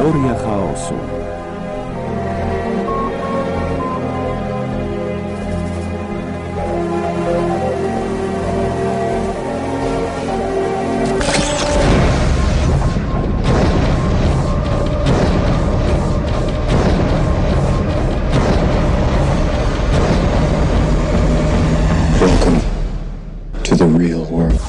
Teoria chaosu. Welcome to the real world.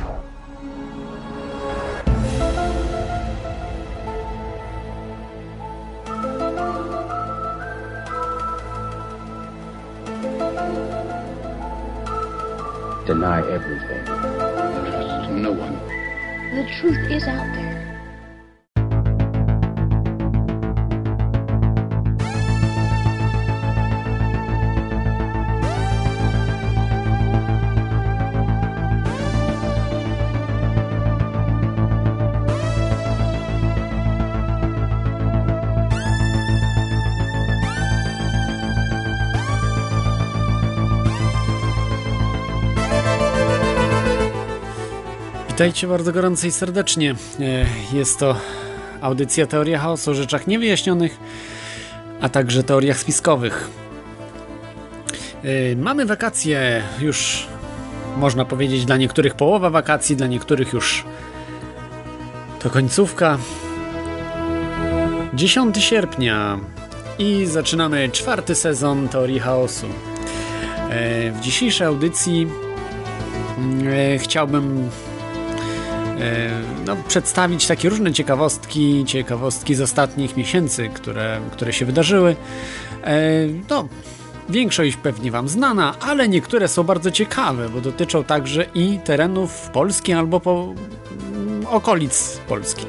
Deny everything. Trust no one. The truth is out there. Witajcie bardzo gorąco i serdecznie. Jest to audycja Teoria chaosu o rzeczach niewyjaśnionych, a także teoriach spiskowych. Mamy wakacje, już można powiedzieć dla niektórych połowa wakacji, dla niektórych już to końcówka. 10 sierpnia i zaczynamy 4. sezon Teorii chaosu. W dzisiejszej audycji chciałbym przedstawić takie różne ciekawostki z ostatnich miesięcy, które się wydarzyły. Większość pewnie wam znana, ale niektóre są bardzo ciekawe, bo dotyczą także i terenów Polski albo okolic Polski.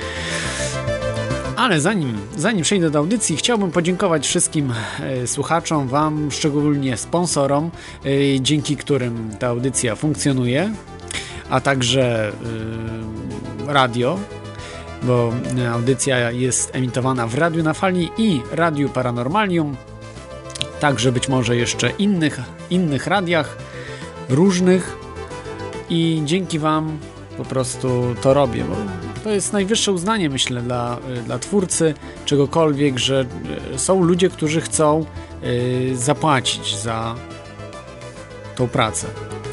Ale zanim przejdę do audycji, chciałbym podziękować wszystkim słuchaczom, wam, szczególnie sponsorom, dzięki którym ta audycja funkcjonuje, a także radio, bo audycja jest emitowana w Radiu na Fali i Radiu Paranormalium, także być może jeszcze innych radiach różnych, i dzięki wam po prostu to robię, bo to jest najwyższe uznanie, myślę, dla twórcy czegokolwiek, że są ludzie, którzy chcą zapłacić za tą pracę.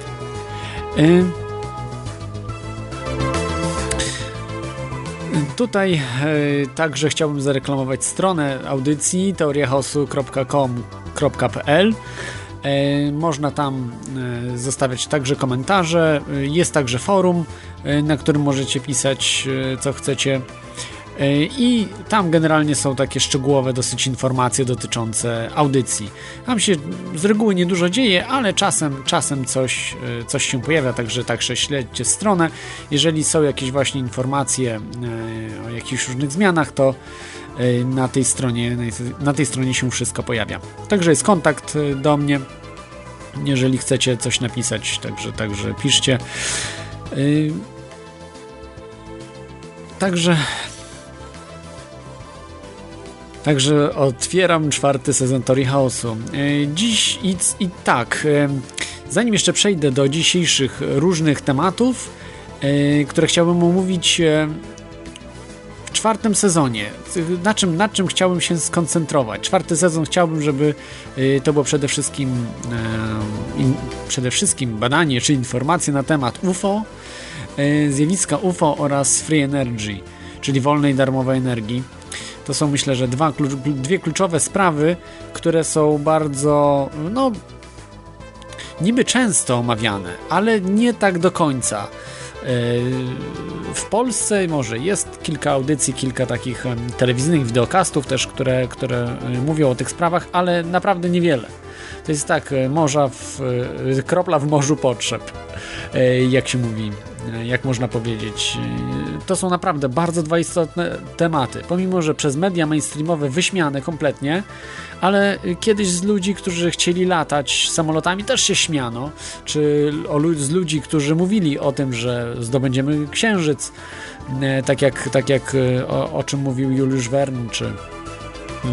Tutaj także chciałbym zareklamować stronę audycji teoriachaosu.com.pl. Można tam zostawiać także komentarze. Jest także forum, na którym możecie pisać co chcecie. I tam generalnie są takie szczegółowe dosyć informacje dotyczące audycji. Tam się z reguły niedużo dzieje, ale czasem coś się pojawia, także śledźcie stronę. Jeżeli są jakieś właśnie informacje o jakichś różnych zmianach, to na tej stronie się wszystko pojawia. Także jest kontakt do mnie, jeżeli chcecie coś napisać, także piszcie. Także otwieram 4. sezon Teorii chaosu. Dziś zanim jeszcze przejdę do dzisiejszych różnych tematów, które chciałbym omówić w 4. sezonie, nad czym chciałbym się skoncentrować. 4. sezon chciałbym, żeby to było przede wszystkim badanie czy informacje na temat UFO, zjawiska UFO oraz free energy, czyli wolnej darmowej energii. To są, myślę, że dwie kluczowe sprawy, które są bardzo, niby często omawiane, ale nie tak do końca. W Polsce może jest kilka audycji, kilka takich telewizyjnych wideokastów też, które mówią o tych sprawach, ale naprawdę niewiele. To jest tak, kropla w morzu potrzeb, jak się mówi, jak można powiedzieć. To są naprawdę bardzo dwa istotne tematy, pomimo że przez media mainstreamowe wyśmiane kompletnie, ale kiedyś z ludzi, którzy chcieli latać samolotami, też się śmiano, czy z ludzi, którzy mówili o tym, że zdobędziemy Księżyc, tak jak o czym mówił Juliusz Verne,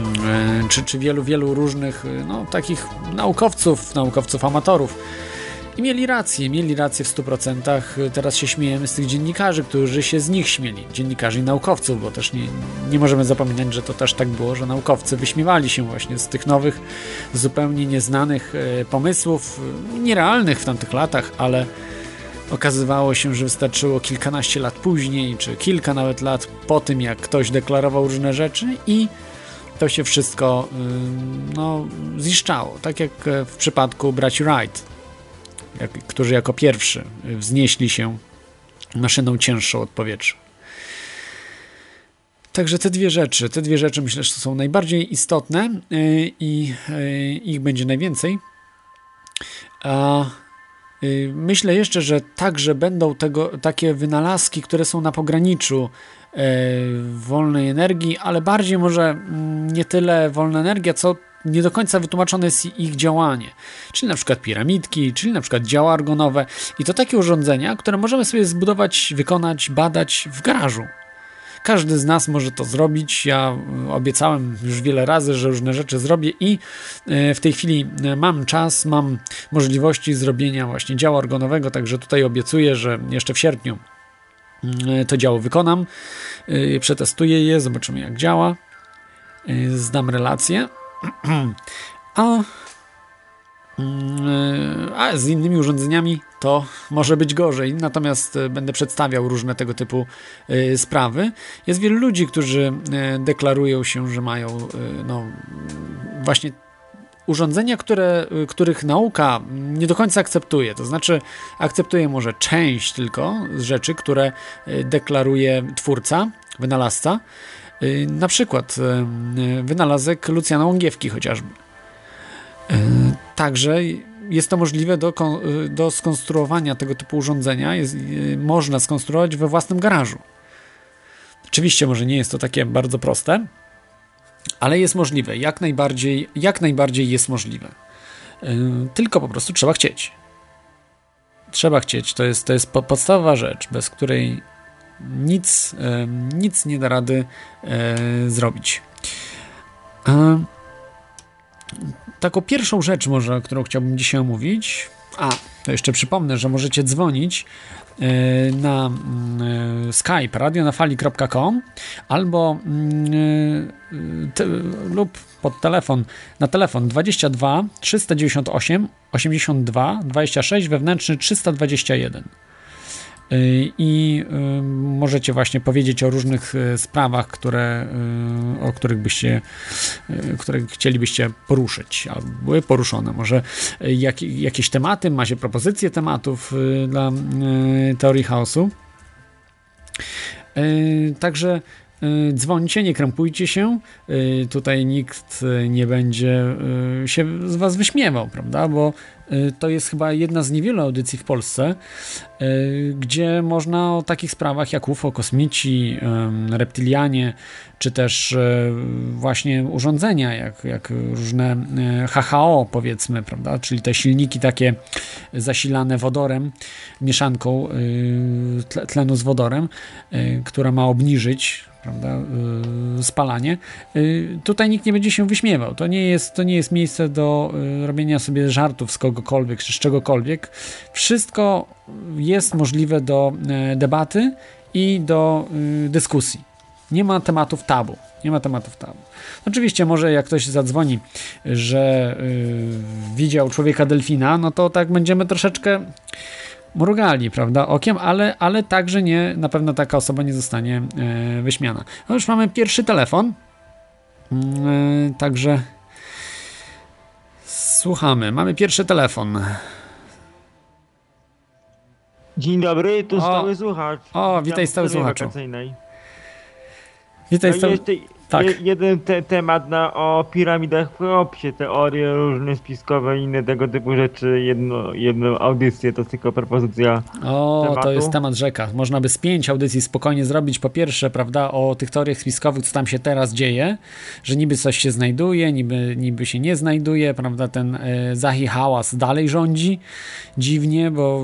czy wielu różnych takich naukowców amatorów. I mieli rację w 100%. Teraz się śmiejemy z tych dziennikarzy, którzy się z nich śmieli. Dziennikarzy i naukowców, bo też nie możemy zapominać, że to też tak było, że naukowcy wyśmiewali się właśnie z tych nowych, zupełnie nieznanych pomysłów, nierealnych w tamtych latach, ale okazywało się, że wystarczyło kilkanaście lat później, czy kilka nawet lat po tym, jak ktoś deklarował różne rzeczy i to się wszystko ziszczało. Tak jak w przypadku braci Wright, którzy jako pierwszy wznieśli się maszyną cięższą od powietrza. Także te dwie rzeczy myślę, że są najbardziej istotne i ich będzie najwięcej. Myślę jeszcze, że także będą takie wynalazki, które są na pograniczu wolnej energii, ale bardziej może nie tyle wolna energia, co nie do końca wytłumaczone jest ich działanie. Czyli na przykład piramidki, czyli na przykład działa argonowe i to takie urządzenia, które możemy sobie zbudować, wykonać, badać w garażu. Każdy z nas może to zrobić. Ja obiecałem już wiele razy, że różne rzeczy zrobię i w tej chwili mam czas, mam możliwości zrobienia właśnie działu argonowego, także tutaj obiecuję, że jeszcze w sierpniu to działo wykonam, przetestuję je, zobaczymy jak działa, zdam relację, a z innymi urządzeniami to może być gorzej, natomiast będę przedstawiał różne tego typu sprawy. Jest wielu ludzi, którzy deklarują się, że mają właśnie urządzenia, których nauka nie do końca akceptuje, to znaczy akceptuje może część tylko z rzeczy, które deklaruje twórca, wynalazca, na przykład wynalazek Lucjana Łągiewki chociażby. Także jest to możliwe do skonstruowania tego typu urządzenia, można skonstruować we własnym garażu. Oczywiście może nie jest to takie bardzo proste, ale jest możliwe, jak najbardziej jest możliwe. Tylko po prostu trzeba chcieć. Trzeba chcieć, to jest podstawowa rzecz, bez której nic nie da rady zrobić. Taką pierwszą rzecz może, którą chciałbym dzisiaj omówić, to jeszcze przypomnę, że możecie dzwonić na Skype radionafali.com albo lub pod telefon, na telefon 22 398 82 26 wewnętrzny 321. I możecie właśnie powiedzieć o różnych sprawach, które chcielibyście poruszyć, albo były poruszone. Może jakieś tematy, macie propozycje tematów dla teorii chaosu. Także dzwońcie, nie krępujcie się, tutaj nikt nie będzie się z was wyśmiewał, prawda, bo to jest chyba jedna z niewielu audycji w Polsce, gdzie można o takich sprawach jak UFO, kosmici, reptilianie, czy też właśnie urządzenia, jak różne HHO powiedzmy, prawda, czyli te silniki takie zasilane wodorem, mieszanką tlenu z wodorem, która ma obniżyć, prawda, spalanie. Tutaj nikt nie będzie się wyśmiewał. To nie jest miejsce do robienia sobie żartów z kogokolwiek, czy z czegokolwiek. Wszystko jest możliwe do debaty i do dyskusji. Nie ma tematów tabu. Oczywiście może jak ktoś zadzwoni, że widział człowieka delfina, no to tak będziemy troszeczkę mrugali, prawda, okiem, ale także na pewno taka osoba nie zostanie wyśmiana. No już mamy pierwszy telefon, także słuchamy. Mamy pierwszy telefon. Dzień dobry, tu stały słuchacz. Witaj stały słuchaczu. Tak. Jeden temat o piramidach w Cheopsie, teorie różne spiskowe i inne tego typu rzeczy, jedną audycję, to tylko propozycja tematu. To jest temat rzeka. Można by z 5 audycji spokojnie zrobić, po pierwsze, prawda, o tych teoriach spiskowych, co tam się teraz dzieje, że niby coś się znajduje, niby się nie znajduje, prawda, ten Zahi Hałas dalej rządzi, dziwnie, bo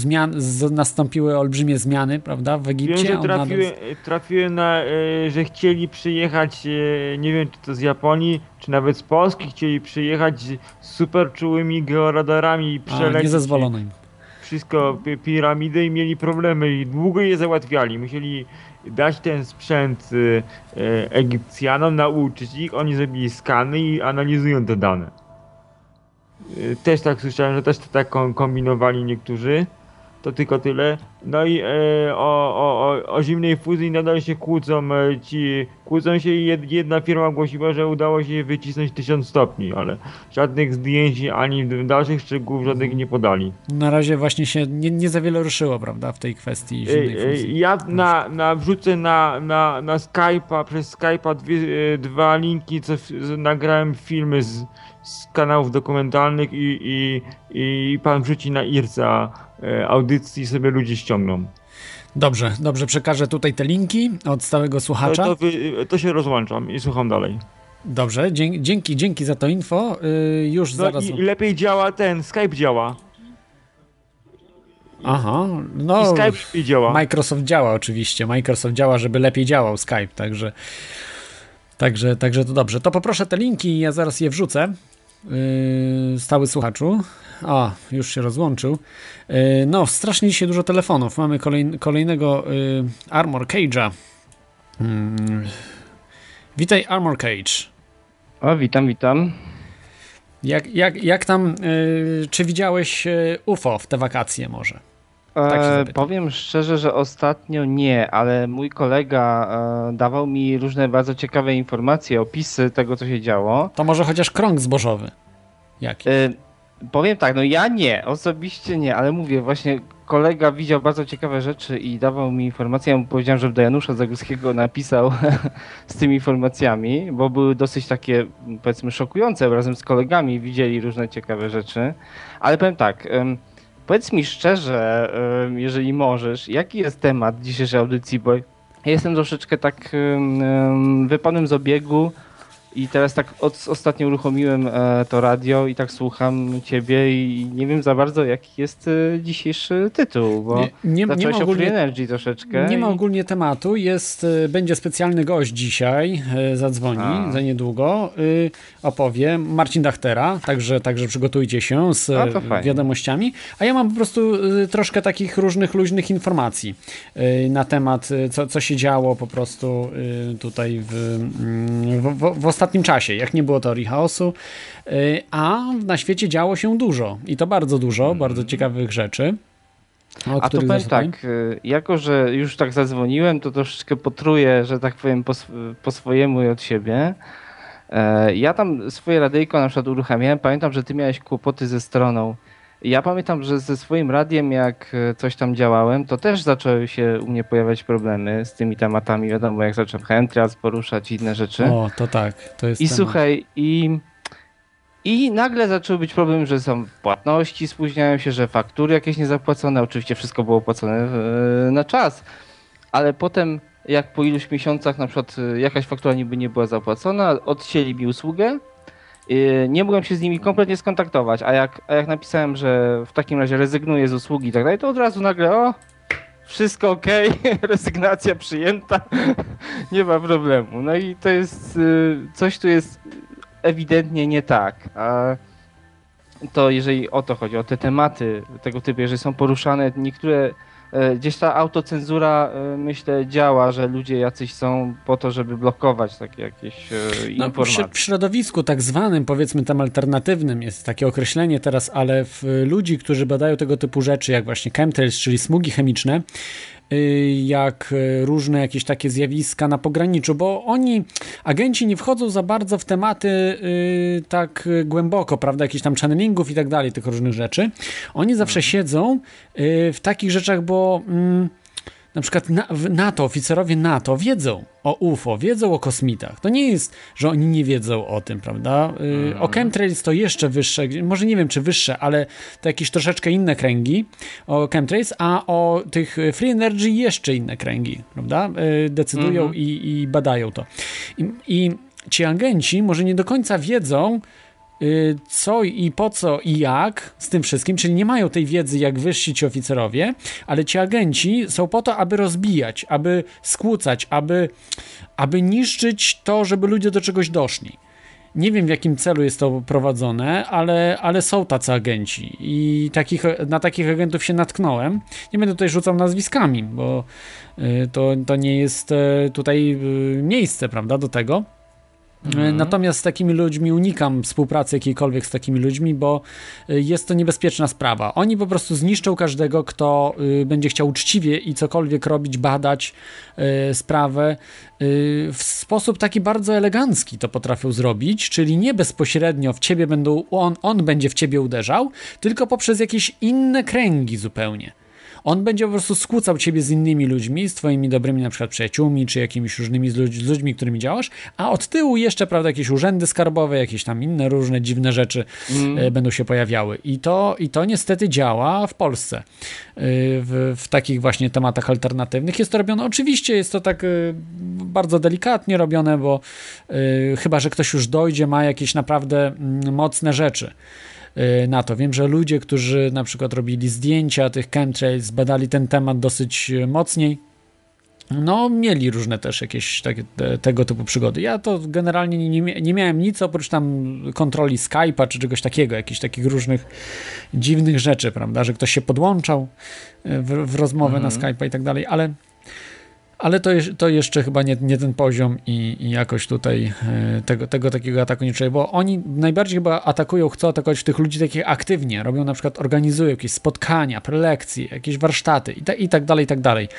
nastąpiły olbrzymie zmiany, prawda, w Egipcie. Wiem, że trafiłem na, że chcieli chcieli przyjechać, nie wiem czy to z Japonii, czy nawet z Polski, chcieli przyjechać z super czułymi georadarami i przelecieć niezezwolonym. wszystko piramidy i mieli problemy i długo je załatwiali. Musieli dać ten sprzęt Egipcjanom, nauczyć ich, oni zrobili skany i analizują te dane. Też tak słyszałem, że też to tak kombinowali niektórzy. To tylko tyle. No i o zimnej fuzji nadal się kłócą. Kłócą się i jedna firma głosiła, że udało się wycisnąć 1000 stopni, ale żadnych zdjęć ani dalszych szczegółów żadnych nie podali. Na razie właśnie się nie za wiele ruszyło, prawda, w tej kwestii zimnej fuzji. Ja wrzucę na Skype'a, przez Skype'a dwa linki, co nagrałem filmy z kanałów dokumentalnych i pan wrzuci na IRCA audycji, sobie ludzie ściągną. Dobrze, przekażę tutaj te linki od stałego słuchacza. To się rozłączam i słucham dalej. Dobrze, dzięki za to info. Już zaraz. I lepiej działa Skype działa. Aha, I Skype lepiej działa. Microsoft działa oczywiście. Microsoft działa, żeby lepiej działał Skype, także to dobrze. To poproszę te linki i ja zaraz je wrzucę. Stały słuchaczu. Już się rozłączył. No, strasznie dzisiaj dużo telefonów. Mamy kolejnego Armor Cage'a. Witaj, Armor Cage. Witam. Jak tam, czy widziałeś UFO w te wakacje może? Tak powiem szczerze, że ostatnio nie, ale mój kolega dawał mi różne bardzo ciekawe informacje, opisy tego, co się działo. To może chociaż krąg zbożowy jakiś? Powiem tak, no ja nie, osobiście nie, ale mówię, właśnie kolega widział bardzo ciekawe rzeczy i dawał mi informacje. Ja mu powiedziałem, żeby do Janusza Zagórskiego napisał z tymi informacjami, bo były dosyć takie, powiedzmy, szokujące. Razem z kolegami widzieli różne ciekawe rzeczy, ale powiem tak, powiedz mi szczerze, jeżeli możesz, jaki jest temat dzisiejszej audycji, bo ja jestem troszeczkę tak wypadłem z obiegu i teraz tak ostatnio uruchomiłem to radio i tak słucham ciebie i nie wiem za bardzo, jaki jest dzisiejszy tytuł, bo zacząłeś o Free Energy troszeczkę. Nie ma ogólnie tematu, będzie specjalny gość dzisiaj, zadzwoni za niedługo, opowie Marcin Dachtera, także przygotujcie się z wiadomościami, a ja mam po prostu troszkę takich różnych luźnych informacji na temat, co się działo po prostu tutaj w ostatnim czasie, jak nie było teorii chaosu, a na świecie działo się dużo i to bardzo dużo, bardzo ciekawych rzeczy. A to powiem tak, jako że już tak zadzwoniłem, to troszeczkę potruję, że tak powiem po swojemu i od siebie. Ja tam swoje radyjko na przykład uruchamiałem, pamiętam, że ty miałeś kłopoty ze stroną. Ja pamiętam, że ze swoim radiem, jak coś tam działałem, to też zaczęły się u mnie pojawiać problemy z tymi tematami. Wiadomo, jak zacząłem chemtrails poruszać i inne rzeczy. To tak, to jest temat. Słuchaj, i nagle zaczął być problem, że są płatności, spóźniają się, że faktury jakieś niezapłacone. Oczywiście wszystko było płacone na czas, ale potem jak po iluś miesiącach na przykład jakaś faktura niby nie była zapłacona, odcięli mi usługę. Nie mogłem się z nimi kompletnie skontaktować, a jak napisałem, że w takim razie rezygnuję z usługi i tak dalej, to od razu nagle wszystko okej, rezygnacja przyjęta, nie ma problemu. No i to jest, coś tu jest ewidentnie nie tak. A to jeżeli o to chodzi, o te tematy tego typu, jeżeli są poruszane, niektóre gdzieś ta autocenzura, myślę, działa, że ludzie jacyś są po to, żeby blokować takie jakieś informacje. W środowisku tak zwanym, powiedzmy tam alternatywnym jest takie określenie teraz, ale w ludzi, którzy badają tego typu rzeczy, jak właśnie chemtrails, czyli smugi chemiczne, jak różne jakieś takie zjawiska na pograniczu, bo agenci nie wchodzą za bardzo w tematy tak głęboko, prawda, jakichś tam channelingów i tak dalej, tych różnych rzeczy. Oni zawsze siedzą w takich rzeczach, bo na przykład NATO, oficerowie NATO wiedzą o UFO, wiedzą o kosmitach. To nie jest, że oni nie wiedzą o tym, prawda? O chemtrails to jeszcze wyższe, może nie wiem czy wyższe, ale to jakieś troszeczkę inne kręgi o chemtrails, a o tych free energy jeszcze inne kręgi, prawda? Decydują i badają to. I ci agenci może nie do końca wiedzą, co i po co i jak z tym wszystkim, czyli nie mają tej wiedzy jak wyżsi ci oficerowie, ale ci agenci są po to, aby rozbijać, aby skłócać, aby niszczyć to, żeby ludzie do czegoś doszli. Nie wiem, w jakim celu jest to prowadzone, ale są tacy agenci i na takich agentów się natknąłem. Nie będę tutaj rzucał nazwiskami, bo to nie jest tutaj miejsce, prawda, do tego. Natomiast z takimi ludźmi unikam współpracy jakiejkolwiek z takimi ludźmi, bo jest to niebezpieczna sprawa. Oni po prostu zniszczą każdego, kto będzie chciał uczciwie i cokolwiek robić, badać sprawę. W sposób taki bardzo elegancki to potrafią zrobić, czyli nie bezpośrednio w ciebie on będzie w ciebie uderzał, tylko poprzez jakieś inne kręgi zupełnie. On będzie po prostu skłócał ciebie z innymi ludźmi, z twoimi dobrymi na przykład przyjaciółmi, czy jakimiś różnymi z ludźmi, którymi działasz, a od tyłu jeszcze, prawda, jakieś urzędy skarbowe, jakieś tam inne różne dziwne rzeczy będą się pojawiały. I to niestety działa w Polsce. W takich właśnie tematach alternatywnych jest to robione. Oczywiście jest to tak bardzo delikatnie robione, bo chyba że ktoś już dojdzie, ma jakieś naprawdę mocne rzeczy na to. Wiem, że ludzie, którzy na przykład robili zdjęcia tych chemtrails, badali ten temat dosyć mocniej, no mieli różne też jakieś tego typu przygody. Ja to generalnie nie miałem nic oprócz tam kontroli Skype'a czy czegoś takiego, jakichś takich różnych dziwnych rzeczy, prawda, że ktoś się podłączał w rozmowę na Skype'a i tak dalej, ale to jeszcze chyba nie ten poziom i jakoś tutaj tego takiego ataku nie czuję, bo oni najbardziej chyba chcą atakować tych ludzi takich aktywnie, robią na przykład, organizują jakieś spotkania, prelekcje, jakieś warsztaty i tak dalej, i tak dalej.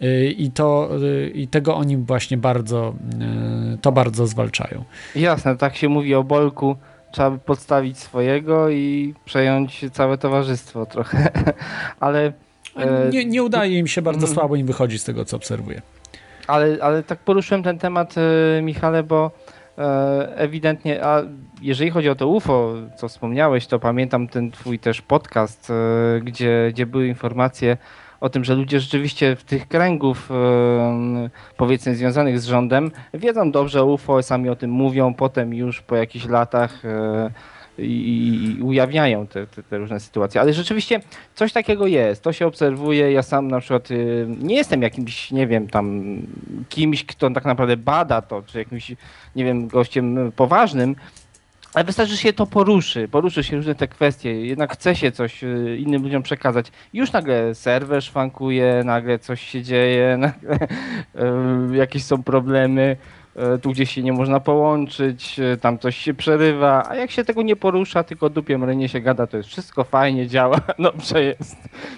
I tego oni właśnie bardzo zwalczają. Jasne, tak się mówi o Bolku, trzeba by podstawić swojego i przejąć całe towarzystwo trochę, ale... Nie udaje im się, bardzo słabo im wychodzi z tego, co obserwuję. Ale tak poruszyłem ten temat, Michale, bo ewidentnie, a jeżeli chodzi o to UFO, co wspomniałeś, to pamiętam ten twój też podcast, gdzie były informacje o tym, że ludzie rzeczywiście w tych kręgów, powiedzmy, związanych z rządem, wiedzą dobrze o UFO, sami o tym mówią, potem już po jakichś latach i ujawniają te różne sytuacje. Ale rzeczywiście coś takiego jest, to się obserwuje. Ja sam na przykład nie jestem jakimś, nie wiem, tam kimś, kto tak naprawdę bada to, czy jakimś, nie wiem, gościem poważnym, ale wystarczy, że się to poruszy się różne te kwestie, jednak chce się coś innym ludziom przekazać. Już nagle serwer szwankuje, nagle coś się dzieje, nagle jakieś są problemy. Tu gdzieś się nie można połączyć, tam coś się przerywa, a jak się tego nie porusza, tylko dupiem rynie się gada, to jest wszystko fajnie, działa, dobrze jest.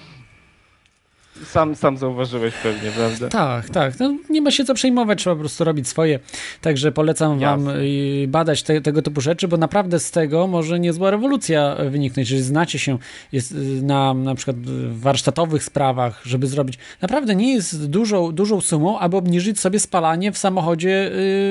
Sam zauważyłeś pewnie, prawda? Tak. No, nie ma się co przejmować, trzeba po prostu robić swoje. Także polecam wam badać tego typu rzeczy, bo naprawdę z tego może niezła rewolucja wyniknąć. Jeżeli znacie się na przykład w warsztatowych sprawach, żeby zrobić. Naprawdę nie jest dużą sumą, aby obniżyć sobie spalanie w samochodzie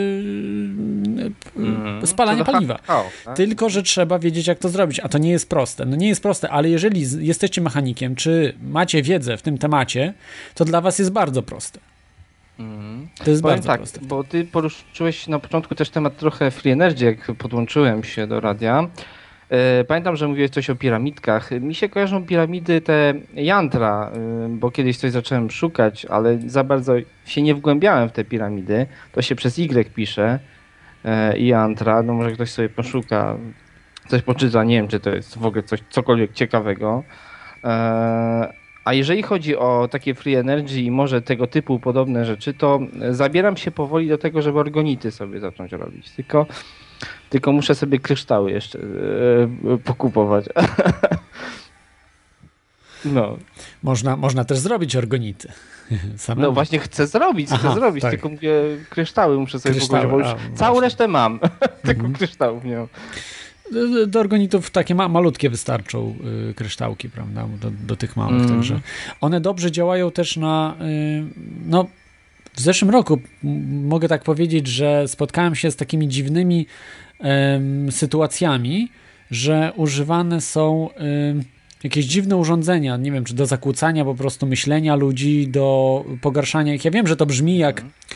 spalanie paliwa. Tak? Tylko, że trzeba wiedzieć, jak to zrobić, a to nie jest proste. No nie jest proste, ale jeżeli jesteście mechanikiem, czy macie wiedzę w tym temacie, to dla was jest bardzo proste. To jest bardzo proste. Bo ty poruszyłeś na początku też temat trochę Free Energy, jak podłączyłem się do radia. Pamiętam, że mówiłeś coś o piramidkach. Mi się kojarzą piramidy te Jantra, bo kiedyś coś zacząłem szukać, ale za bardzo się nie wgłębiałem w te piramidy. To się przez Y pisze. Jantra, no może ktoś sobie poszuka, coś poczyta, nie wiem, czy to jest w ogóle cokolwiek ciekawego. A jeżeli chodzi o takie Free Energy i może tego typu podobne rzeczy, to zabieram się powoli do tego, żeby organity sobie zacząć robić. Tylko muszę sobie kryształy jeszcze pokupować. No. Można też zrobić organity. No właśnie chcę zrobić, tak. Tylko mówię, kryształy muszę sobie pokupować, bo już całą resztę mam. Tylko kryształów nie mam. Do organitów takie malutkie wystarczą kryształki, prawda, do tych małych, także one dobrze działają też no w zeszłym roku mogę tak powiedzieć, że spotkałem się z takimi dziwnymi sytuacjami, że używane są jakieś dziwne urządzenia, nie wiem, czy do zakłócania po prostu myślenia ludzi, do pogarszania ich. Ja wiem, że to brzmi jak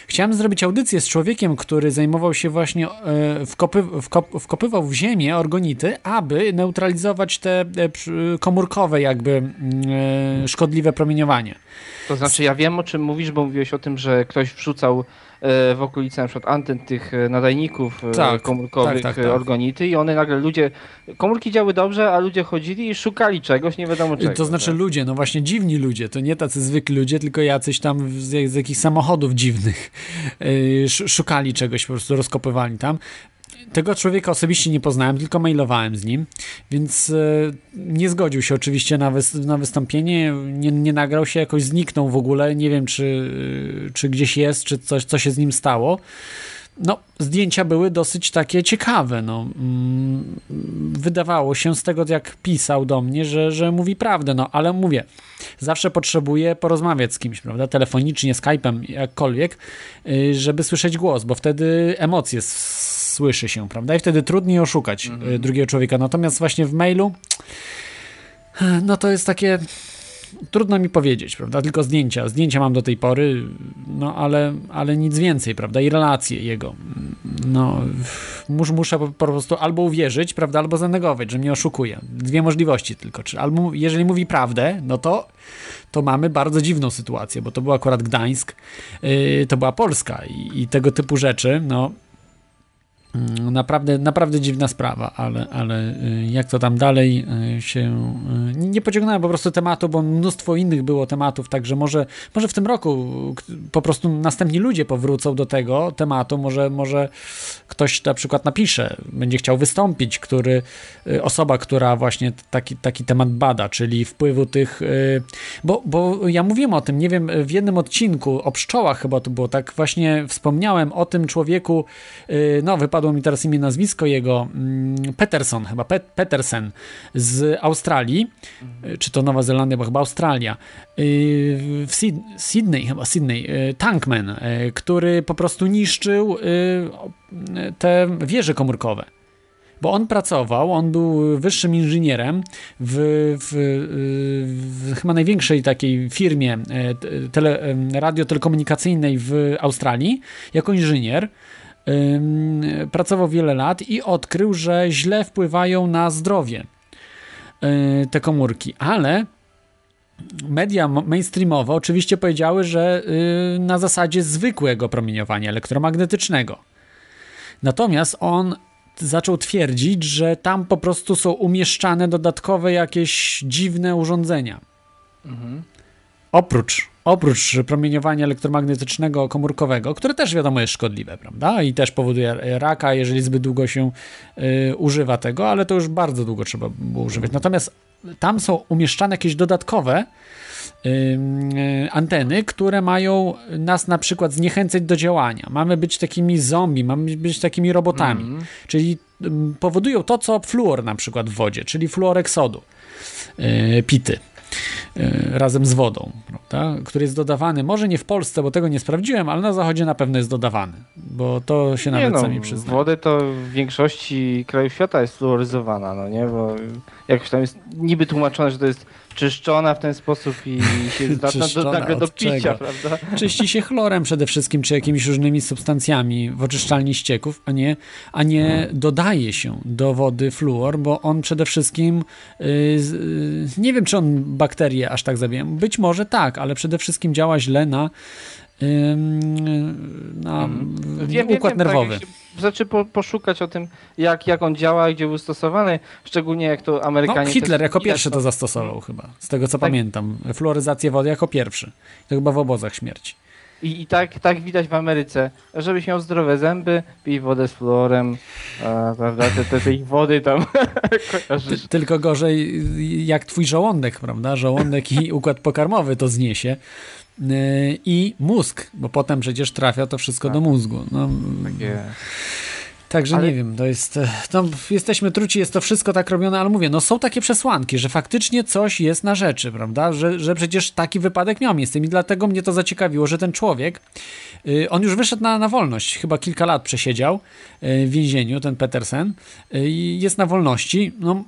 Chciałem zrobić audycję z człowiekiem, który zajmował się właśnie, wkopywał w ziemię organity, aby neutralizować te komórkowe jakby szkodliwe promieniowanie. To znaczy ja wiem, o czym mówisz, bo mówiłeś o tym, że ktoś wrzucał w okolice na przykład anten tych nadajników komórkowych tak. organity i one nagle komórki działy dobrze, a ludzie chodzili i szukali czegoś, nie wiadomo czego. To znaczy ludzie, no właśnie dziwni ludzie, to nie tacy zwykli ludzie, tylko jacyś tam z jakichś samochodów dziwnych szukali czegoś, po prostu rozkopywali tam. Tego człowieka osobiście nie poznałem, tylko mailowałem z nim, więc nie zgodził się oczywiście na wystąpienie, nie nagrał się, jakoś zniknął w ogóle, nie wiem czy gdzieś jest, czy co się z nim stało. No, zdjęcia były dosyć takie ciekawe, no. Wydawało się z tego, jak pisał do mnie, że mówi prawdę, no, ale mówię, zawsze potrzebuję porozmawiać z kimś, prawda, telefonicznie, Skype'em, jakkolwiek, żeby słyszeć głos, bo wtedy emocje słyszy się, prawda, i wtedy trudniej oszukać drugiego człowieka, natomiast właśnie w mailu no to jest takie trudno mi powiedzieć, prawda, tylko zdjęcia mam do tej pory, no ale nic więcej, prawda, i relacje jego, no muszę po prostu albo uwierzyć, prawda, albo zanegować, że mnie oszukuje, dwie możliwości tylko, albo jeżeli mówi prawdę, no to mamy bardzo dziwną sytuację, bo to był akurat Gdańsk, to była Polska i tego typu rzeczy, no naprawdę dziwna sprawa, ale jak to tam dalej się... Nie pociągnąłem po prostu tematu, bo mnóstwo innych było tematów, także może w tym roku po prostu następni ludzie powrócą do tego tematu, może ktoś na przykład napisze, będzie chciał wystąpić, osoba, która właśnie taki temat bada, czyli wpływu tych... Bo ja mówiłem o tym, nie wiem, w jednym odcinku o pszczołach chyba to było, tak właśnie wspomniałem o tym człowieku, no wypadło mi teraz imię, nazwisko jego, Petersen z Australii, czy to Nowa Zelandia, bo chyba Australia, w Sydney, tankman, który po prostu niszczył te wieże komórkowe. Bo on był wyższym inżynierem w chyba największej takiej firmie radiotelekomunikacyjnej w Australii, jako inżynier. Pracował wiele lat i odkrył, że źle wpływają na zdrowie te komórki, ale media mainstreamowe oczywiście powiedziały, że na zasadzie zwykłego promieniowania elektromagnetycznego. Natomiast on zaczął twierdzić, że tam po prostu są umieszczane dodatkowe jakieś dziwne urządzenia. Oprócz promieniowania elektromagnetycznego komórkowego, które też wiadomo jest szkodliwe, prawda? I też powoduje raka, jeżeli zbyt długo się używa tego, ale to już bardzo długo trzeba było używać. Natomiast tam są umieszczane jakieś dodatkowe anteny, które mają nas na przykład zniechęcać do działania. Mamy być takimi zombie, mamy być takimi robotami. Czyli powodują to, co fluor na przykład w wodzie, czyli fluorek sodu, pity. Razem z wodą, prawda? Który jest dodawany, może nie w Polsce, bo tego nie sprawdziłem, ale na zachodzie na pewno jest dodawany, bo to się nawet sami przyznają. Wodę to w większości krajów świata jest fluoryzowana, no nie, bo jakoś tam jest niby tłumaczone, że to jest czyszczona w ten sposób i się zdatna nagle do picia, prawda? Czyści się chlorem przede wszystkim, czy jakimiś różnymi substancjami w oczyszczalni ścieków, a nie dodaje się do wody fluor, bo on przede wszystkim nie wiem, czy on bakterie aż tak zabija. Być może tak, ale przede wszystkim działa źle na układ nerwowy. Tak, znaczy poszukać o tym, jak on działa, gdzie był stosowany, szczególnie jak to Amerykanie... Hitler jako pierwszy to zastosował chyba, z tego co pamiętam. Fluoryzację wody jako pierwszy. To chyba w obozach śmierci. I tak widać w Ameryce, żebyś miał zdrowe zęby, pij wodę z fluorem, prawda, te ich wody tam kojarzysz. Tylko gorzej jak twój żołądek, prawda, żołądek i układ pokarmowy to zniesie. I mózg, bo potem przecież trafia to wszystko do mózgu. No, także nie wiem, to jest, no, jesteśmy truci, jest to wszystko tak robione, ale mówię, no są takie przesłanki, że faktycznie coś jest na rzeczy, prawda, że przecież taki wypadek miał miejsce i dlatego mnie to zaciekawiło, że ten człowiek, on już wyszedł na wolność, chyba kilka lat przesiedział w więzieniu, ten Petersen, jest na wolności, no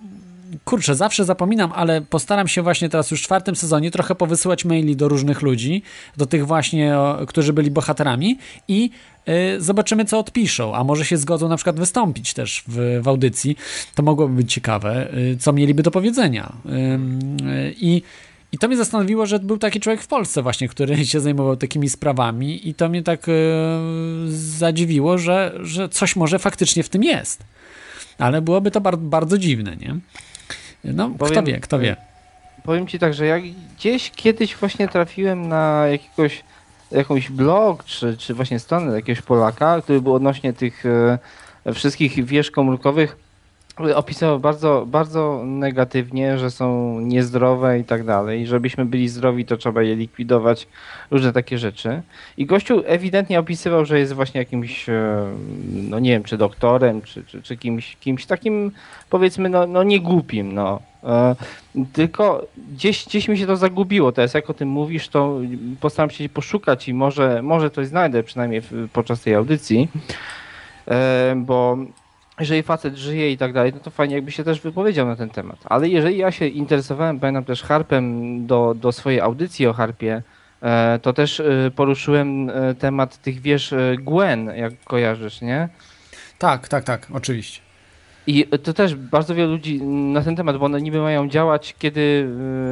kurczę, zawsze zapominam, ale postaram się właśnie teraz już w 4. sezonie trochę powysyłać maili do różnych ludzi, do tych właśnie, którzy byli bohaterami i zobaczymy, co odpiszą, a może się zgodzą na przykład wystąpić też w audycji. To mogłoby być ciekawe, co mieliby do powiedzenia. I to mnie zastanowiło, że był taki człowiek w Polsce właśnie, który się zajmował takimi sprawami i to mnie tak zadziwiło, że coś może faktycznie w tym jest. Ale byłoby to bardzo dziwne, nie? No, kto wie. Powiem ci tak, że jak gdzieś kiedyś właśnie trafiłem na jakąś blog, czy właśnie stronę jakiegoś Polaka, który był odnośnie tych wszystkich wież komórkowych, opisywał bardzo, bardzo negatywnie, że są niezdrowe i tak dalej. Żebyśmy byli zdrowi, to trzeba je likwidować, różne takie rzeczy. I gościu ewidentnie opisywał, że jest właśnie jakimś, no nie wiem, czy doktorem, czy kimś takim, powiedzmy, no nie głupim, no. Tylko gdzieś mi się to zagubiło. Teraz jak o tym mówisz, to postaram się poszukać i może coś znajdę, przynajmniej podczas tej audycji, bo jeżeli facet żyje i tak dalej, no to fajnie jakby się też wypowiedział na ten temat. Ale jeżeli ja się interesowałem, pamiętam też harpem do swojej audycji o harpie, to też poruszyłem temat tych wież Gwen, jak kojarzysz, nie? Tak, oczywiście. I to też bardzo wielu ludzi na ten temat, bo one niby mają działać, kiedy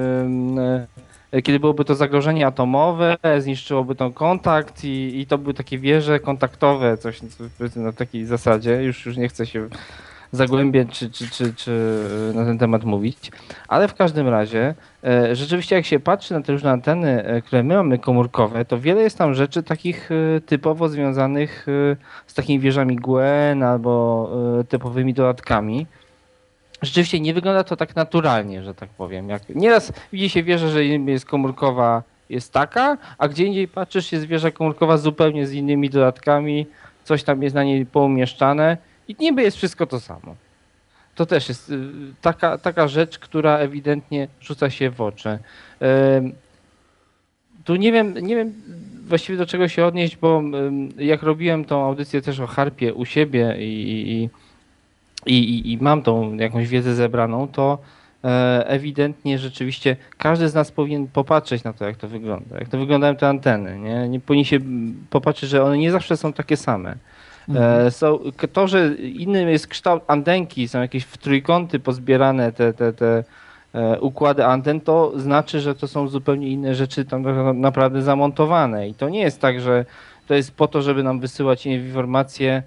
byłoby to zagrożenie atomowe, zniszczyłoby to kontakt i to były takie wieże kontaktowe, coś na takiej zasadzie. Już nie chcę się zagłębiać czy na ten temat mówić. Ale w każdym razie rzeczywiście jak się patrzy na te różne anteny, które my mamy komórkowe, to wiele jest tam rzeczy takich typowo związanych z takimi wieżami Gwen albo typowymi dodatkami. Rzeczywiście nie wygląda to tak naturalnie, że tak powiem. Jak nieraz widzi się wieża, że jest komórkowa, jest taka, a gdzie indziej patrzysz, jest wieża komórkowa zupełnie z innymi dodatkami, coś tam jest na niej poumieszczane i niby jest wszystko to samo. To też jest taka rzecz, która ewidentnie rzuca się w oczy. Tu nie wiem właściwie do czego się odnieść, bo jak robiłem tą audycję też o harpie u siebie i mam tą jakąś wiedzę zebraną, to ewidentnie rzeczywiście każdy z nas powinien popatrzeć na to, jak to wygląda. Jak to wyglądają te anteny. Nie powinien się popatrzeć, że one nie zawsze są takie same. To, że inny jest kształt antenki, są jakieś w trójkąty pozbierane te układy anten, to znaczy, że to są zupełnie inne rzeczy tam naprawdę zamontowane. I to nie jest tak, że to jest po to, żeby nam wysyłać informacje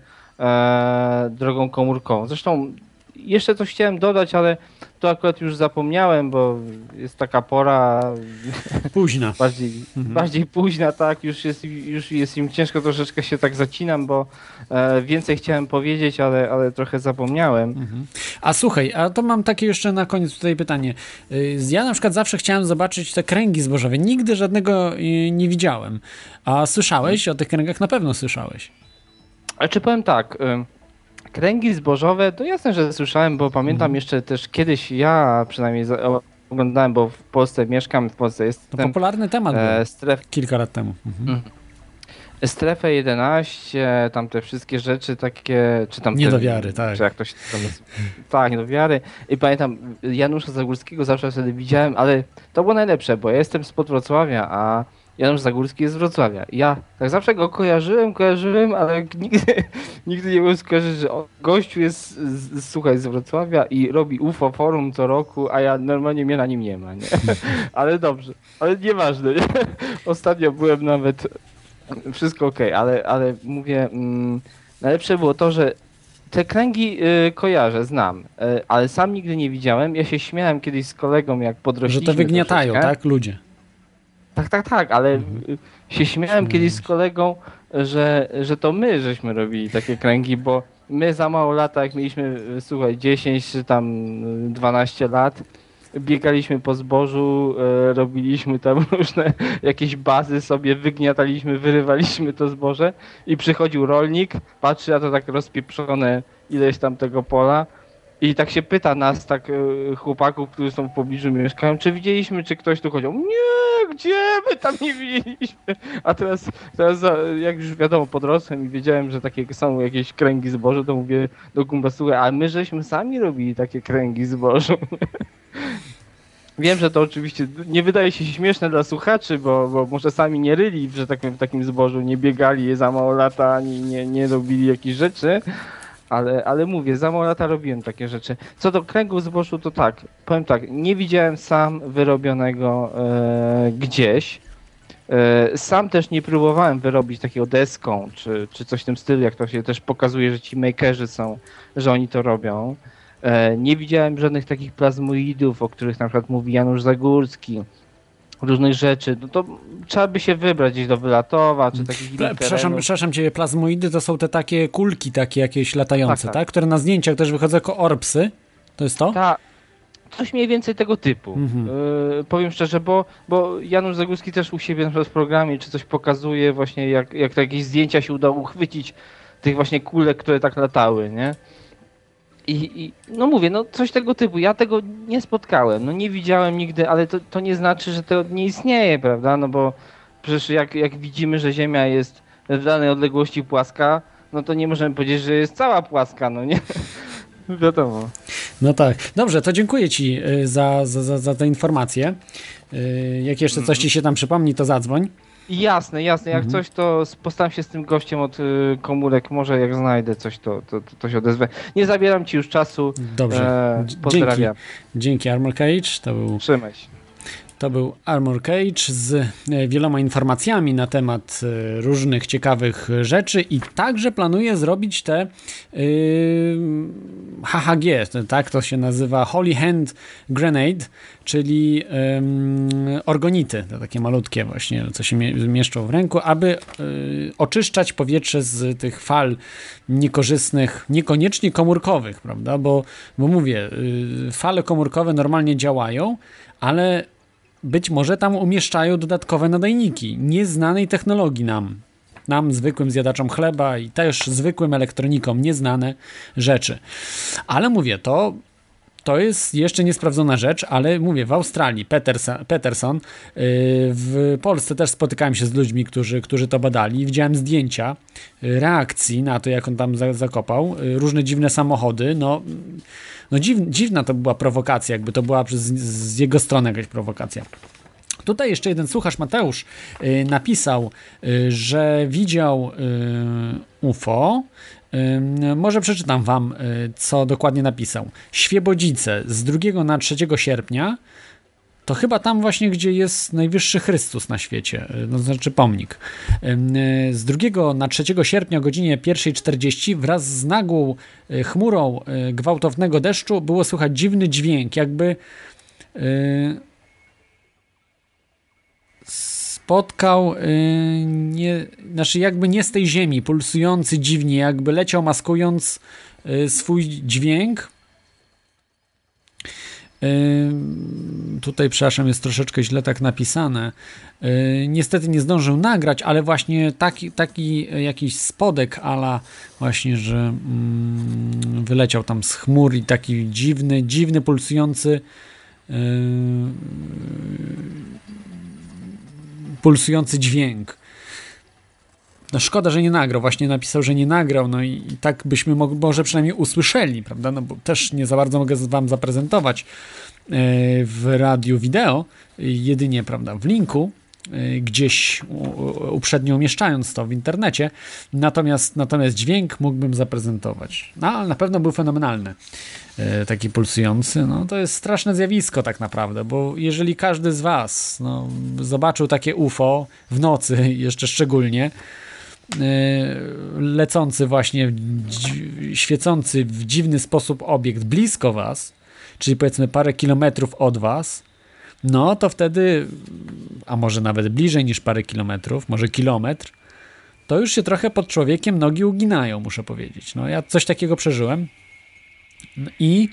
drogą komórkową. Zresztą jeszcze coś chciałem dodać, ale to akurat już zapomniałem, bo jest taka pora późna. Bardziej późna, tak, już jest im ciężko, troszeczkę się tak zacinam, bo więcej chciałem powiedzieć, ale trochę zapomniałem. A słuchaj, a to mam takie jeszcze na koniec tutaj pytanie. Ja na przykład zawsze chciałem zobaczyć te kręgi zbożowe. Nigdy żadnego nie widziałem. A słyszałeś? O tych kręgach na pewno słyszałeś. A czy powiem tak, kręgi zbożowe, to jasne, że słyszałem, bo pamiętam jeszcze też kiedyś ja przynajmniej oglądałem, bo w Polsce mieszkam, w Polsce jest to popularny temat był kilka lat temu. Strefę 11, tam te wszystkie rzeczy takie, czy tam... Niedowiary, tak. Czy jak to się tam jest, tak, niedowiary. I pamiętam, Janusza Zagórskiego zawsze wtedy widziałem, ale to było najlepsze, bo ja jestem spod Wrocławia, a Janusz Zagórski jest z Wrocławia. Ja tak zawsze go kojarzyłem, ale nigdy nie byłem skojarzyć, że gościu jest, słuchaj, z Wrocławia i robi UFO Forum co roku, a ja normalnie mnie na nim nie ma, nie? Ale dobrze, ale nieważne, nie? Ostatnio byłem nawet, wszystko okej, ale mówię, najlepsze było to, że te kręgi kojarzę, znam, ale sam nigdy nie widziałem. Ja się śmiałem kiedyś z kolegą, jak podrośliśmy. Że to wygniatają, tak, ludzie? Tak, ale się śmiałem kiedyś z kolegą, że to my żeśmy robili takie kręgi, bo my za mało lata, jak mieliśmy, słuchaj, 10 czy tam 12 lat, biegaliśmy po zbożu, robiliśmy tam różne jakieś bazy sobie, wygniataliśmy, wyrywaliśmy to zboże i przychodził rolnik, patrzy na to tak rozpieprzone ileś tam tego pola i tak się pyta nas, tak chłopaków, którzy są w pobliżu mieszkają, czy widzieliśmy, czy ktoś tu chodził. Nie, gdzie? My tam nie widzieliśmy. A teraz jak już wiadomo, podrosłem i wiedziałem, że takie są jakieś kręgi zbożu, to mówię do kumpla, słuchaj, a my żeśmy sami robili takie kręgi zbożu. Wiem, że to oczywiście nie wydaje się śmieszne dla słuchaczy, bo może sami nie ryli, że tak powiem, w takim zbożu, nie biegali je za mało lata, ani nie robili jakichś rzeczy, ale mówię, za mało lata robiłem takie rzeczy. Co do kręgu zbożu, to tak, powiem tak, nie widziałem sam wyrobionego gdzieś. Sam też nie próbowałem wyrobić takiego deską, czy coś w tym stylu, jak to się też pokazuje, że ci makerzy są, że oni to robią. Nie widziałem żadnych takich plazmoidów, o których na przykład mówi Janusz Zagórski, różnych rzeczy. No to trzeba by się wybrać gdzieś do Wylatowa, czy takich innych Przepraszam cię, plazmoidy to są te takie kulki, takie jakieś latające, tak? Które na zdjęciach też wychodzą jako orbsy. To jest to? Tak. Coś mniej więcej tego typu. Powiem szczerze, bo Janusz Zagórski też u siebie na przykład w programie czy coś pokazuje właśnie, jak to jakieś zdjęcia się udało uchwycić tych właśnie kulek, które tak latały, nie? I no mówię, no coś tego typu. Ja tego nie spotkałem, no nie widziałem nigdy, ale to nie znaczy, że to nie istnieje, prawda? No bo przecież jak widzimy, że Ziemia jest w danej odległości płaska, no to nie możemy powiedzieć, że jest cała płaska, no nie? Wiadomo. No tak. Dobrze, to dziękuję ci za tę informację. Jak jeszcze coś ci się tam przypomni, to zadzwoń. Jasne. Jak coś, to postaram się z tym gościem od komórek. Może jak znajdę coś, to się odezwę. Nie zabieram ci już czasu. Dobrze. Pozdrawiam. Dzięki Armor Cage. Trzymaj się. To był Armor Cage z wieloma informacjami na temat różnych ciekawych rzeczy i także planuje zrobić te HHG, tak to się nazywa Holy Hand Grenade, czyli orgonity, to takie malutkie właśnie, co się mieszczą w ręku, aby oczyszczać powietrze z tych fal niekorzystnych, niekoniecznie komórkowych, prawda, bo mówię, fale komórkowe normalnie działają, ale być może tam umieszczają dodatkowe nadajniki nieznanej technologii nam zwykłym zjadaczom chleba i też zwykłym elektronikom nieznane rzeczy. Ale mówię, to jest jeszcze niesprawdzona rzecz, ale mówię, w Australii Peterson, w Polsce też spotykałem się z ludźmi, którzy to badali. Widziałem zdjęcia reakcji na to, jak on tam zakopał. Różne dziwne samochody. No dziwna to była prowokacja, jakby to była z jego strony jakaś prowokacja. Tutaj jeszcze jeden słuchacz, Mateusz, napisał, że widział UFO. Może przeczytam wam, co dokładnie napisał. Świebodzice z 2 na 3 sierpnia, to chyba tam właśnie, gdzie jest najwyższy Chrystus na świecie, no znaczy pomnik. Z 2 na 3 sierpnia o godzinie 1:40 wraz z nagłą chmurą gwałtownego deszczu było słychać dziwny dźwięk, jakby spotkał jakby nie z tej ziemi, pulsujący dziwnie, jakby leciał maskując swój dźwięk. Tutaj, przepraszam, jest troszeczkę źle tak napisane. Niestety nie zdążył nagrać, ale właśnie taki jakiś spodek ala właśnie, że wyleciał tam z chmur i taki dziwny pulsujący dźwięk. No szkoda, że nie nagrał. Właśnie napisał, że nie nagrał, no i tak byśmy może przynajmniej usłyszeli, prawda? No bo też nie za bardzo mogę wam zaprezentować w radiu wideo, jedynie, prawda, w linku, gdzieś uprzednio umieszczając to w internecie, natomiast dźwięk mógłbym zaprezentować. No, ale na pewno był fenomenalny. Taki pulsujący, no to jest straszne zjawisko tak naprawdę, bo jeżeli każdy z was zobaczył takie UFO w nocy, jeszcze szczególnie, lecący właśnie, świecący w dziwny sposób obiekt blisko was, czyli powiedzmy parę kilometrów od was, no to wtedy, a może nawet bliżej niż parę kilometrów, może kilometr, to już się trochę pod człowiekiem nogi uginają, muszę powiedzieć. No ja coś takiego przeżyłem i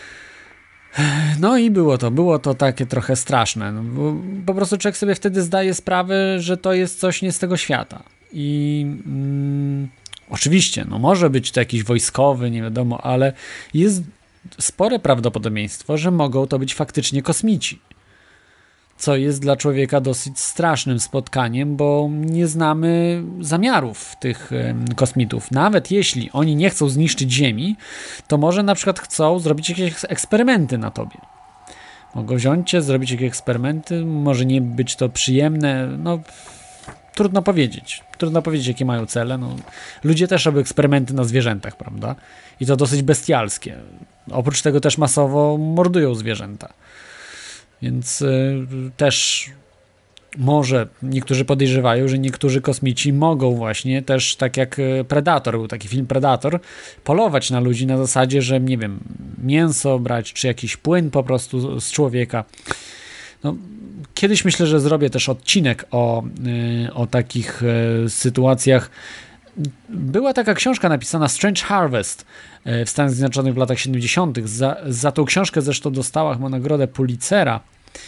było to takie trochę straszne. No, bo po prostu człowiek sobie wtedy zdaje sprawę, że to jest coś nie z tego świata. I oczywiście, no może być to jakiś wojskowy, nie wiadomo, ale jest spore prawdopodobieństwo, że mogą to być faktycznie kosmici. co jest dla człowieka dosyć strasznym spotkaniem, bo nie znamy zamiarów tych kosmitów. Nawet jeśli oni nie chcą zniszczyć Ziemi, to może na przykład chcą zrobić jakieś eksperymenty na tobie. Mogą wziąć cię, zrobić jakieś eksperymenty, może nie być to przyjemne, no trudno powiedzieć. Trudno powiedzieć, jakie mają cele. No, ludzie też robią eksperymenty na zwierzętach, prawda? I to dosyć bestialskie. Oprócz tego też masowo mordują zwierzęta. Więc też może niektórzy podejrzewają, że niektórzy kosmici mogą właśnie też, tak jak Predator, był taki film Predator, polować na ludzi na zasadzie, że nie wiem, mięso brać, czy jakiś płyn po prostu z człowieka. No, kiedyś myślę, że zrobię też odcinek o takich sytuacjach. Była taka książka napisana Strange Harvest w Stanach Zjednoczonych w latach 70. Za tą książkę zresztą dostała chyba nagrodę Pulitzera.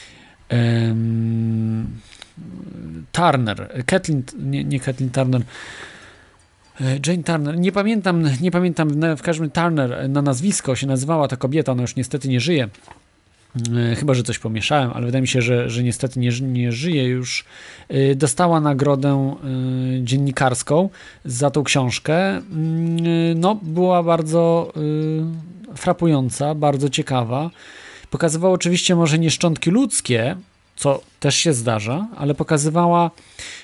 Turner, Kathleen, nie Kathleen Turner, Jane Turner, nie pamiętam, w każdym razie Turner na nazwisko się nazywała ta kobieta, ona już niestety nie żyje. Chyba, że coś pomieszałem, ale wydaje mi się, że niestety nie żyje już. Dostała nagrodę dziennikarską za tą książkę. No, była bardzo frapująca, bardzo ciekawa. Pokazywała oczywiście może nie szczątki ludzkie, co też się zdarza, ale pokazywała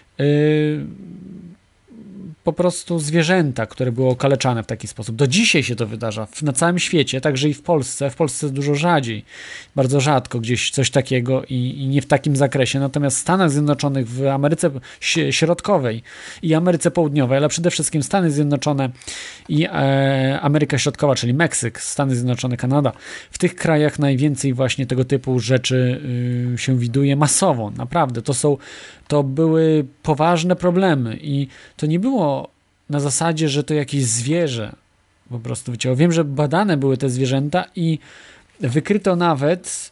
po prostu zwierzęta, które były okaleczane w taki sposób. Do dzisiaj się to wydarza na całym świecie, także i w Polsce. W Polsce dużo rzadziej, bardzo rzadko gdzieś coś takiego i nie w takim zakresie. Natomiast w Stanach Zjednoczonych, w Ameryce Środkowej i Ameryce Południowej, ale przede wszystkim Stany Zjednoczone i Ameryka Środkowa, czyli Meksyk, Stany Zjednoczone, Kanada. W tych krajach najwięcej właśnie tego typu rzeczy się widuje masowo. Naprawdę, to były poważne problemy i to nie było na zasadzie, że to jakieś zwierzę po prostu wycięło. Wiem, że badane były te zwierzęta i wykryto nawet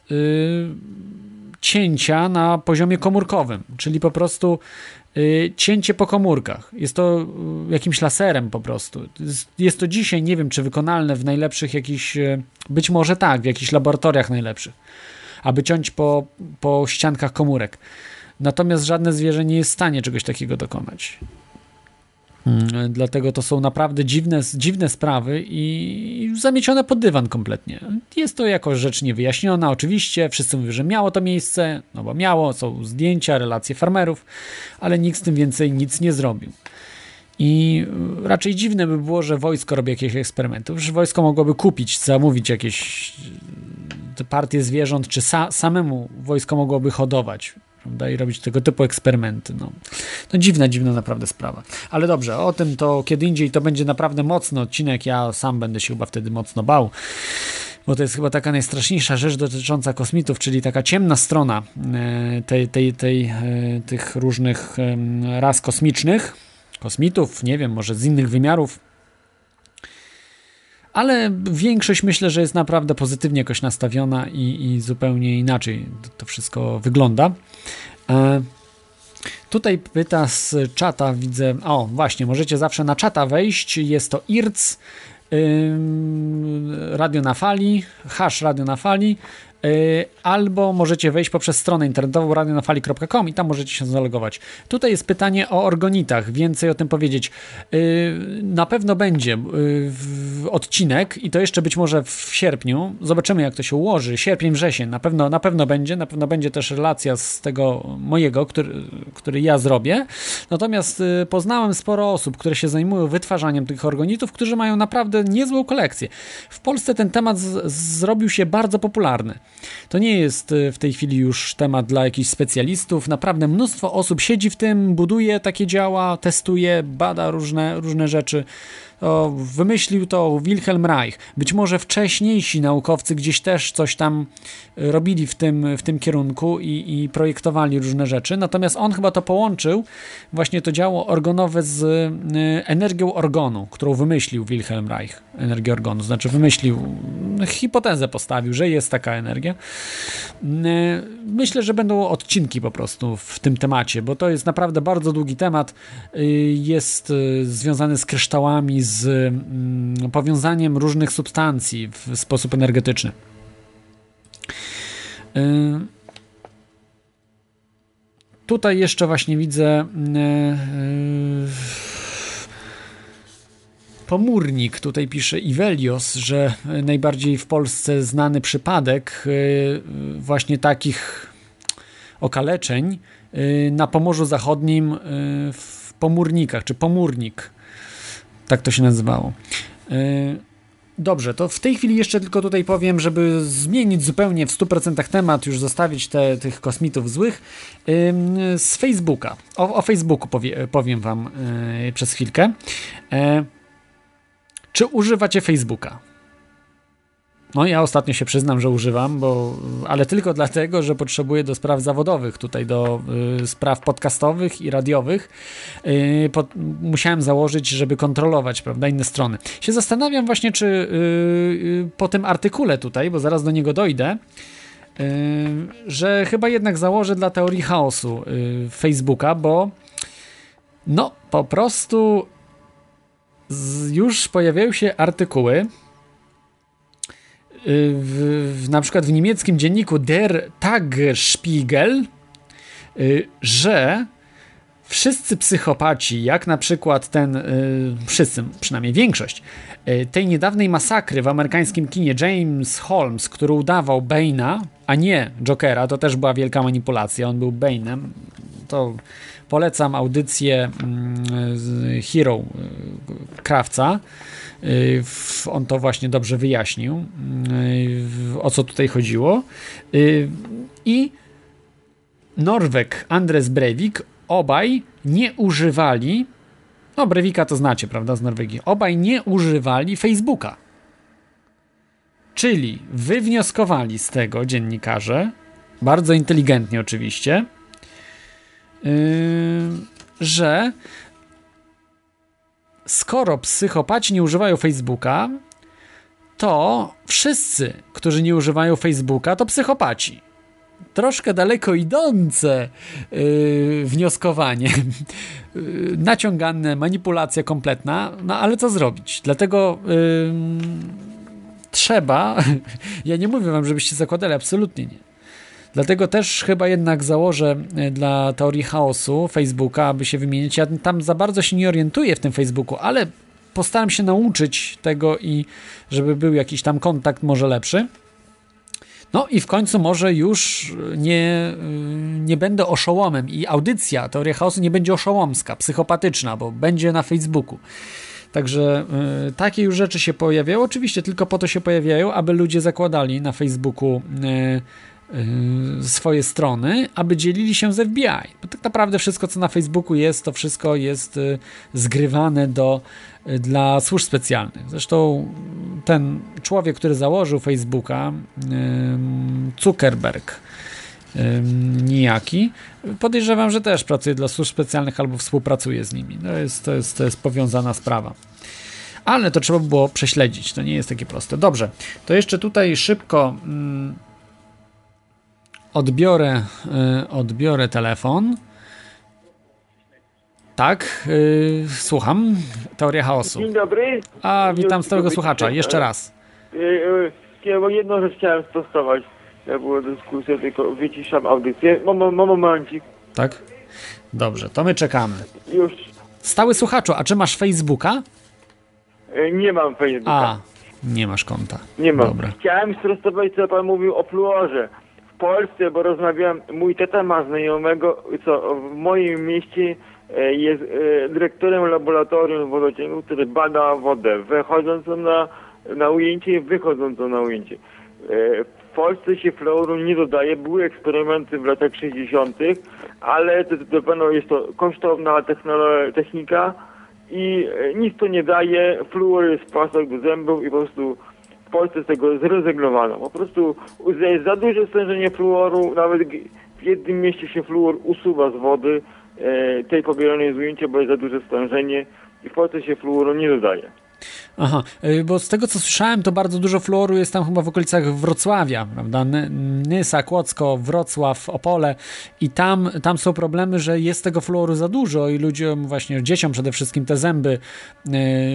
cięcia na poziomie komórkowym, czyli po prostu cięcie po komórkach. Jest to jakimś laserem po prostu. Jest to dzisiaj, nie wiem, czy wykonalne w najlepszych jakichś, być może tak, w jakichś laboratoriach najlepszych, aby ciąć po ściankach komórek. Natomiast żadne zwierzę nie jest w stanie czegoś takiego dokonać. Dlatego to są naprawdę dziwne sprawy i zamiecione pod dywan kompletnie. Jest to jakoś rzecz niewyjaśniona, oczywiście. Wszyscy mówią, że miało to miejsce, no bo miało, są zdjęcia, relacje farmerów, ale nikt z tym więcej nic nie zrobił. I raczej dziwne by było, że wojsko robi jakieś eksperymenty. Że wojsko mogłoby kupić, zamówić jakieś partie zwierząt, czy samemu wojsko mogłoby hodować, prawda, i robić tego typu eksperymenty. No dziwna naprawdę sprawa. Ale dobrze, o tym to kiedy indziej, to będzie naprawdę mocny odcinek. Ja sam będę się chyba wtedy mocno bał, bo to jest chyba taka najstraszniejsza rzecz dotycząca kosmitów, czyli taka ciemna strona tych różnych ras kosmicznych, kosmitów, nie wiem, może z innych wymiarów. Ale większość myślę, że jest naprawdę pozytywnie jakoś nastawiona i zupełnie inaczej to wszystko wygląda. Tutaj pyta z czata, widzę, o właśnie, możecie zawsze na czata wejść, jest to IRC, Radio na Fali, hash Radio na Fali, albo możecie wejść poprzez stronę internetową radionafali.com i tam możecie się zalogować. Tutaj jest pytanie o orgonitach, więcej o tym powiedzieć. Na pewno będzie odcinek i to jeszcze być może w sierpniu. Zobaczymy, jak to się ułoży. Sierpień, wrzesień, na pewno będzie też relacja z tego mojego, który ja zrobię. Natomiast poznałem sporo osób, które się zajmują wytwarzaniem tych orgonitów, którzy mają naprawdę niezłą kolekcję. W Polsce ten temat zrobił się bardzo popularny. To nie jest w tej chwili już temat dla jakichś specjalistów. Naprawdę mnóstwo osób siedzi w tym, buduje takie działa, testuje, bada różne rzeczy. Wymyślił to Wilhelm Reich. Być może wcześniejsi naukowcy gdzieś też coś tam robili w tym kierunku i projektowali różne rzeczy. Natomiast on chyba to połączył, właśnie to działo organowe z energią organu, którą wymyślił Wilhelm Reich. Energię organu, znaczy wymyślił, hipotezę postawił, że jest taka energia. Myślę, że będą odcinki po prostu w tym temacie, bo to jest naprawdę bardzo długi temat. Jest związany z kryształami, z powiązaniem różnych substancji w sposób energetyczny. Tutaj jeszcze właśnie widzę Pomórnik, tutaj pisze Ivelios, że najbardziej w Polsce znany przypadek właśnie takich okaleczeń na Pomorzu Zachodnim w Pomórnikach, czy Pomórnik, tak to się nazywało. Dobrze, to w tej chwili jeszcze tylko tutaj powiem, żeby zmienić zupełnie w 100% temat, już zostawić tych kosmitów złych, z Facebooka. O Facebooku powiem wam przez chwilkę. Czy używacie Facebooka? No ja ostatnio się przyznam, że używam, ale tylko dlatego, że potrzebuję do spraw zawodowych, tutaj do spraw podcastowych i radiowych. Musiałem założyć, żeby kontrolować, prawda, inne strony. Się zastanawiam właśnie, czy po tym artykule tutaj, bo zaraz do niego dojdę, że chyba jednak założę dla teorii chaosu Facebooka, bo no po prostu już pojawiają się artykuły na przykład w niemieckim dzienniku Der Tagesspiegel, że wszyscy psychopaci, jak na przykład wszyscy, przynajmniej większość, tej niedawnej masakry w amerykańskim kinie James Holmes, który udawał Bane'a, a nie Jokera, to też była wielka manipulacja, on był Bane'em, to polecam audycję Hero Krawca, on to właśnie dobrze wyjaśnił, o co tutaj chodziło. I Norweg, Anders Breivik, obaj nie używali, no Breivika to znacie, prawda, z Norwegii, obaj nie używali Facebooka. Czyli wywnioskowali z tego dziennikarze, bardzo inteligentnie oczywiście, że skoro psychopaci nie używają Facebooka, to wszyscy, którzy nie używają Facebooka, to psychopaci. Troszkę daleko idące wnioskowanie, naciągane, manipulacja kompletna, no ale co zrobić? Dlatego trzeba, ja nie mówię wam, żebyście zakładali, absolutnie nie. Dlatego też chyba jednak założę dla teorii chaosu Facebooka, aby się wymienić. Ja tam za bardzo się nie orientuję w tym Facebooku, ale postaram się nauczyć tego i żeby był jakiś tam kontakt może lepszy. No i w końcu może już nie będę oszołomem i audycja teoria chaosu nie będzie oszołomska, psychopatyczna, bo będzie na Facebooku. Także takie już rzeczy się pojawiają. Oczywiście tylko po to się pojawiają, aby ludzie zakładali na Facebooku swoje strony, aby dzielili się z FBI. Bo tak naprawdę wszystko, co na Facebooku jest, to wszystko jest zgrywane dla służb specjalnych. Zresztą ten człowiek, który założył Facebooka, Zuckerberg nijaki, podejrzewam, że też pracuje dla służb specjalnych albo współpracuje z nimi. To jest powiązana sprawa. Ale to trzeba było prześledzić. To nie jest takie proste. Dobrze, to jeszcze tutaj szybko odbiorę telefon. Tak, słucham. Teoria chaosu. Dzień dobry. Witam stałego słuchacza. Jeszcze raz. Bo jedną rzecz chciałem sprostować. Ja była dyskusja, tylko wyciszam audycję. Momencik. Tak? Dobrze, to my czekamy. Już. Stały słuchaczu, a czy masz Facebooka? Nie mam Facebooka. Nie masz konta. Nie mam. Dobra. Chciałem sprostować, co pan mówił o fluorze. W Polsce, bo rozmawiałem, mój tata ma znajomego, co w moim mieście jest dyrektorem laboratorium wodociągu, który bada wodę, wychodzącą na ujęcie i wychodzącą na ujęcie. W Polsce się fluoru nie dodaje, były eksperymenty w latach 60., ale to pewno jest to kosztowna technika i nic to nie daje, fluor jest pasek do zębów i po prostu w Polsce z tego zrezygnowano. Po prostu jest za duże stężenie fluoru, nawet w jednym mieście się fluor usuwa z wody tej pobieranej z ujęcia, bo jest za duże stężenie i w Polsce się fluoru nie dodaje. Aha, bo z tego co słyszałem, to bardzo dużo fluoru jest tam chyba w okolicach Wrocławia, prawda? Nysa, Kłodzko, Wrocław, Opole i tam są problemy, że jest tego fluoru za dużo i ludziom, właśnie dzieciom przede wszystkim te zęby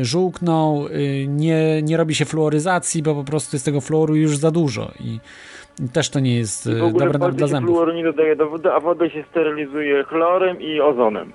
żółkną, nie robi się fluoryzacji, bo po prostu jest tego fluoru już za dużo Też to nie jest I w ogóle dobre w nawet Polsce dla się zębów. fluoru nie dodaje do wody, a wodę się sterylizuje chlorem i ozonem.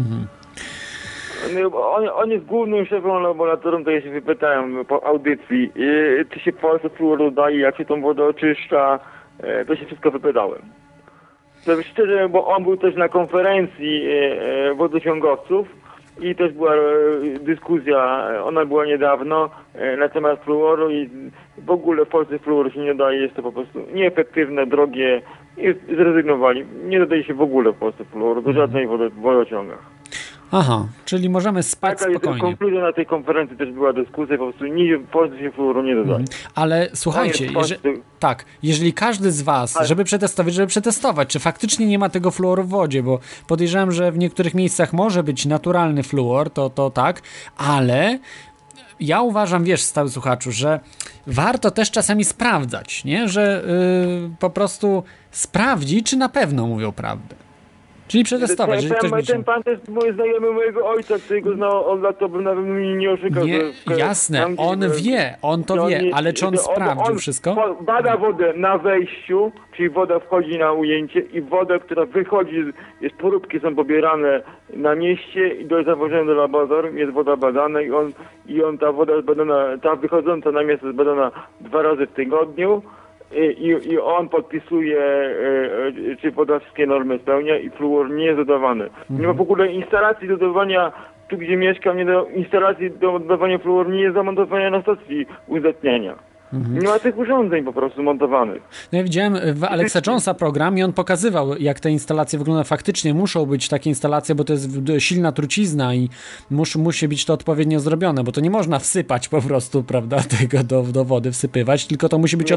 On jest głównym szefem laboratorium, to ja się wypytałem po audycji, czy się w Polsce fluor dodaje, jak się tą wodę oczyszcza, to się wszystko wypytałem. To szczerze, bo on był też na konferencji wodociągowców i też była dyskusja, ona była niedawno na temat fluoru i w ogóle w Polsce fluoru się nie daje, jest to po prostu nieefektywne, drogie i zrezygnowali. Nie dodaje się w ogóle w Polsce fluoru do żadnej wodociągach. Aha, czyli możemy spać Taka jest spokojnie. konkluzja na tej konferencji, też była dyskusja, po prostu w Polsce się fluoru nie dodaje. Ale słuchajcie, jeżeli każdy z was, żeby przetestować, czy faktycznie nie ma tego fluoru w wodzie, bo podejrzewam, że w niektórych miejscach może być naturalny fluor, to tak, ale ja uważam, wiesz, stały słuchaczu, że warto też czasami sprawdzać, nie? Że po prostu sprawdzi, czy na pewno mówią prawdę. Czyli przetestować, jeżeli ktoś Ten pan to jest mój znajomy mojego ojca, który go znał od lat, to bym nawet mnie nie oszukał. Nie, jasne, on to wie, ale czy on sprawdził wszystko? Bada wodę na wejściu, czyli woda wchodzi na ujęcie i woda, która wychodzi, jest poróbki są pobierane na mieście i zawożone do laboratorium, jest woda badana i ta woda jest badana, ta wychodząca na miasto jest badana 2 razy w tygodniu. I on podpisuje, czy woda wszystkie normy spełnia i fluor nie jest dodawany. Nie ma w ogóle instalacji dodawania, tu gdzie mieszkam, instalacji do dodawania fluoru nie jest zamontowania na stacji uzdatniania. Nie ma tych urządzeń po prostu montowanych. No ja widziałem w Alexa Jonesa program i on pokazywał, jak te instalacje wyglądają. Faktycznie muszą być takie instalacje, bo to jest silna trucizna i musi być to odpowiednio zrobione, bo to nie można wsypać po prostu, prawda, tego do wody wsypywać, tylko to musi być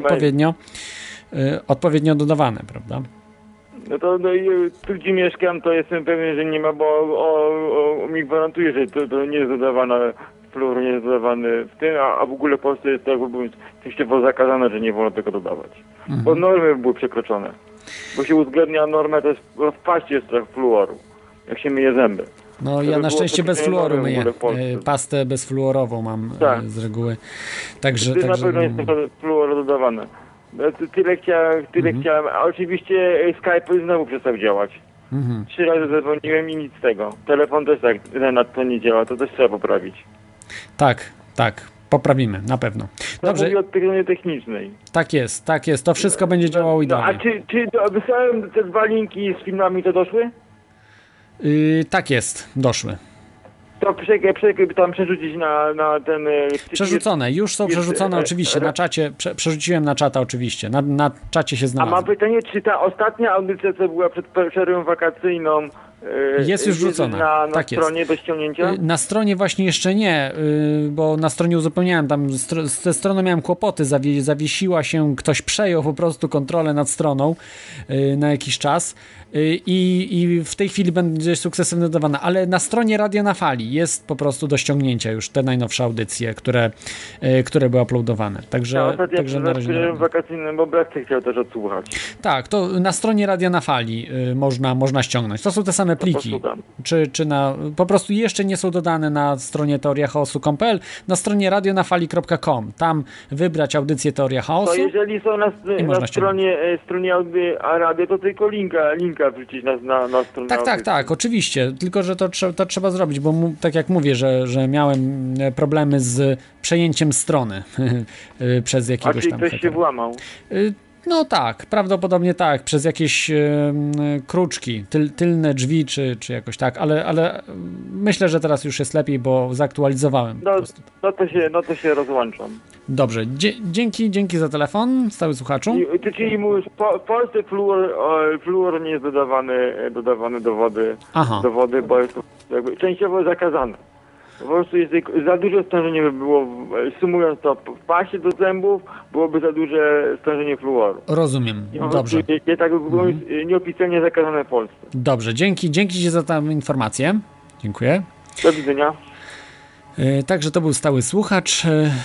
odpowiednio dodawane, prawda? No to tu gdzie mieszkam, to jestem pewien, że nie ma, bo mi gwarantuje, że to nie jest dodawane, fluor nie jest dodawany w tym, a w ogóle w Polsce jest tak, jakby częściowo zakazane, że nie wolno tego dodawać. Bo normy były przekroczone. Bo się uwzględnia normę, to jest w paście strach fluoru, jak się myje zęby. No ja na szczęście bez fluoru myję. Pastę bezfluorową mam z reguły. Także na pewno jest fluor dodawany. Tyle chciałem. A oczywiście Skype znowu przestał działać. 3 razy zadzwoniłem i nic z tego. Telefon też tak nad to nie działa, to też trzeba poprawić. Tak. Poprawimy, na pewno. Dobrze. To mówi od strony technicznej. Tak jest. To wszystko będzie działało idealnie. A czy wysłałem te 2 linki z filmami, to doszły? Tak jest, doszły. To tam przerzucić na ten... Przerzucone, już są przerzucone oczywiście na czacie, przerzuciłem na czata oczywiście, na czacie się znalazło. A mam pytanie, czy ta ostatnia audycja, co była przed przerwą wakacyjną, jest już wrzucona. Na stronie do ściągnięcia? Na stronie właśnie jeszcze nie, bo na stronie uzupełniałem, tam ze stroną miałem kłopoty, zawiesiła się, ktoś przejął po prostu kontrolę nad stroną na jakiś czas i w tej chwili będzie sukcesywnie dodawana, ale na stronie Radio na Fali jest po prostu do ściągnięcia już te najnowsze audycje, które były uploadowane. Także na razie wakacyjnym, bo brat chciał też odsłuchać. Tak, to na stronie Radio na Fali można ściągnąć. To są te same pliki. Czy po prostu jeszcze nie są dodane na stronie teoriachaosu.pl, na stronie radionafali.com. Tam wybrać audycję Teoria Chaosu. To jeżeli są na stronie radio, to tylko linka wrzucić na stronę. Tak, oczywiście. Tylko, że to trzeba zrobić, bo tak jak mówię, że miałem problemy z przejęciem strony przez jakiegoś tam... A czy ktoś się włamał? No tak, prawdopodobnie tak, przez jakieś kruczki, tylne drzwi, czy jakoś tak, ale myślę, że teraz już jest lepiej, bo zaktualizowałem. No to się rozłączam. Dobrze, dzięki za telefon, stały słuchaczu. Czyli mówisz, w Polsce fluor nie jest dodawany do wody, bo jest to jakby częściowo zakazane. Po prostu jest za duże stężenie by było, sumując to w paście do zębów, byłoby za duże stężenie fluoru. Rozumiem, dobrze. Tak by było nieoficjalnie zakazane w Polsce. Dobrze, dzięki Ci za tę informację. Dziękuję. Do widzenia. Także to był stały słuchacz.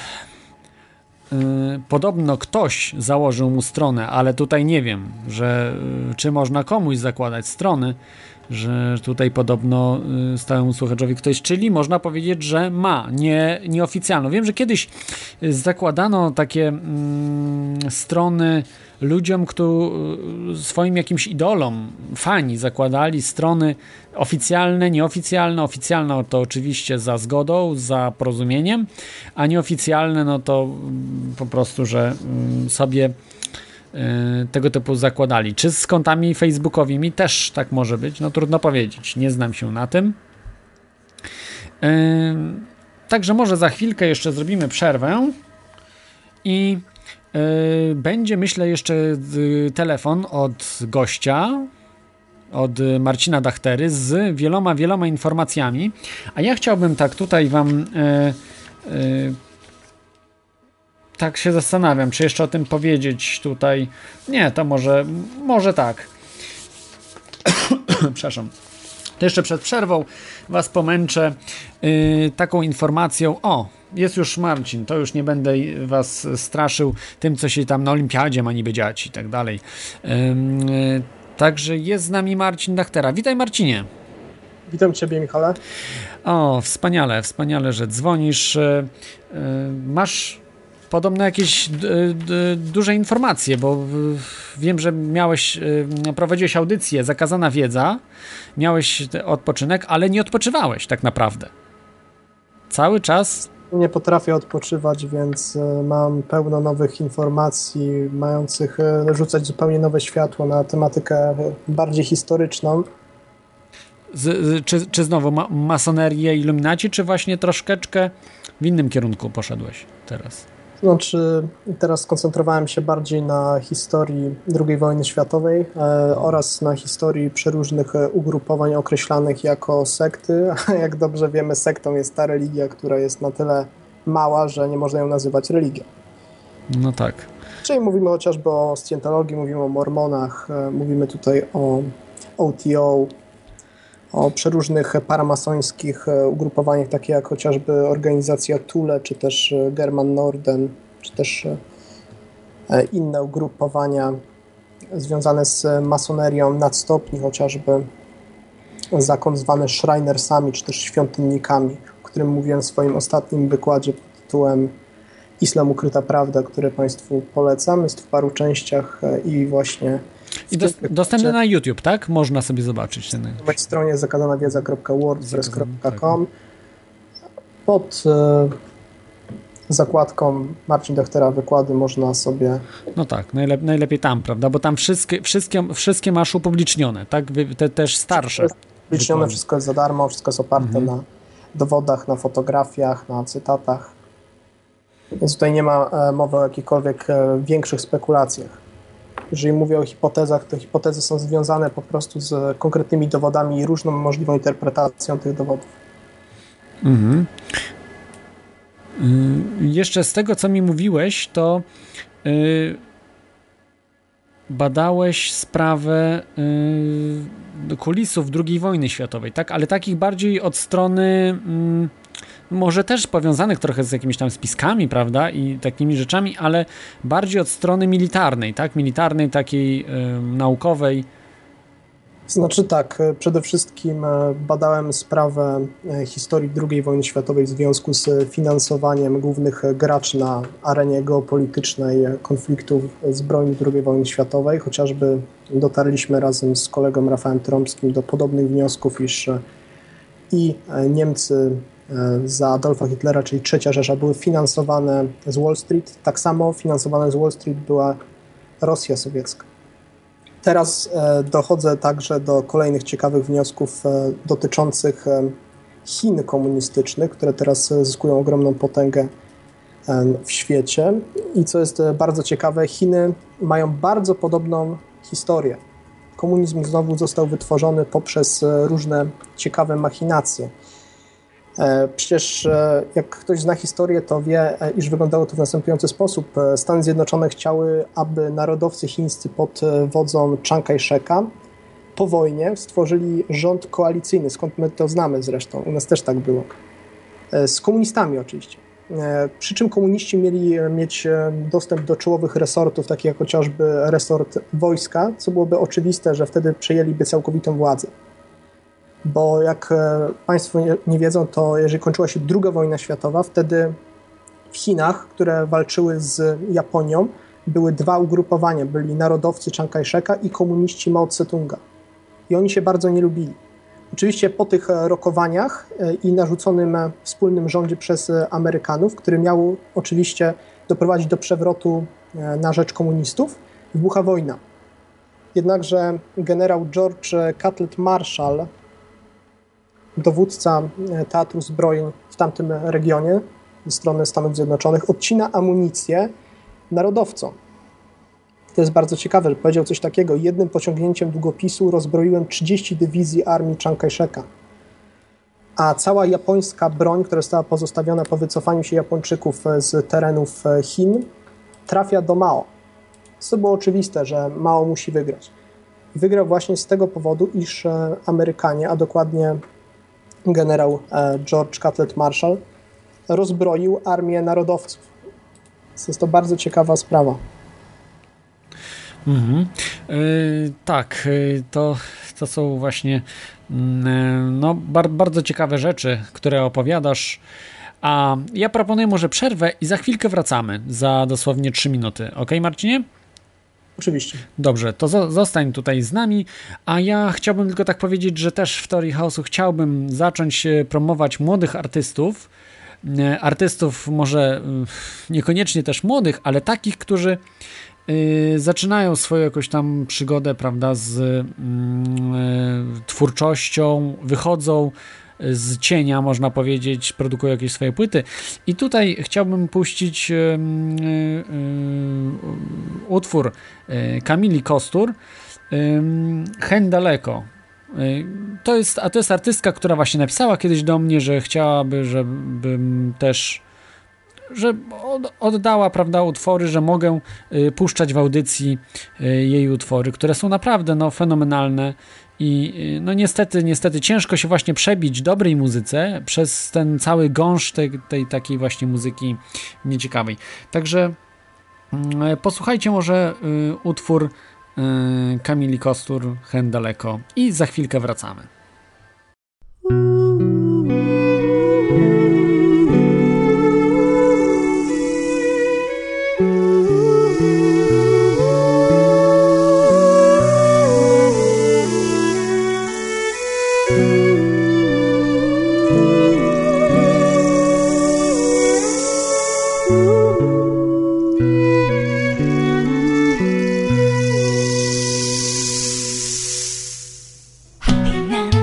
Podobno ktoś założył mu stronę, ale tutaj nie wiem, czy można komuś zakładać strony, że tutaj podobno stałemu słuchaczowi ktoś, czyli można powiedzieć, że ma, nieoficjalną. Wiem, że kiedyś zakładano takie strony ludziom, swoim jakimś idolom, fani zakładali strony oficjalne, nieoficjalne. Oficjalne to oczywiście za zgodą, za porozumieniem, a nieoficjalne no to po prostu, że sobie tego typu zakładali. Czy z kontami facebookowymi też tak może być? No trudno powiedzieć. Nie znam się na tym. Także może za chwilkę jeszcze zrobimy przerwę i będzie, myślę, jeszcze telefon od gościa, od Marcina Dachtery z wieloma informacjami, a ja chciałbym tak tutaj wam tak się zastanawiam, czy jeszcze o tym powiedzieć tutaj. Nie, to może tak. Przepraszam. To jeszcze przed przerwą was pomęczę taką informacją. O, jest już Marcin, to już nie będę was straszył tym, co się tam na olimpiadzie ma niby dziać i tak dalej. Także jest z nami Marcin Dachtera. Witaj, Marcinie. Witam Ciebie, Michale. O, wspaniale, że dzwonisz. Masz podobno jakieś duże informacje, bo wiem, że prowadziłeś audycję Zakazana Wiedza, miałeś odpoczynek, ale nie odpoczywałeś tak naprawdę. Cały czas. Nie potrafię odpoczywać, więc mam pełno nowych informacji mających rzucać zupełnie nowe światło na tematykę bardziej historyczną. Czy znowu masonerię, iluminaci, czy właśnie troszeczkę w innym kierunku poszedłeś teraz? Znaczy, teraz skoncentrowałem się bardziej na historii II wojny światowej oraz na historii przeróżnych ugrupowań określanych jako sekty. A jak dobrze wiemy, sektą jest ta religia, która jest na tyle mała, że nie można ją nazywać religią. No tak. Czyli mówimy chociażby o Scientologii, mówimy o mormonach, mówimy tutaj o OTO, o przeróżnych paramasońskich ugrupowaniach, takie jak chociażby organizacja Thule, czy też German Norden, czy też inne ugrupowania związane z masonerią nadstopni, chociażby zakon zwany Schreinersami, czy też świątynnikami, o którym mówiłem w swoim ostatnim wykładzie pod tytułem Islam ukryta prawda, który Państwu polecam. Jest w paru częściach i właśnie i dostępny na YouTube, tak? Można sobie zobaczyć. Na mojej stronie zakazanawiedza.wordpress.com pod zakładką Marcin Dachtera wykłady można sobie... No tak, najlepiej tam, prawda? Bo tam wszystkie masz upublicznione, tak? Te też starsze. Upublicznione, wszystko jest za darmo, wszystko jest oparte na dowodach, na fotografiach, na cytatach. Więc tutaj nie ma mowy o jakichkolwiek większych spekulacjach. Jeżeli mówię o hipotezach, to hipotezy są związane po prostu z konkretnymi dowodami i różną możliwą interpretacją tych dowodów. Jeszcze z tego, co mi mówiłeś, to badałeś sprawę kulisów II wojny światowej, tak? Ale takich bardziej od strony może też powiązanych trochę z jakimiś tam spiskami, prawda, i takimi rzeczami, ale bardziej od strony militarnej, tak? Militarnej, takiej naukowej. Znaczy tak, przede wszystkim badałem sprawę historii II wojny światowej w związku z finansowaniem głównych graczy na arenie geopolitycznej konfliktów zbrojnych II wojny światowej. Chociażby dotarliśmy razem z kolegą Rafałem Trąbskim do podobnych wniosków, iż i Niemcy za Adolfa Hitlera, czyli III Rzesza, były finansowane z Wall Street. Tak samo finansowane z Wall Street była Rosja sowiecka. Teraz dochodzę także do kolejnych ciekawych wniosków dotyczących Chin komunistycznych, które teraz zyskują ogromną potęgę w świecie. I co jest bardzo ciekawe, Chiny mają bardzo podobną historię. Komunizm znowu został wytworzony poprzez różne ciekawe machinacje. Przecież jak ktoś zna historię, to wie, iż wyglądało to w następujący sposób. Stany Zjednoczone chciały, aby narodowcy chińscy pod wodzą Chiang Kai-sheka po wojnie stworzyli rząd koalicyjny, skąd my to znamy zresztą, u nas też tak było, z komunistami oczywiście. Przy czym komuniści mieli mieć dostęp do czołowych resortów, takich jak chociażby resort wojska, co byłoby oczywiste, że wtedy przejęliby całkowitą władzę. bo jak Państwo nie wiedzą, to jeżeli kończyła się II wojna światowa, wtedy w Chinach, które walczyły z Japonią, były dwa ugrupowania. Byli narodowcy Chiang Kai-sheka i komuniści Mao Tse-tunga. I oni się bardzo nie lubili. Oczywiście po tych rokowaniach i narzuconym wspólnym rządzie przez Amerykanów, który miał oczywiście doprowadzić do przewrotu na rzecz komunistów, wybucha wojna. Jednakże generał George Catlett Marshall, dowódca Teatru Zbrojeń w tamtym regionie ze strony Stanów Zjednoczonych, odcina amunicję narodowcom. To jest bardzo ciekawe, że powiedział coś takiego: jednym pociągnięciem długopisu rozbroiłem 30 dywizji armii Chiang Kai-sheka. A cała japońska broń, która została pozostawiona po wycofaniu się Japończyków z terenów Chin, trafia do Mao. To było oczywiste, że Mao musi wygrać. I wygrał właśnie z tego powodu, iż Amerykanie, a dokładnie generał George Catlett Marshall, rozbroił armię narodowców. Jest to bardzo ciekawa sprawa. Tak, to są właśnie no, bardzo ciekawe rzeczy, które opowiadasz. A ja proponuję może przerwę i za chwilkę wracamy, za dosłownie 3 minuty. Ok, Marcinie? Oczywiście. Dobrze, to zostań tutaj z nami, a ja chciałbym tylko tak powiedzieć, że też w Teorii Chaosu chciałbym zacząć promować młodych artystów może niekoniecznie też młodych, ale takich, którzy zaczynają swoją jakąś tam przygodę, prawda, z twórczością, wychodzą z cienia, można powiedzieć, produkują jakieś swoje płyty. I tutaj chciałbym puścić utwór Kamili Kostur, Hen daleko. To jest artystka, która właśnie napisała kiedyś do mnie, że chciałaby, żebym też oddała, prawda, utwory, że mogę puszczać w audycji jej utwory, które są naprawdę no, fenomenalne i no niestety ciężko się właśnie przebić dobrej muzyce przez ten cały gąszcz tej takiej właśnie muzyki nieciekawej. Także posłuchajcie może utwór Kamili Kostur, Hen daleko i za chwilkę wracamy. Happy now.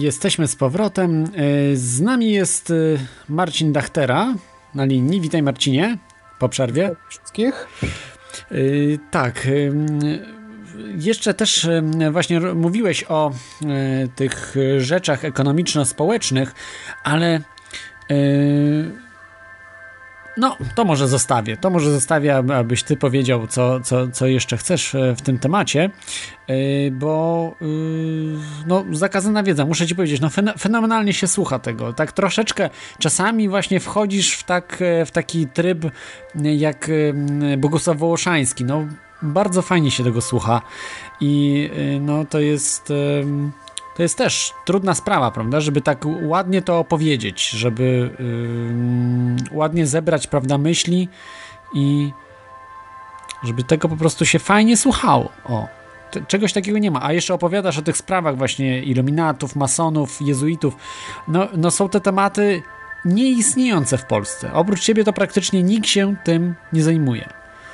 Jesteśmy z powrotem. Z nami jest Marcin Dachtera na linii. Witaj, Marcinie, po przerwie. Wszystkich? Tak. Jeszcze też właśnie mówiłeś o tych rzeczach ekonomiczno-społecznych, ale no, to może zostawię, abyś ty powiedział, co jeszcze chcesz w tym temacie, bo no, zakazana wiedza, muszę ci powiedzieć, no fenomenalnie się słucha tego, tak troszeczkę czasami właśnie wchodzisz w taki tryb jak Bogusław Wołoszański, no bardzo fajnie się tego słucha i no to jest też trudna sprawa, prawda, żeby tak ładnie to opowiedzieć, żeby ładnie zebrać, prawda, myśli i żeby tego po prostu się fajnie słuchało. O, czegoś takiego nie ma. A jeszcze opowiadasz o tych sprawach właśnie iluminatów, masonów, jezuitów. No są te tematy nieistniejące w Polsce. Oprócz ciebie to praktycznie nikt się tym nie zajmuje.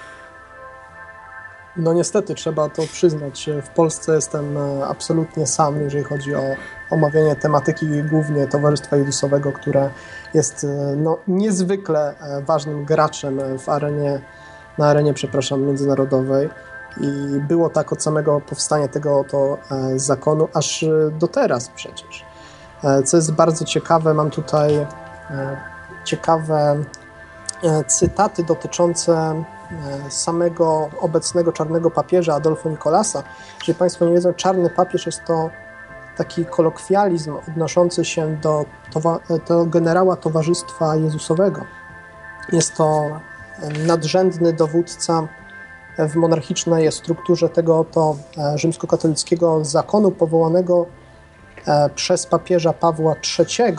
No niestety, trzeba to przyznać. W Polsce jestem absolutnie sam, jeżeli chodzi o omawianie tematyki głównie Towarzystwa Jezusowego, które jest no, niezwykle ważnym graczem na arenie międzynarodowej. I było tak od samego powstania tego oto zakonu, aż do teraz przecież. Co jest bardzo ciekawe, mam tutaj ciekawe cytaty dotyczące samego obecnego czarnego papieża Adolfo Nicolasa. Jeżeli Państwo nie wiedzą, czarny papież jest to taki kolokwializm odnoszący się do generała Towarzystwa Jezusowego. Jest to nadrzędny dowódca w monarchicznej strukturze tego oto rzymskokatolickiego zakonu powołanego przez papieża Pawła III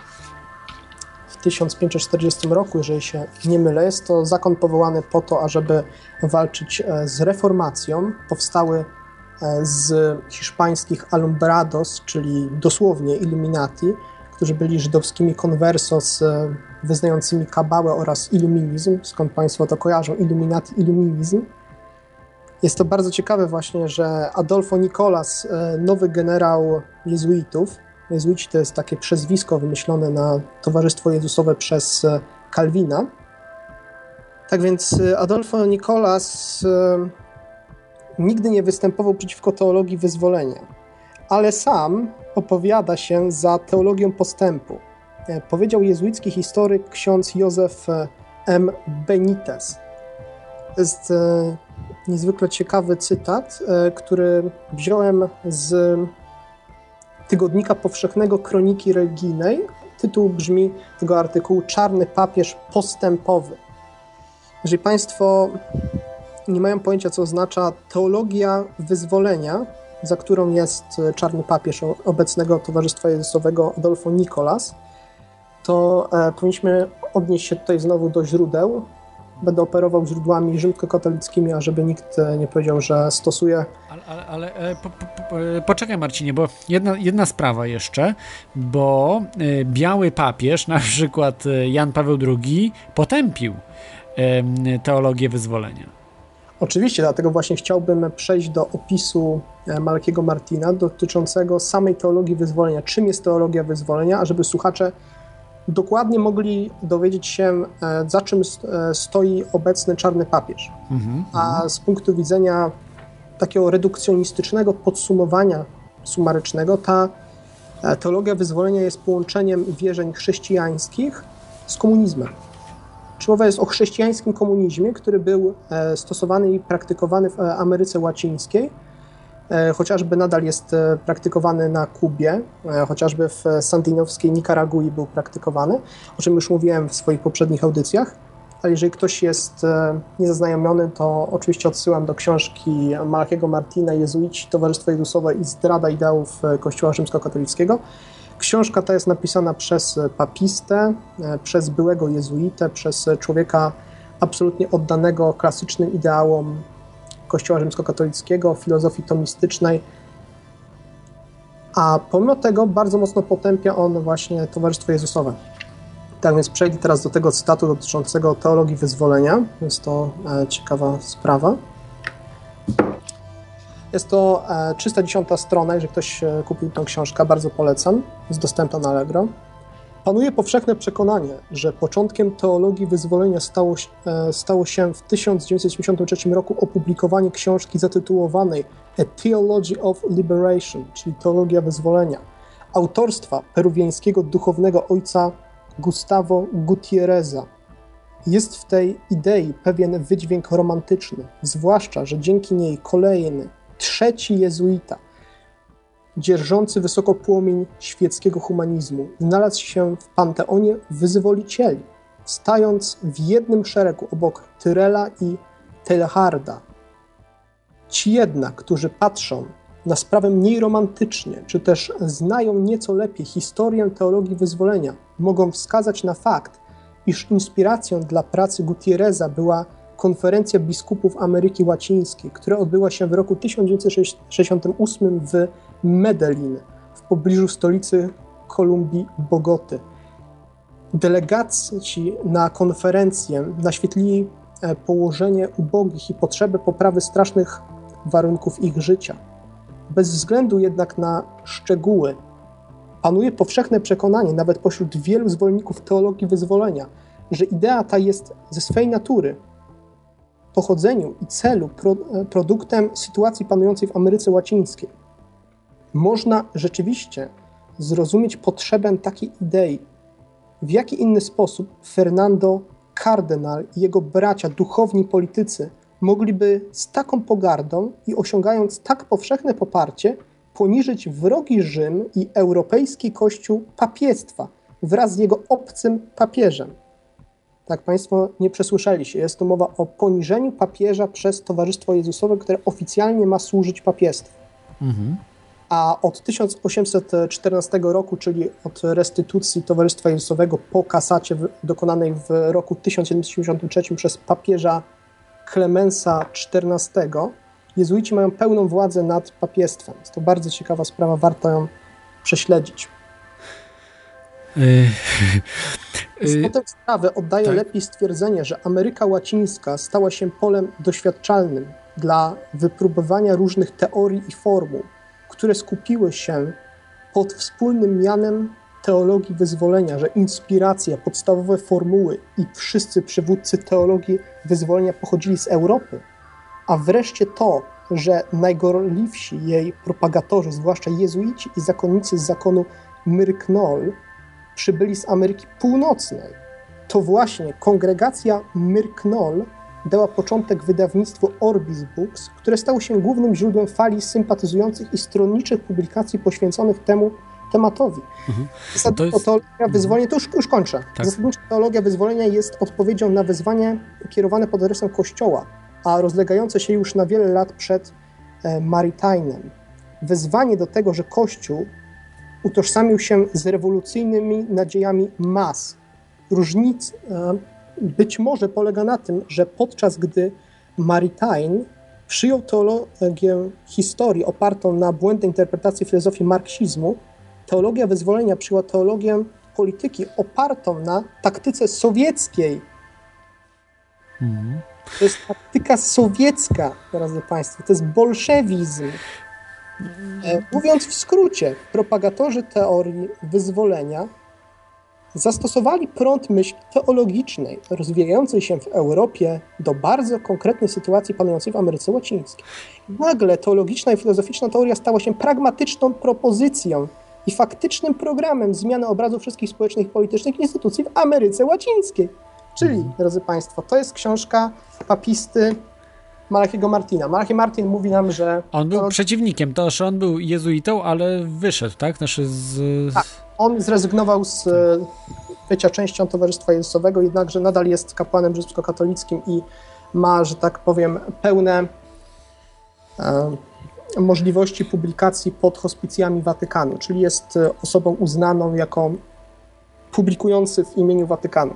w 1540 roku, jeżeli się nie mylę. Jest to zakon powołany po to, ażeby walczyć z reformacją. Powstały z hiszpańskich alumbrados, czyli dosłownie Illuminati, którzy byli żydowskimi conversos wyznającymi kabałę oraz iluminizm. Skąd Państwo to kojarzą? Illuminati, iluminizm. Jest to bardzo ciekawe właśnie, że Adolfo Nicolas, nowy generał jezuitów, jezuici to jest takie przezwisko wymyślone na Towarzystwo Jezusowe przez Kalwina. Tak więc Adolfo Nicolas nigdy nie występował przeciwko teologii wyzwolenia, ale sam opowiada się za teologią postępu. Powiedział jezuicki historyk ksiądz Józef M. Benitez. To jest niezwykle ciekawy cytat, który wziąłem z Tygodnika Powszechnego Kroniki Religijnej. Tytuł brzmi tego artykułu: Czarny papież postępowy. Jeżeli Państwo nie mają pojęcia, co oznacza teologia wyzwolenia, za którą jest czarny papież obecnego Towarzystwa Jezusowego Adolfo Nicolas, to powinniśmy odnieść się tutaj znowu do źródeł. Będę operował źródłami rzymskokatolickimi, a żeby nikt nie powiedział, że stosuje... Ale poczekaj, Marcinie, bo jedna sprawa jeszcze, bo biały papież, na przykład Jan Paweł II, potępił teologię wyzwolenia. Oczywiście, dlatego właśnie chciałbym przejść do opisu Malkiego Martina dotyczącego samej teologii wyzwolenia. Czym jest teologia wyzwolenia, ażeby słuchacze dokładnie mogli dowiedzieć się, za czym stoi obecny czarny papież. A z punktu widzenia takiego redukcjonistycznego podsumowania sumarycznego, ta teologia wyzwolenia jest połączeniem wierzeń chrześcijańskich z komunizmem. Czy mowa jest o chrześcijańskim komunizmie, który był stosowany i praktykowany w Ameryce Łacińskiej, chociażby nadal jest praktykowany na Kubie, chociażby w sandynowskiej Nikaragui był praktykowany, o czym już mówiłem w swoich poprzednich audycjach, ale jeżeli ktoś jest niezaznajomiony, to oczywiście odsyłam do książki Malkiego Martina Jezuici, Towarzystwo Jezusowe i zdrada ideałów Kościoła rzymskokatolickiego. Książka ta jest napisana przez papistę, przez byłego jezuitę, przez człowieka absolutnie oddanego klasycznym ideałom Kościoła rzymskokatolickiego, filozofii tomistycznej, a pomimo tego bardzo mocno potępia on właśnie Towarzystwo Jezusowe. Tak więc przejdę teraz do tego cytatu dotyczącego teologii wyzwolenia. Jest to ciekawa sprawa. Jest to 310 strona, jeżeli ktoś kupił tę książkę, bardzo polecam, jest dostępna na Allegro. Panuje powszechne przekonanie, że początkiem teologii wyzwolenia stało się w 1973 roku opublikowanie książki zatytułowanej A Theology of Liberation, czyli Teologia Wyzwolenia, autorstwa peruwiańskiego duchownego ojca Gustavo Gutierreza. Jest w tej idei pewien wydźwięk romantyczny, zwłaszcza, że dzięki niej kolejny, trzeci jezuita, dzierżący wysoko płomień świeckiego humanizmu, znalazł się w panteonie wyzwolicieli, stając w jednym szeregu obok Tyrella i Teilharda. Ci jednak, którzy patrzą na sprawę mniej romantycznie, czy też znają nieco lepiej historię teologii wyzwolenia, mogą wskazać na fakt, iż inspiracją dla pracy Gutierreza była konferencja biskupów Ameryki Łacińskiej, która odbyła się w roku 1968 w Medellin, w pobliżu stolicy Kolumbii Bogoty. Delegaci na konferencję naświetlili położenie ubogich i potrzebę poprawy strasznych warunków ich życia. Bez względu jednak na szczegóły panuje powszechne przekonanie, nawet pośród wielu zwolenników teologii wyzwolenia, że idea ta jest ze swej natury, pochodzeniu i celu produktem sytuacji panującej w Ameryce Łacińskiej. Można rzeczywiście zrozumieć potrzebę takiej idei. W jaki inny sposób Fernando Cardenal i jego bracia, duchowni politycy, mogliby z taką pogardą i osiągając tak powszechne poparcie poniżyć wrogi Rzym i europejski kościół papiestwa wraz z jego obcym papieżem? Tak Państwo nie przesłyszeli się. Jest tu mowa o poniżeniu papieża przez Towarzystwo Jezusowe, które oficjalnie ma służyć papiestwu. A od 1814 roku, czyli od restytucji Towarzystwa Jezusowego po kasacie dokonanej w roku 1773 przez papieża Klemensa XIV, jezuici mają pełną władzę nad papiestwem. Jest to bardzo ciekawa sprawa, warto ją prześledzić. Potem sprawę oddaje lepiej stwierdzenie, że Ameryka Łacińska stała się polem doświadczalnym dla wypróbowania różnych teorii i formuł, które skupiły się pod wspólnym mianem teologii wyzwolenia, że inspiracja, podstawowe formuły i wszyscy przywódcy teologii wyzwolenia pochodzili z Europy, a wreszcie to, że najgorliwsi jej propagatorzy, zwłaszcza jezuici i zakonnicy z zakonu Myrknol, przybyli z Ameryki Północnej. To właśnie kongregacja Myrknol dała początek wydawnictwu Orbis Books, które stało się głównym źródłem fali sympatyzujących i stronniczych publikacji poświęconych temu tematowi. Zasadniczo teologia wyzwolenia, to już kończę. Zasadniczo teologia wyzwolenia jest odpowiedzią na wezwanie kierowane pod adresem Kościoła, a rozlegające się już na wiele lat przed Maritainem. Wezwanie do tego, że Kościół utożsamił się z rewolucyjnymi nadziejami mas. Różnica być może polega na tym, że podczas gdy Maritain przyjął teologię historii opartą na błędnej interpretacji filozofii marksizmu, teologia wyzwolenia przyjęła teologię polityki opartą na taktyce sowieckiej. To jest taktyka sowiecka, drodzy Państwo, to jest bolszewizm. Mówiąc w skrócie, propagatorzy teorii wyzwolenia zastosowali prąd myśli teologicznej rozwijającej się w Europie do bardzo konkretnej sytuacji panującej w Ameryce Łacińskiej. Nagle teologiczna i filozoficzna teoria stała się pragmatyczną propozycją i faktycznym programem zmiany obrazu wszystkich społecznych i politycznych instytucji w Ameryce Łacińskiej. Czyli, drodzy Państwo, to jest książka papisty Malachiego Martina. Malachy Martin mówi nam, że... On był przeciwnikiem, to że on był jezuitą, ale wyszedł, tak? Tak, on zrezygnował z bycia częścią Towarzystwa Jezusowego, jednakże nadal jest kapłanem rzymskokatolickim i ma, że tak powiem, pełne możliwości publikacji pod hospicjami Watykanu, czyli jest osobą uznaną jako publikujący w imieniu Watykanu.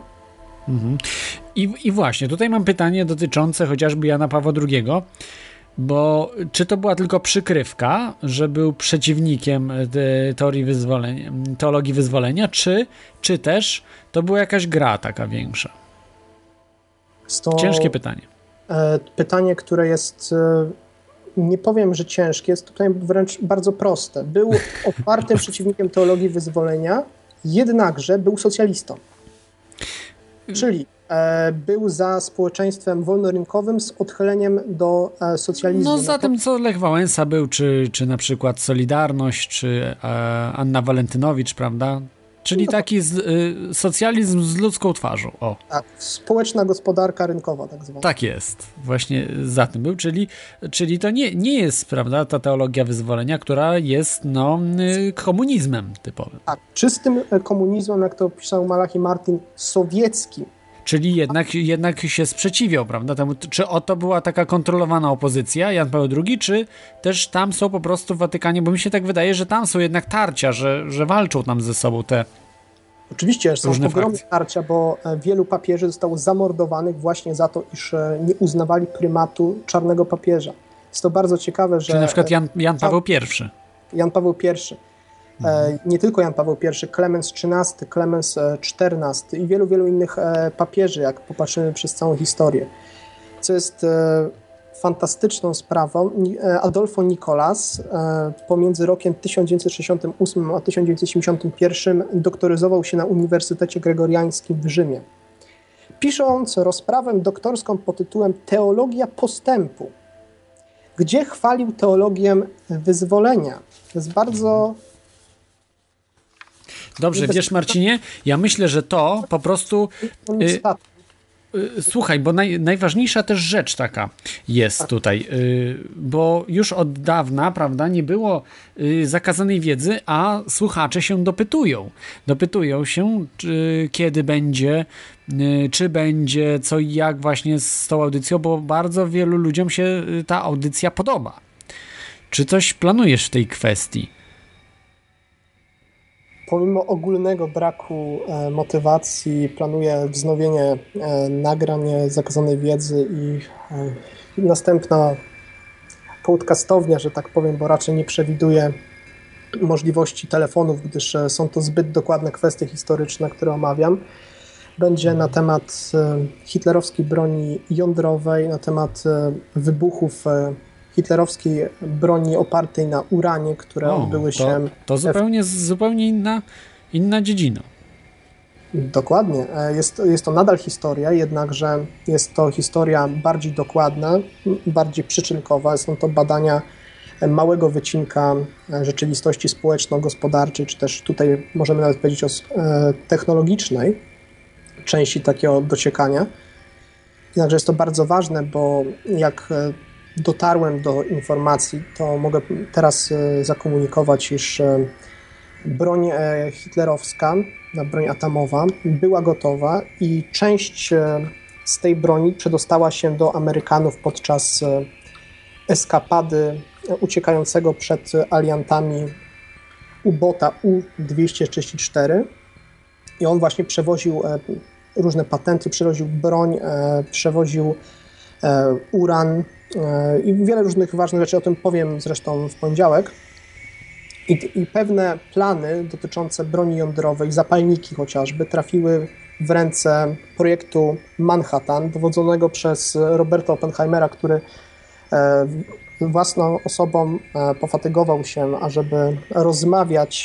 I właśnie, tutaj mam pytanie dotyczące chociażby Jana Pawła II, bo czy to była tylko przykrywka, że był przeciwnikiem teologii wyzwolenia, czy też to była jakaś gra taka większa? To ciężkie pytanie. Pytanie, które jest nie powiem, że ciężkie, jest to pytanie wręcz bardzo proste. Był otwartym przeciwnikiem teologii wyzwolenia, jednakże był socjalistą. Czyli był za społeczeństwem wolnorynkowym z odchyleniem do socjalizmu. No za tym, co Lech Wałęsa był, czy na przykład Solidarność, czy Anna Walentynowicz, prawda? Czyli taki socjalizm z ludzką twarzą. O. Tak, społeczna gospodarka rynkowa tak zwana. Tak jest. Właśnie za tym był, czyli to nie jest, prawda, ta teologia wyzwolenia, która jest komunizmem typowym. Tak, czystym komunizmem, jak to pisał Malachi Martin, sowieckim. Czyli jednak się sprzeciwiał, prawda? Czy to była taka kontrolowana opozycja, Jan Paweł II, czy też tam są po prostu w Watykanie, bo mi się tak wydaje, że tam są jednak tarcia, że walczą tam ze sobą te Oczywiście, są różne ogromne frakcje. tarcia, bo wielu papieży zostało zamordowanych właśnie za to, iż nie uznawali prymatu czarnego papieża. Jest to bardzo ciekawe, że... Czyli na przykład Jan Paweł I. Jan Paweł I. Nie tylko Jan Paweł I, Klemens XIII, Klemens XIV i wielu innych papieży, jak popatrzymy przez całą historię. Co jest fantastyczną sprawą, Adolfo Nicolas pomiędzy rokiem 1968 a 1971 doktoryzował się na Uniwersytecie Gregoriańskim w Rzymie. Pisząc rozprawę doktorską pod tytułem Teologia postępu, gdzie chwalił teologię wyzwolenia. To jest bardzo... Dobrze, wiesz, Marcinie, ja myślę, że to po prostu... Słuchaj, bo najważniejsza też rzecz taka jest tutaj, bo już od dawna, prawda, nie było zakazanej wiedzy, a słuchacze się dopytują. Dopytują się, kiedy będzie, czy będzie, co i jak właśnie z tą audycją, bo bardzo wielu ludziom się ta audycja podoba. Czy coś planujesz w tej kwestii? Pomimo ogólnego braku motywacji planuję wznowienie nagrań zakazanej wiedzy i następna podcastownia, że tak powiem, bo raczej nie przewiduję możliwości telefonów, gdyż są to zbyt dokładne kwestie historyczne, które omawiam. Będzie na temat hitlerowskiej broni jądrowej, na temat wybuchów hitlerowskiej broni opartej na uranie, które odbyły się... To zupełnie inna dziedzina. Dokładnie. Jest to nadal historia, jednakże jest to historia bardziej dokładna, bardziej przyczynkowa. Są to badania małego wycinka rzeczywistości społeczno-gospodarczej, czy też tutaj możemy nawet powiedzieć o technologicznej części takiego dociekania. Jednakże jest to bardzo ważne, bo jak dotarłem do informacji, to mogę teraz zakomunikować, iż broń hitlerowska, broń atomowa była gotowa i część z tej broni przedostała się do Amerykanów podczas eskapady uciekającego przed aliantami U-bota U-234 i on właśnie przewoził różne patenty, przewoził broń, przewoził uran i wiele różnych ważnych rzeczy, o tym powiem zresztą w poniedziałek. I pewne plany dotyczące broni jądrowej, zapalniki chociażby, trafiły w ręce projektu Manhattan, dowodzonego przez Roberta Oppenheimera, który własną osobą pofatygował się, ażeby rozmawiać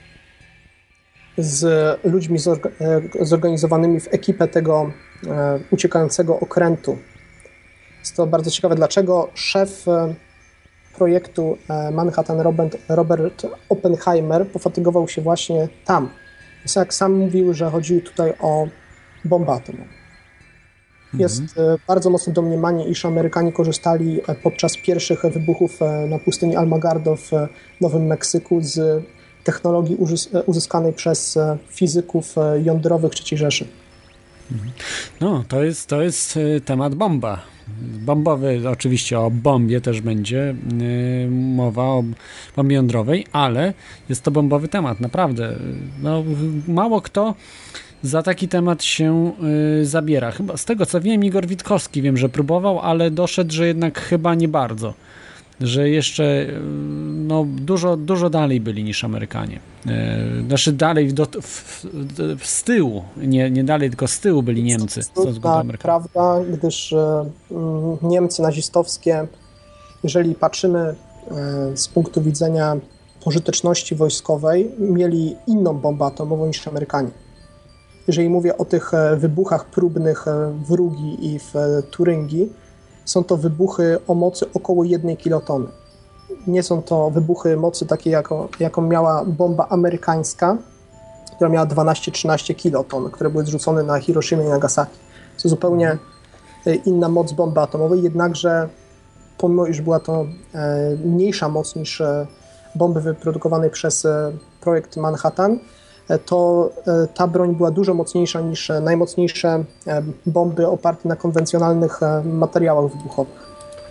z ludźmi zorganizowanymi w ekipę tego uciekającego okrętu. Jest to bardzo ciekawe, dlaczego szef projektu Manhattan Robert Oppenheimer pofatygował się właśnie tam. Jest, jak sam mówił, że chodziło tutaj o bombę atomową. Jest bardzo mocne domniemanie, iż Amerykanie korzystali podczas pierwszych wybuchów na pustyni Almagardo w Nowym Meksyku z technologii uzyskanej przez fizyków jądrowych III Rzeszy. No, to jest temat bomba. Bombowy, oczywiście o bombie też będzie mowa, o bombie jądrowej, ale jest to bombowy temat, naprawdę. No, mało kto za taki temat się zabiera. Chyba z tego co wiem, Igor Witkowski wiem, że próbował, ale doszedł, że jednak chyba nie bardzo. Że jeszcze dużo dalej byli niż Amerykanie. Znaczy dalej z tyłu, nie dalej, tylko z tyłu byli Niemcy. To prawda, gdyż Niemcy nazistowskie jeżeli patrzymy z punktu widzenia pożyteczności wojskowej, mieli inną bombę atomową niż Amerykanie. Jeżeli mówię o tych wybuchach próbnych w Rugi i w Turyngii, są to wybuchy o mocy około 1 kilotony. Nie są to wybuchy mocy takiej, jaką miała bomba amerykańska, która miała 12-13 kiloton, które były zrzucone na Hiroshimę i Nagasaki. To zupełnie inna moc bomby atomowej, jednakże pomimo iż była to mniejsza moc niż bomby wyprodukowanej przez projekt Manhattan, to ta broń była dużo mocniejsza niż najmocniejsze bomby oparte na konwencjonalnych materiałach wybuchowych.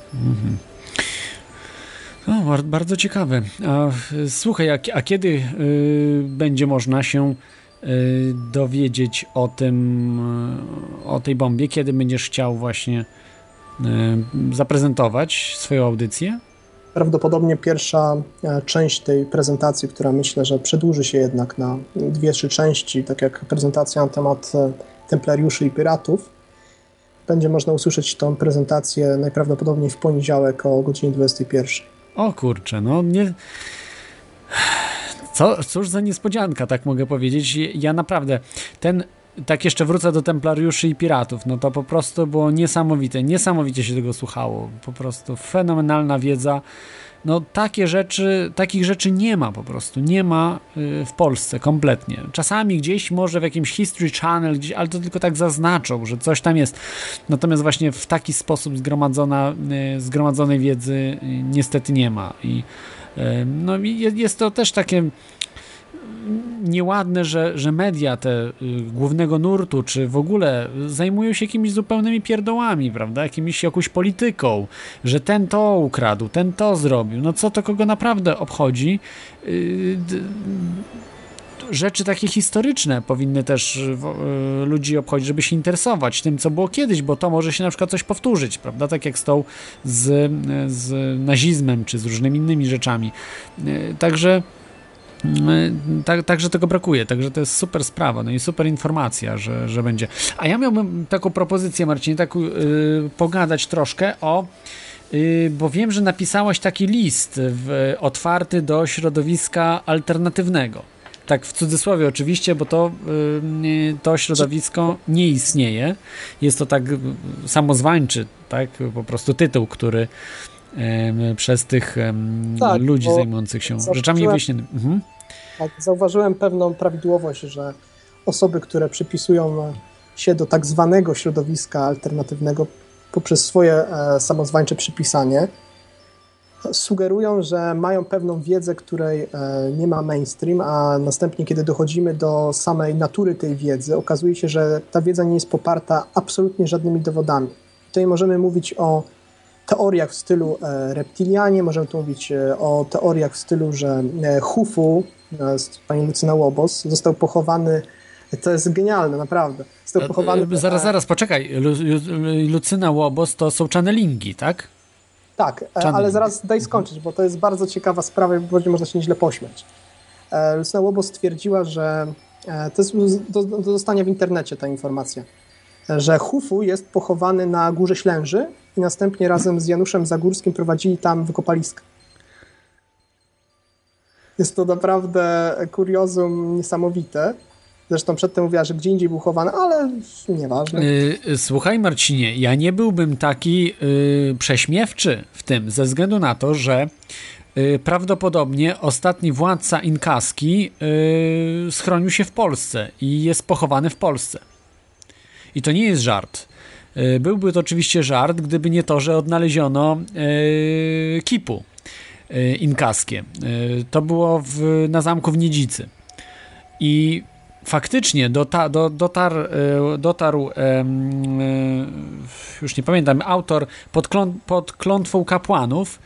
O, bardzo ciekawe. Słuchaj, a kiedy będzie można się dowiedzieć o tej bombie? Kiedy będziesz chciał właśnie zaprezentować swoją audycję? Prawdopodobnie pierwsza część tej prezentacji, która myślę, że przedłuży się jednak na 2-3 części, tak jak prezentacja na temat templariuszy i piratów, będzie można usłyszeć tą prezentację najprawdopodobniej w poniedziałek o godzinie 21. O kurczę, no nie... Cóż za niespodzianka, tak mogę powiedzieć. Ja naprawdę, tak jeszcze wrócę do templariuszy i piratów, no to po prostu było niesamowite, niesamowicie się tego słuchało, po prostu fenomenalna wiedza. No takich rzeczy nie ma po prostu, nie ma w Polsce kompletnie. Czasami gdzieś może w jakimś History Channel, gdzieś, ale to tylko tak zaznaczą, że coś tam jest. Natomiast właśnie w taki sposób zgromadzonej wiedzy niestety nie ma. I no jest to też takie nieładne, że media te głównego nurtu, czy w ogóle zajmują się jakimiś zupełnymi pierdołami, prawda? Jakąś polityką, że ten to ukradł, ten to zrobił. No co to kogo naprawdę obchodzi? Rzeczy takie historyczne powinny też ludzi obchodzić, żeby się interesować tym, co było kiedyś, bo to może się na przykład coś powtórzyć, prawda? Tak jak z nazizmem, czy z różnymi innymi rzeczami. Także tego brakuje, także to jest super sprawa, no i super informacja, że będzie. A ja miałbym taką propozycję, Marcinie, pogadać troszkę bo wiem, że napisałaś taki list otwarty do środowiska alternatywnego. Tak w cudzysłowie oczywiście, bo to środowisko nie istnieje. Jest to tak samozwańczy, tak, po prostu tytuł, który przez tych ludzi zajmujących się rzeczami wyjaśnionymi. Tak, zauważyłem pewną prawidłowość, że osoby, które przypisują się do tak zwanego środowiska alternatywnego poprzez swoje samozwańcze przypisanie, sugerują, że mają pewną wiedzę, której nie ma mainstream, a następnie, kiedy dochodzimy do samej natury tej wiedzy, okazuje się, że ta wiedza nie jest poparta absolutnie żadnymi dowodami. Tutaj możemy mówić o teoriach w stylu reptilianie, możemy tu mówić o teoriach w stylu, że Hufu, pani Lucyna Łobos, został pochowany, to jest genialne, naprawdę. Został pochowany... Zaraz, poczekaj. Lucyna Łobos to są channelingi, tak? Tak, ale zaraz daj skończyć, bo to jest bardzo ciekawa sprawa i będzie można się nieźle pośmiać. Lucyna Łobos stwierdziła, że to jest do dostania w internecie ta informacja, że Hufu jest pochowany na Górze Ślęży i następnie razem z Januszem Zagórskim prowadzili tam wykopaliska. Jest to naprawdę kuriozum niesamowite. Zresztą przedtem mówiła, że gdzie indziej był chowany, ale nieważne. Słuchaj, Marcinie, ja nie byłbym taki prześmiewczy w tym, ze względu na to, że prawdopodobnie ostatni władca inkaski schronił się w Polsce i jest pochowany w Polsce. I to nie jest żart. Byłby to oczywiście żart, gdyby nie to, że odnaleziono kipu inkaskie. To było na zamku w Niedzicy. I faktycznie dotarł już nie pamiętam, autor pod klątwą kapłanów,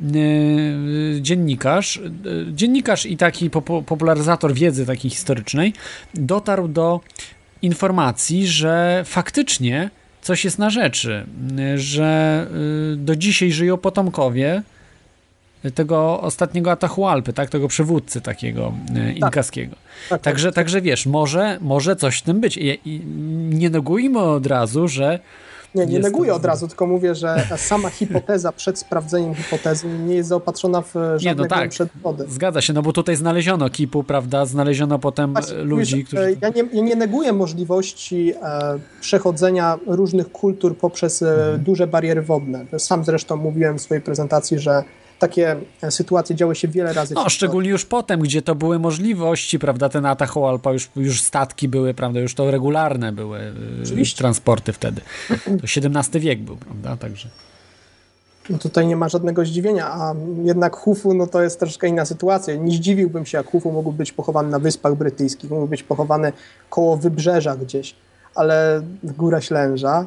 dziennikarz i taki popularyzator wiedzy takiej historycznej, dotarł do informacji, że faktycznie coś jest na rzeczy, że do dzisiaj żyją potomkowie tego ostatniego Atahualpy, tak, tego przywódcy takiego inkaskiego. Tak. Także wiesz, może coś w tym być. I nie negujmy od razu, że Nie Jest neguję to od razu, tylko mówię, że sama hipoteza przed sprawdzeniem hipotezy nie jest zaopatrzona w żadne głębsze dowody. Zgadza się, no bo tutaj znaleziono kipu, prawda? Znaleziono potem ludzi, którzy... Ja nie neguję możliwości przechodzenia różnych kultur poprzez duże bariery wodne. Sam zresztą mówiłem w swojej prezentacji, że takie sytuacje działy się wiele razy. No, szczególnie już potem, gdzie to były możliwości, prawda, ten Atahualpa, już statki były, prawda, już to regularne były transporty wtedy. To XVII wiek był, prawda, także... No tutaj nie ma żadnego zdziwienia, a jednak Hufu, no to jest troszkę inna sytuacja. Nie zdziwiłbym się, jak Hufu mógł być pochowany na Wyspach Brytyjskich, mógł być pochowany koło wybrzeża gdzieś, ale Góra Ślęża,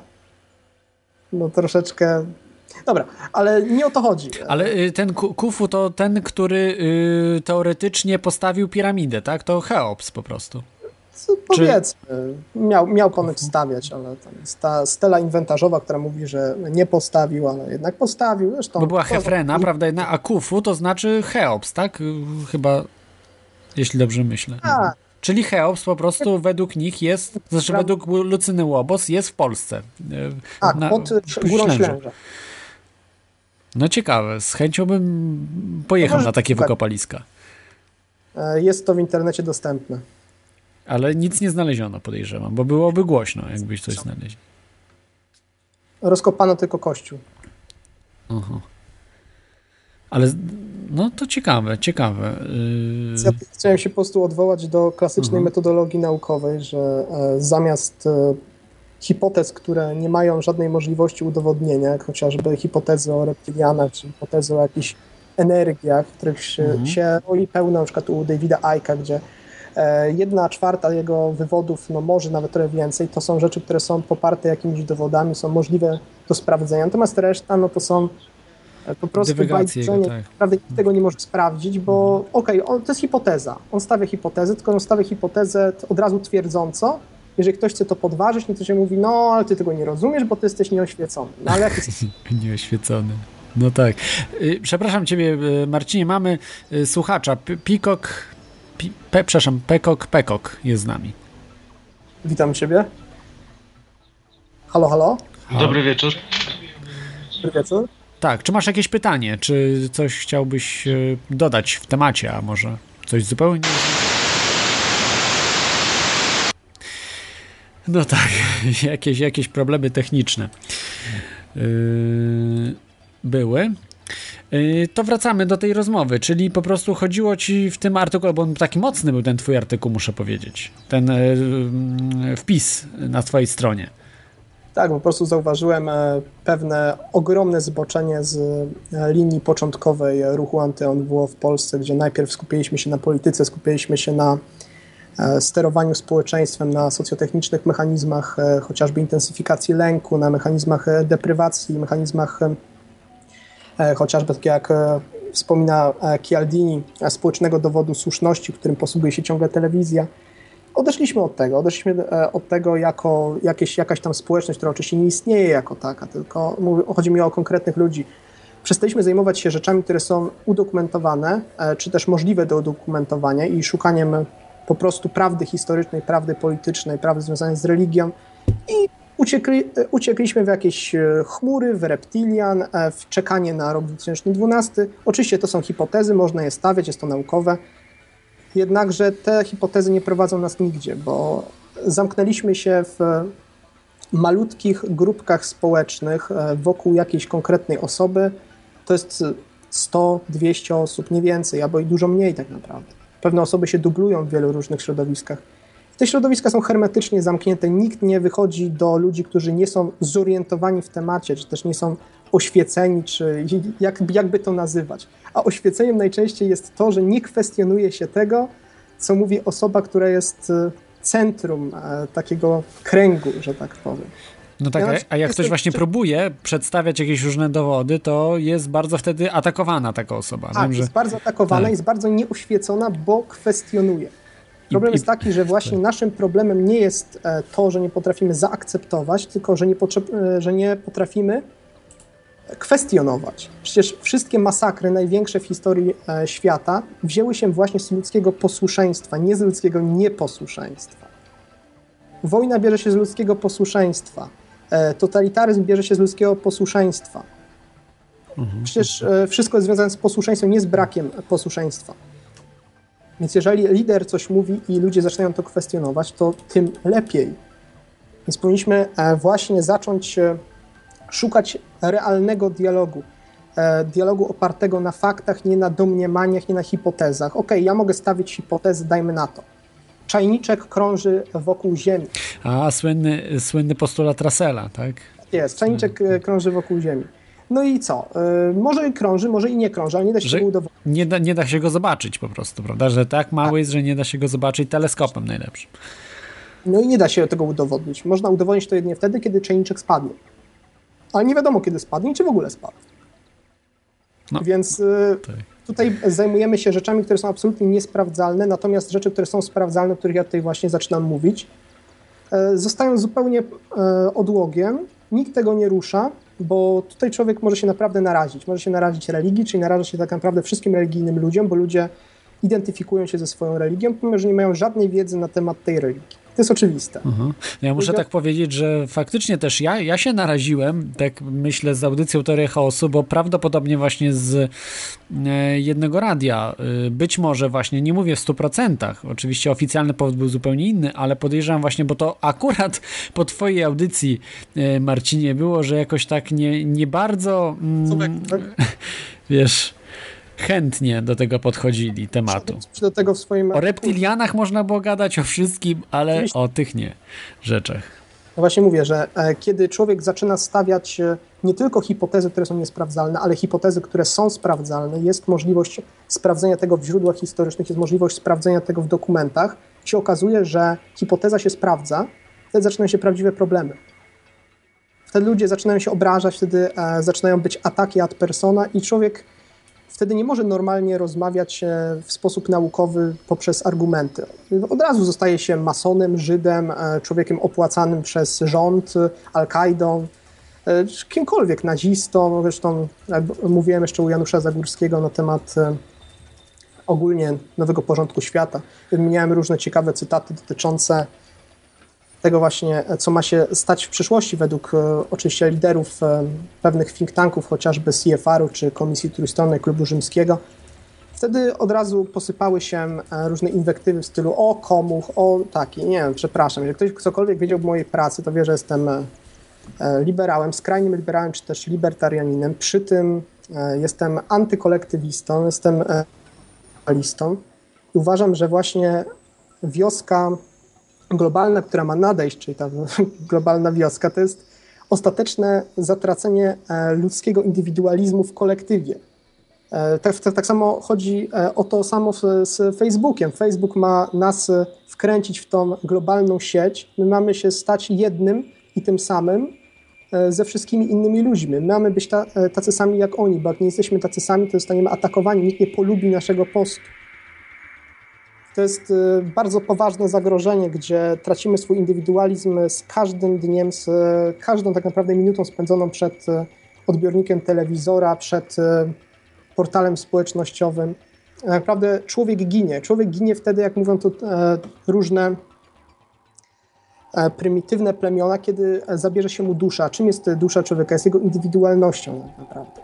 no troszeczkę... Dobra, ale nie o to chodzi. Ale ten Khufu to ten, który teoretycznie postawił piramidę, tak? To Cheops po prostu. Powiedzmy, miał ponoć stawiać, ale tam jest ta stela inwentarzowa, która mówi, że nie postawił, ale jednak postawił. Zresztą, bo była Hefrena, prawda? A Khufu to znaczy Cheops, tak? Chyba, jeśli dobrze myślę. Czyli Cheops po prostu według nich jest, znaczy według Lucyny Łobos jest w Polsce. Tak, pod Górą Ślęża. No ciekawe, z chęcią bym pojechał na takie wykopaliska. Jest to w internecie dostępne. Ale nic nie znaleziono, podejrzewam, bo byłoby głośno, jakbyś coś znaleźli. Rozkopano tylko kościół. Aha. Ale no to ciekawe. Ja chciałem się po prostu odwołać do klasycznej metodologii naukowej, że zamiast hipotez, które nie mają żadnej możliwości udowodnienia, jak chociażby hipotezy o reptilianach, czy hipotezy o jakichś energiach, których się roli pełno, na przykład u Davida Icke'a, gdzie 1/4 jego wywodów, no może nawet trochę więcej, to są rzeczy, które są poparte jakimiś dowodami, są możliwe do sprawdzenia, natomiast reszta, no to są po prostu bajdzenie, tak. Naprawdę nikt tego nie może sprawdzić, bo to jest hipoteza, on stawia hipotezę, tylko on stawia hipotezę od razu twierdząco. Jeżeli ktoś chce to podważyć, no to się mówi, no ale ty tego nie rozumiesz, bo ty jesteś nieoświecony. No ale jak jest... Nieoświecony. No tak. Przepraszam ciebie, Marcinie, mamy słuchacza. Pekok jest z nami. Witam ciebie. Halo, halo. Dobry wieczór. Dobry wieczór. Tak, czy masz jakieś pytanie? Czy coś chciałbyś dodać w temacie, a może coś zupełnie... No tak, jakieś problemy techniczne były. To wracamy do tej rozmowy, czyli po prostu chodziło ci w tym artykule, bo on taki mocny był ten twój artykuł, muszę powiedzieć, ten wpis na twojej stronie. Tak, po prostu zauważyłem pewne ogromne zboczenie z linii początkowej ruchu anty-NWO w Polsce, gdzie najpierw skupiliśmy się na polityce, skupiliśmy się na sterowaniu społeczeństwem, na socjotechnicznych mechanizmach, chociażby intensyfikacji lęku, na mechanizmach deprywacji, mechanizmach chociażby, tak jak wspomina Cialdini, społecznego dowodu słuszności, którym posługuje się ciągle telewizja. Odeszliśmy od tego jako jakaś tam społeczność, która oczywiście nie istnieje jako taka, tylko chodzi mi o konkretnych ludzi. Przestaliśmy zajmować się rzeczami, które są udokumentowane, czy też możliwe do udokumentowania i szukaniem po prostu prawdy historycznej, prawdy politycznej, prawdy związanej z religią i uciekliśmy w jakieś chmury, w reptilian, w czekanie na rok 2012. Oczywiście to są hipotezy, można je stawiać, jest to naukowe, jednakże te hipotezy nie prowadzą nas nigdzie, bo zamknęliśmy się w malutkich grupkach społecznych wokół jakiejś konkretnej osoby. To jest 100, 200 osób, nie więcej, albo i dużo mniej tak naprawdę. Pewne osoby się dublują w wielu różnych środowiskach. Te środowiska są hermetycznie zamknięte, nikt nie wychodzi do ludzi, którzy nie są zorientowani w temacie, czy też nie są oświeceni, czy jakby to nazywać. A oświeceniem najczęściej jest to, że nie kwestionuje się tego, co mówi osoba, która jest centrum takiego kręgu, że tak powiem. No tak, a jak ktoś właśnie próbuje przedstawiać jakieś różne dowody, to jest bardzo wtedy atakowana taka osoba. Tak, jest bardzo atakowana, jest bardzo nieoświecona, bo kwestionuje. Problem jest taki, że właśnie naszym problemem nie jest to, że nie potrafimy zaakceptować, tylko że nie potrafimy kwestionować. Przecież wszystkie masakry, największe w historii świata, wzięły się właśnie z ludzkiego posłuszeństwa, nie z ludzkiego nieposłuszeństwa. Wojna bierze się z ludzkiego posłuszeństwa. Totalitaryzm bierze się z ludzkiego posłuszeństwa. Przecież wszystko jest związane z posłuszeństwem, nie z brakiem posłuszeństwa. Więc jeżeli lider coś mówi i ludzie zaczynają to kwestionować, to tym lepiej. Więc powinniśmy właśnie zacząć szukać realnego dialogu. Dialogu opartego na faktach, nie na domniemaniach, nie na hipotezach. Okej, ja mogę stawić hipotezy, dajmy na to. Czajniczek krąży wokół Ziemi. A, słynny postulat Russella, tak? Jest, czajniczek krąży wokół Ziemi. No i co? Może krąży, może i nie krąży, ale nie da się tego udowodnić. Nie da się go zobaczyć po prostu, prawda? Że tak mały jest, że nie da się go zobaczyć teleskopem najlepszym. No i nie da się tego udowodnić. Można udowodnić to jedynie wtedy, kiedy czajniczek spadnie. Ale nie wiadomo, kiedy spadnie i czy w ogóle spadł. No, Więc tutaj zajmujemy się rzeczami, które są absolutnie niesprawdzalne, natomiast rzeczy, które są sprawdzalne, o których ja tutaj właśnie zaczynam mówić, zostają zupełnie odłogiem. Nikt tego nie rusza, bo tutaj człowiek może się naprawdę narazić. Może się narazić religii, czyli naraża się tak naprawdę wszystkim religijnym ludziom, bo ludzie identyfikują się ze swoją religią, pomimo że nie mają żadnej wiedzy na temat tej religii. To jest oczywiste. Ja muszę tak powiedzieć, że faktycznie też ja się naraziłem, tak myślę, z audycją Teoria Chaosu, bo prawdopodobnie właśnie z jednego radia, być może właśnie, nie mówię w 100%, oczywiście oficjalny powód był zupełnie inny, ale podejrzewam właśnie, bo to akurat po twojej audycji, Marcinie, było, że jakoś tak nie bardzo, wiesz, chętnie do tego podchodzili tematu. Do tego w swoim... O reptilianach można było gadać, o wszystkim, ale o tych nie rzeczach. No właśnie mówię, że kiedy człowiek zaczyna stawiać nie tylko hipotezy, które są niesprawdzalne, ale hipotezy, które są sprawdzalne, jest możliwość sprawdzenia tego w źródłach historycznych, jest możliwość sprawdzenia tego w dokumentach, się okazuje, że hipoteza się sprawdza, wtedy zaczynają się prawdziwe problemy. Wtedy ludzie zaczynają się obrażać, wtedy zaczynają być ataki ad persona i człowiek wtedy nie może normalnie rozmawiać w sposób naukowy poprzez argumenty. Od razu zostaje się masonem, Żydem, człowiekiem opłacanym przez rząd, Al-Kaidą, kimkolwiek, nazistą. Zresztą mówiłem jeszcze u Janusza Zagórskiego na temat ogólnie nowego porządku świata. Wymieniałem różne ciekawe cytaty dotyczące tego właśnie, co ma się stać w przyszłości według oczywiście liderów pewnych think tanków, chociażby CFR-u czy Komisji Trójstronnej Klubu Rzymskiego. Wtedy od razu posypały się różne inwektywy w stylu o komuch, o taki, nie wiem, przepraszam, jeżeli ktoś cokolwiek wiedział o mojej pracy, to wie, że jestem liberałem, skrajnym liberałem czy też libertarianinem. Przy tym jestem antykolektywistą, jestem listą i uważam, że właśnie wioska globalna, która ma nadejść, czyli ta globalna wioska, to jest ostateczne zatracenie ludzkiego indywidualizmu w kolektywie. Tak samo chodzi o to samo z Facebookiem. Facebook ma nas wkręcić w tą globalną sieć. My mamy się stać jednym i tym samym ze wszystkimi innymi ludźmi. My mamy być tacy sami jak oni, bo jak nie jesteśmy tacy sami, to zostaniemy atakowani. Nikt nie polubi naszego postu. To jest bardzo poważne zagrożenie, gdzie tracimy swój indywidualizm z każdym dniem, z każdą tak naprawdę minutą spędzoną przed odbiornikiem telewizora, przed portalem społecznościowym. Tak naprawdę człowiek ginie. Człowiek ginie wtedy, jak mówią to różne prymitywne plemiona, kiedy zabierze się mu dusza. Czym jest dusza człowieka? Jest jego indywidualnością tak naprawdę.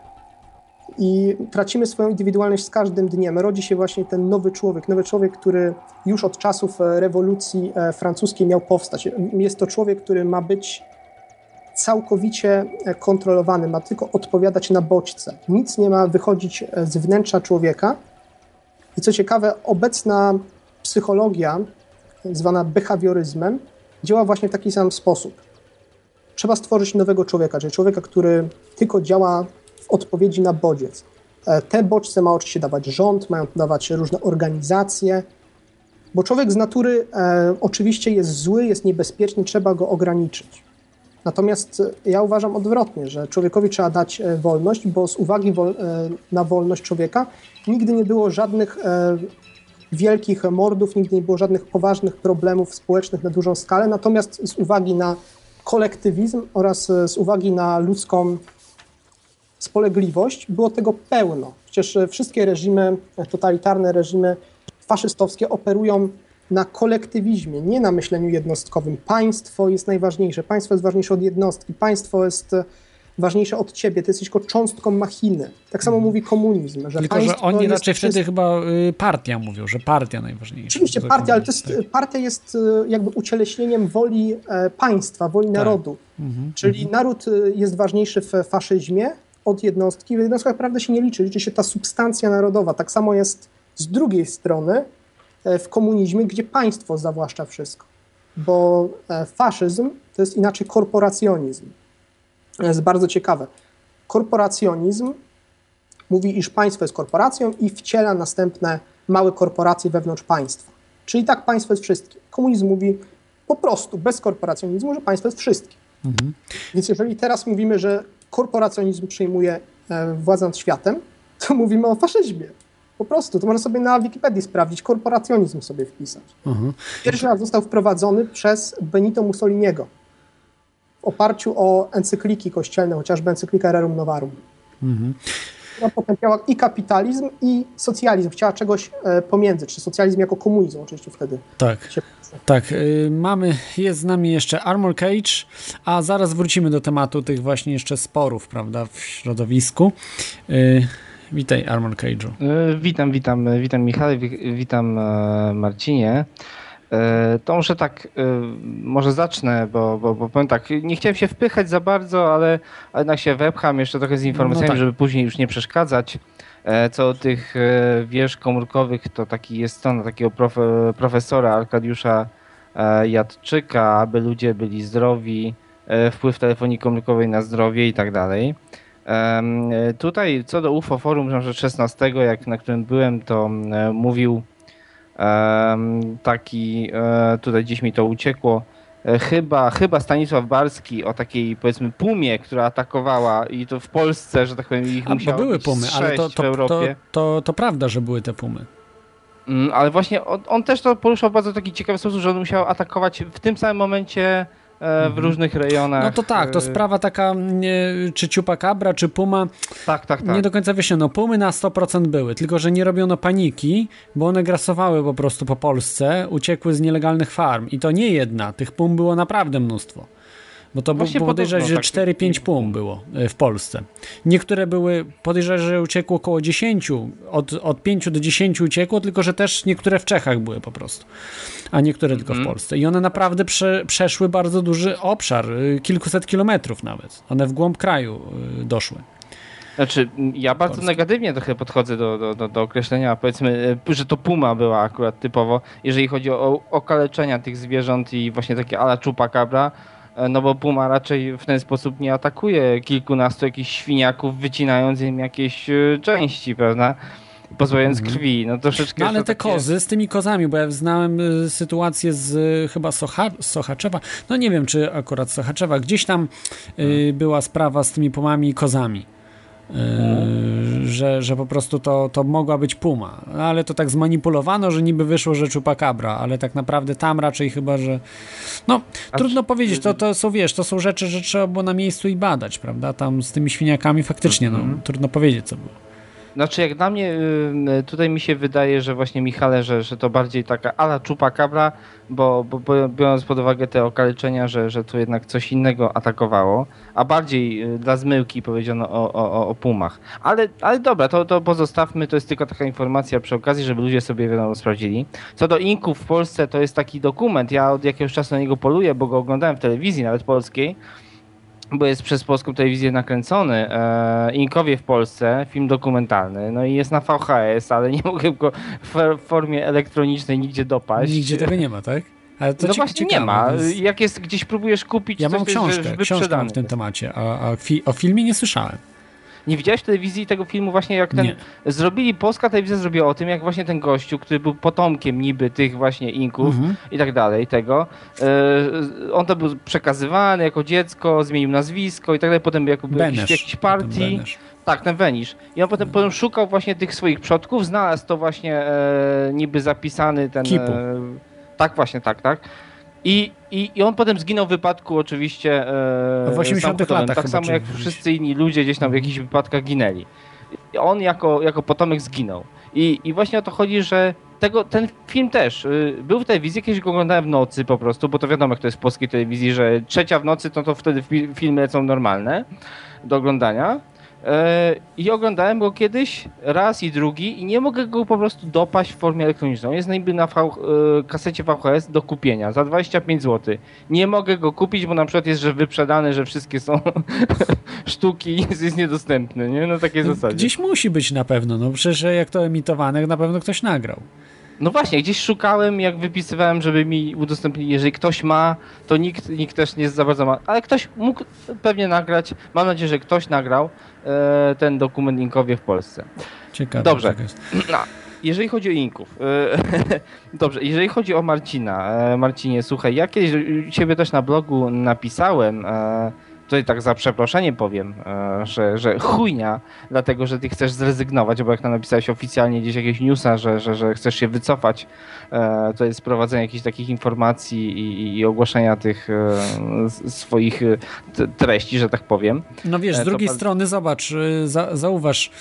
I tracimy swoją indywidualność z każdym dniem. Rodzi się właśnie ten nowy człowiek, który już od czasów rewolucji francuskiej miał powstać. Jest to człowiek, który ma być całkowicie kontrolowany, ma tylko odpowiadać na bodźce. Nic nie ma wychodzić z wnętrza człowieka. I co ciekawe, obecna psychologia, zwana behawioryzmem, działa właśnie w taki sam sposób. Trzeba stworzyć nowego człowieka, czyli człowieka, który tylko działa w odpowiedzi na bodziec. Te bodźce ma oczywiście dawać rząd, mają dawać różne organizacje, bo człowiek z natury oczywiście jest zły, jest niebezpieczny, trzeba go ograniczyć. Natomiast ja uważam odwrotnie, że człowiekowi trzeba dać wolność, bo z uwagi na wolność człowieka nigdy nie było żadnych wielkich mordów, nigdy nie było żadnych poważnych problemów społecznych na dużą skalę, natomiast z uwagi na kolektywizm oraz z uwagi na ludzką spolegliwość było tego pełno. Przecież wszystkie reżimy, totalitarne reżimy faszystowskie operują na kolektywizmie, nie na myśleniu jednostkowym. Państwo jest najważniejsze, państwo jest ważniejsze od jednostki, państwo jest ważniejsze od ciebie, ty jesteś tylko cząstką machiny. Tak samo mówi komunizm. Że tylko, że oni jest raczej wtedy chyba partia mówią, że partia najważniejsza. Oczywiście partia, ale to jest, partia jest jakby ucieleśnieniem woli państwa, woli narodu. Czyli naród jest ważniejszy w faszyzmie od jednostki. W jednostkach prawda się nie liczy, liczy się ta substancja narodowa. Tak samo jest z drugiej strony w komunizmie, gdzie państwo zawłaszcza wszystko. Bo faszyzm to jest inaczej korporacjonizm. To jest bardzo ciekawe. Korporacjonizm mówi, iż państwo jest korporacją i wciela następne małe korporacje wewnątrz państwa. Czyli tak państwo jest wszystkim. Komunizm mówi po prostu bez korporacjonizmu, że państwo jest wszystkim. Więc jeżeli teraz mówimy, że korporacjonizm przyjmuje władzę nad światem, to mówimy o faszyzmie. Po prostu. To można sobie na Wikipedii sprawdzić, korporacjonizm sobie wpisać. Pierwszy raz został wprowadzony przez Benito Mussoliniego w oparciu o encykliki kościelne, chociażby encyklika Rerum Novarum. Która potępiała i kapitalizm, i socjalizm. Chciała czegoś pomiędzy, czy socjalizm jako komunizm oczywiście wtedy. Tak, jest z nami jeszcze Armor Cage, a zaraz wrócimy do tematu tych właśnie jeszcze sporów, prawda, w środowisku. Witaj, Armor Cage'u. Witam Michale, witam Marcinie. To może tak, może zacznę, bo powiem tak, nie chciałem się wpychać za bardzo, ale jednak się wepcham jeszcze trochę z informacjami, tak, żeby później już nie przeszkadzać. Co do tych wież komórkowych, to taki jest strona takiego profesora Arkadiusza Jadczyka, aby ludzie byli zdrowi, wpływ telefonii komórkowej na zdrowie i tak dalej. Tutaj co do UFO Forum, że 16, na którym byłem, to mówił taki, tutaj gdzieś mi to uciekło, chyba Stanisław Barski o takiej, powiedzmy, pumie, która atakowała i to w Polsce, że tak powiem, ich musiało były być pumy, ale 6 w Europie. to prawda, że były te pumy. Ale właśnie on też to poruszał w bardzo taki ciekawy sposób, że on musiał atakować w tym samym momencie w różnych rejonach. No to tak, to sprawa taka, czy Chupacabra, czy Puma, tak. nie do końca wiesz, no Pumy na 100% były, tylko że nie robiono paniki, bo one grasowały po prostu po Polsce, uciekły z nielegalnych farm i to nie jedna, tych Pum było naprawdę mnóstwo. Bo to podejrzewam, że 4-5 pum było w Polsce. Niektóre były, podejrzewam, że uciekło około 10, od 5 do 10 uciekło, tylko że też niektóre w Czechach były po prostu, a niektóre tylko w Polsce. I one naprawdę przeszły bardzo duży obszar, kilkuset kilometrów nawet. One w głąb kraju doszły. Znaczy, ja bardzo negatywnie trochę podchodzę do określenia, powiedzmy, że to puma była akurat typowo, jeżeli chodzi o okaleczenia tych zwierząt i właśnie takie a la Chupacabra. No bo puma raczej w ten sposób nie atakuje kilkunastu jakichś świniaków, wycinając im jakieś części, prawda? Pozbawiając krwi. No troszeczkę. No ale te takie... kozy, z tymi kozami, bo ja znałem sytuację z chyba Sochaczewa, no nie wiem czy akurat Sochaczewa, gdzieś tam była sprawa z tymi pumami i kozami. Że po prostu to mogła być puma, ale to tak zmanipulowano, że niby wyszło, że Chupacabra, ale tak naprawdę tam raczej chyba, że no trudno powiedzieć, to są, wiesz, to są rzeczy, że trzeba było na miejscu i badać, prawda, tam z tymi świniakami faktycznie, no trudno powiedzieć co było. Znaczy jak dla mnie tutaj mi się wydaje, że właśnie Michale, że to bardziej taka a la Chupacabra, bo biorąc pod uwagę te okaleczenia, że tu jednak coś innego atakowało, a bardziej dla zmyłki powiedziano o pumach. Ale dobra, to pozostawmy, to jest tylko taka informacja przy okazji, żeby ludzie sobie wiadomo sprawdzili. Co do Inków w Polsce, to jest taki dokument, ja od jakiegoś czasu na niego poluję, bo go oglądałem w telewizji, nawet polskiej, bo jest przez polską telewizję nakręcony. Inkowie w Polsce, film dokumentalny, no i jest na VHS, ale nie mogę go w formie elektronicznej nigdzie dopaść. Nigdzie tego nie ma, tak? Ale to no właśnie ciekawe, nie ma. Więc... Jak jest gdzieś próbujesz kupić, ja coś, mam to jest książkę mam w tym temacie, a o filmie nie słyszałem. Nie widziałeś w telewizji tego filmu właśnie jak ten... Nie. Polska telewizja zrobiła o tym, jak właśnie ten gościu, który był potomkiem niby tych właśnie Inków i tak dalej, tego. On to był przekazywany jako dziecko, zmienił nazwisko i tak dalej, potem jako był w jakiejś partii. Tak, ten Wenisz. I on potem szukał właśnie tych swoich przodków, znalazł to właśnie niby zapisany ten... Kipu. Tak, właśnie, tak. I on potem zginął w wypadku oczywiście w 80 latach tak samo jak wszyscy inni ludzie gdzieś tam w jakichś wypadkach ginęli. On jako potomek zginął. I właśnie o to chodzi, że ten film też był w telewizji, kiedyś go oglądałem w nocy po prostu, bo to wiadomo, jak to jest w polskiej telewizji, że 3:00 w nocy, to wtedy filmy są normalne do oglądania. I oglądałem go kiedyś, raz i drugi i nie mogę go po prostu dopaść w formie elektronicznej. Jest niby na kasecie VHS do kupienia za 25 zł. Nie mogę go kupić, bo na przykład jest, że wyprzedany, że wszystkie są sztuki i jest niedostępny, nie? No takie zasadzie. Gdzieś musi być na pewno, no przecież jak to emitowane, na pewno ktoś nagrał. No właśnie, gdzieś szukałem, jak wypisywałem, żeby mi udostępnili. Jeżeli ktoś ma, to nikt też nie za bardzo ma. Ale ktoś mógł pewnie nagrać. Mam nadzieję, że ktoś nagrał ten dokument Inkowie w Polsce. Ciekawe. Dobrze. No, jeżeli chodzi o Inków. Dobrze, jeżeli chodzi o Marcina. Marcinie, słuchaj, ja kiedyś u ciebie też na blogu napisałem, tutaj tak za przeproszeniem powiem, że chujnia, dlatego że ty chcesz zrezygnować, bo jak napisałeś oficjalnie gdzieś jakiegoś newsa, że chcesz się wycofać, to jest sprowadzenie jakichś takich informacji i ogłaszania tych swoich treści, że tak powiem. No wiesz, z drugiej strony zobacz, zauważ,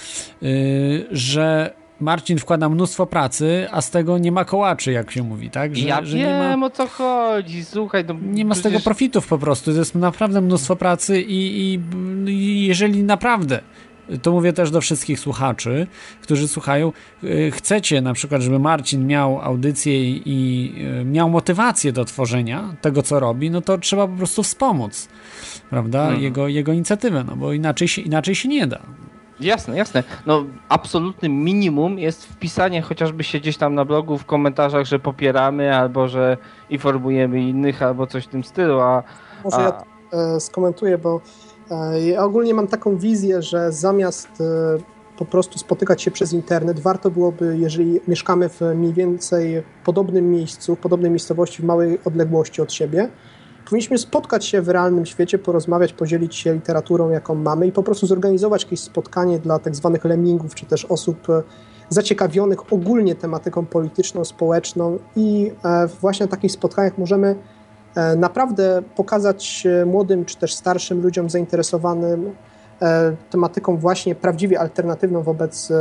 że Marcin wkłada mnóstwo pracy, a z tego nie ma kołaczy, jak się mówi, tak? Ja wiem, o co chodzi, słuchaj. No, nie ma z tego profitów po prostu, to jest naprawdę mnóstwo pracy i jeżeli naprawdę, to mówię też do wszystkich słuchaczy, którzy słuchają, chcecie na przykład, żeby Marcin miał audycję i miał motywację do tworzenia tego, co robi, no to trzeba po prostu wspomóc, prawda, jego inicjatywę, no bo inaczej się nie da. Jasne. No absolutnym minimum jest wpisanie chociażby się gdzieś tam na blogu w komentarzach, że popieramy, albo że informujemy innych, albo coś w tym stylu. Może ja skomentuję, bo ja ogólnie mam taką wizję, że zamiast po prostu spotykać się przez internet, warto byłoby, jeżeli mieszkamy w mniej więcej podobnym miejscu, w podobnej miejscowości, w małej odległości od siebie, powinniśmy spotkać się w realnym świecie, porozmawiać, podzielić się literaturą, jaką mamy i po prostu zorganizować jakieś spotkanie dla tak zwanych lemmingów, czy też osób zaciekawionych ogólnie tematyką polityczną, społeczną i właśnie na takich spotkaniach możemy naprawdę pokazać młodym, czy też starszym ludziom zainteresowanym tematyką właśnie prawdziwie alternatywną wobec,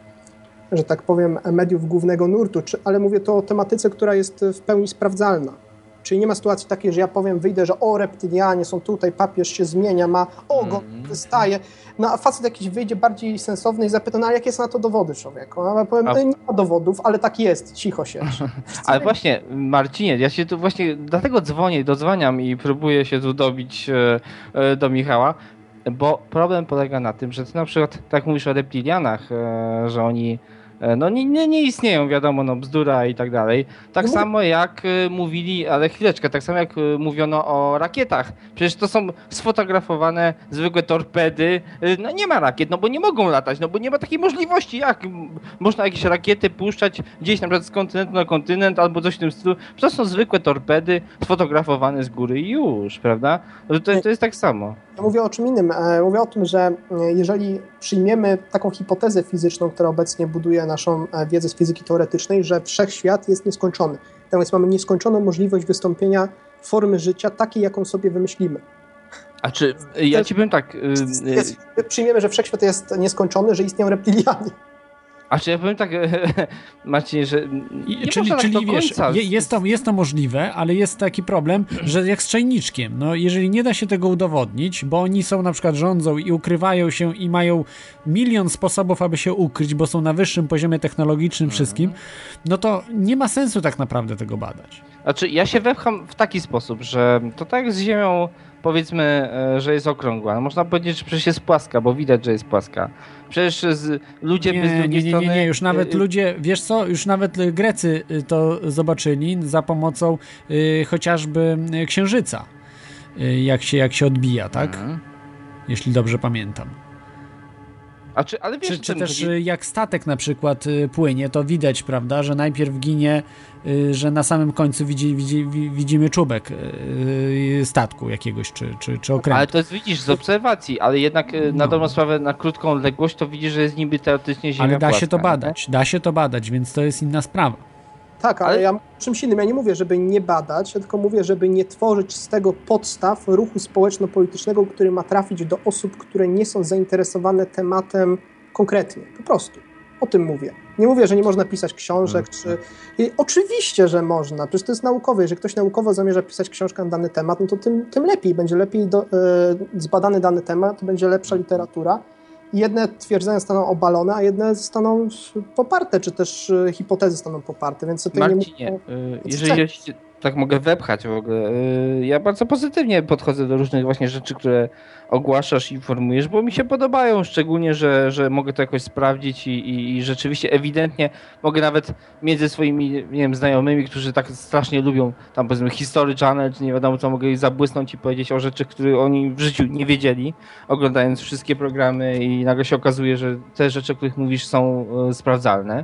że tak powiem, mediów głównego nurtu, ale mówię to o tematyce, która jest w pełni sprawdzalna. Czyli nie ma sytuacji takiej, że ja powiem, wyjdę, że reptylianie są tutaj, papież się zmienia, ma go wystaje. No a facet jakiś wyjdzie bardziej sensowny i zapyta, no ale jakie są na to dowody, człowieku? A ja powiem, nie ma dowodów, ale tak jest, cicho siedź. Ale właśnie, Marcinie, ja się tu właśnie dlatego dodzwaniam i próbuję się tu dobić do Michała, bo problem polega na tym, że ty na przykład tak mówisz o reptilianach, że oni no nie istnieją, wiadomo, no bzdura i tak dalej. Tak samo jak mówili, ale chwileczkę, tak samo jak mówiono o rakietach. Przecież to są sfotografowane zwykłe torpedy. No nie ma rakiet, no bo nie mogą latać, no bo nie ma takiej możliwości. Jak można jakieś rakiety puszczać gdzieś na przykład z kontynentu na kontynent albo coś w tym stylu. To są zwykłe torpedy sfotografowane z góry i już, prawda? To jest tak samo. Ja mówię o czym innym. Mówię o tym, że jeżeli przyjmiemy taką hipotezę fizyczną, która obecnie buduje naszą wiedzę z fizyki teoretycznej, że wszechświat jest nieskończony. Tak więc mamy nieskończoną możliwość wystąpienia formy życia takiej, jaką sobie wymyślimy. A czy ja ci powiem tak... Przyjmiemy, że wszechświat jest nieskończony, że istnieją reptilianie. A czy ja powiem tak, Marcin, że czyli wiesz, jest to możliwe, ale jest taki problem, że jak z czajniczkiem, no jeżeli nie da się tego udowodnić, bo oni są na przykład rządzą i ukrywają się i mają milion sposobów, aby się ukryć, bo są na wyższym poziomie technologicznym wszystkim, no to nie ma sensu tak naprawdę tego badać. Znaczy ja się wepcham w taki sposób, że to tak jak z Ziemią, powiedzmy, że jest okrągła. No można powiedzieć, że przecież jest płaska, bo widać, że jest płaska. Przecież ludzie by z drugiej strony... Nie, już nawet ludzie, wiesz co, już nawet Grecy to zobaczyli za pomocą chociażby Księżyca, jak się odbija, tak? Jeśli dobrze pamiętam. Ale wiesz, czy też jak statek na przykład płynie, to widać, prawda, że najpierw ginie, że na samym końcu widzimy czubek statku jakiegoś, czy okrętu. Ale to jest, widzisz, z obserwacji, ale jednak na dobrą sprawę, na krótką odległość to widzisz, że jest niby teoretycznie Ziemia ale płaska, da się to badać, więc to jest inna sprawa. Tak, ale ja mówię czymś innym. Ja nie mówię, żeby nie badać, ja tylko mówię, żeby nie tworzyć z tego podstaw ruchu społeczno-politycznego, który ma trafić do osób, które nie są zainteresowane tematem konkretnie. Po prostu. O tym mówię. Nie mówię, że nie można pisać książek, czy... Oczywiście, że można. Przecież to jest naukowe. Jeżeli ktoś naukowo zamierza pisać książkę na dany temat, no to tym lepiej. Będzie lepiej zbadany dany temat, będzie lepsza literatura. Jedne twierdzenia zostaną obalone, a jedne zostaną poparte, czy też hipotezy zostaną poparte, więc tutaj Marcinie, nie mówię... jeżeli ja się tak mogę wepchać w ogóle, ja bardzo pozytywnie podchodzę do różnych właśnie rzeczy, które ogłaszasz i informujesz, bo mi się podobają, szczególnie, że mogę to jakoś sprawdzić i rzeczywiście ewidentnie mogę nawet między swoimi, nie wiem, znajomymi, którzy tak strasznie lubią tam powiedzmy History Channel, czy nie wiadomo co, mogę zabłysnąć i powiedzieć o rzeczy, które oni w życiu nie wiedzieli, oglądając wszystkie programy i nagle się okazuje, że te rzeczy, o których mówisz, są sprawdzalne.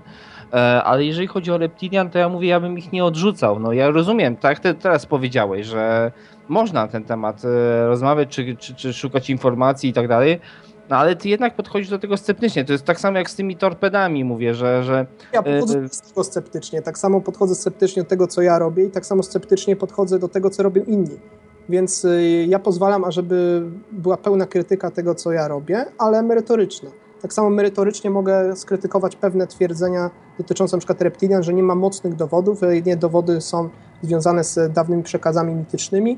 Ale jeżeli chodzi o Reptilian, to ja mówię, ja bym ich nie odrzucał. No ja rozumiem, tak jak ty teraz powiedziałeś, że można na ten temat rozmawiać, czy szukać informacji i tak dalej, no ale ty jednak podchodzisz do tego sceptycznie. To jest tak samo jak z tymi torpedami, mówię, że... Ja podchodzę do tego sceptycznie. Tak samo podchodzę sceptycznie do tego, co ja robię i tak samo sceptycznie podchodzę do tego, co robią inni. Więc ja pozwalam, ażeby była pełna krytyka tego, co ja robię, ale merytoryczna. Tak samo merytorycznie mogę skrytykować pewne twierdzenia dotyczące np. Reptilian, że nie ma mocnych dowodów, jedynie dowody są związane z dawnymi przekazami mitycznymi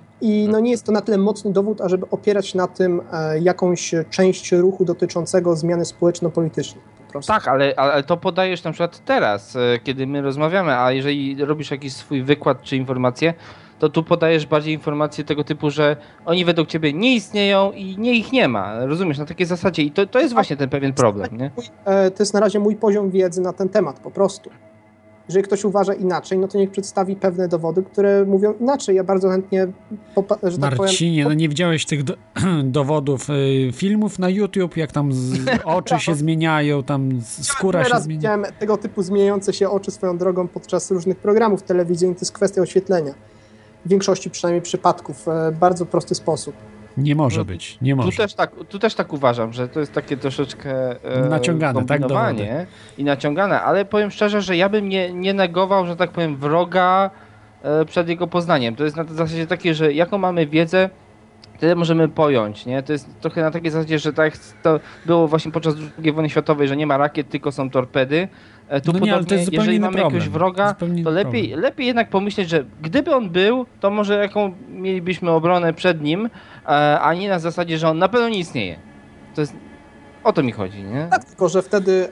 i no nie jest to na tyle mocny dowód, ażeby opierać na tym jakąś część ruchu dotyczącego zmiany społeczno-politycznej. Tak, ale to podajesz na przykład teraz, kiedy my rozmawiamy, a jeżeli robisz jakiś swój wykład czy informację, to tu podajesz bardziej informacje tego typu, że oni według ciebie nie istnieją i ich nie ma. Rozumiesz? Na takiej zasadzie. I to jest właśnie ten pewien problem, nie? To jest na razie mój poziom wiedzy na ten temat, po prostu. Jeżeli ktoś uważa inaczej, no to niech przedstawi pewne dowody, które mówią inaczej. Ja bardzo chętnie, że tak Marcinie, powiem... no nie widziałeś tych dowodów filmów na YouTube, jak tam oczy się zmieniają, tam skóra się zmienia. Widziałem tego typu zmieniające się oczy swoją drogą podczas różnych programów telewizyjnych. To jest kwestia oświetlenia. W większości przynajmniej przypadków. W bardzo prosty sposób. Nie może być, nie może. Tu też tak uważam, że to jest takie troszeczkę naciągane, tak, dowody. I naciągane, ale powiem szczerze, że ja bym nie negował, że tak powiem, wroga przed jego poznaniem. To jest na zasadzie takie, że jaką mamy wiedzę, tyle możemy pojąć, nie? To jest trochę na takiej zasadzie, że tak to było właśnie podczas II wojny światowej, że nie ma rakiet, tylko są torpedy. Tu no nie, ale to jest jeżeli mamy problem. jakiegoś wroga, to lepiej jednak pomyśleć, że gdyby on był, to może jaką mielibyśmy obronę przed nim, a nie na zasadzie, że on na pewno nie istnieje. To jest... O to mi chodzi, nie? Tak, tylko że wtedy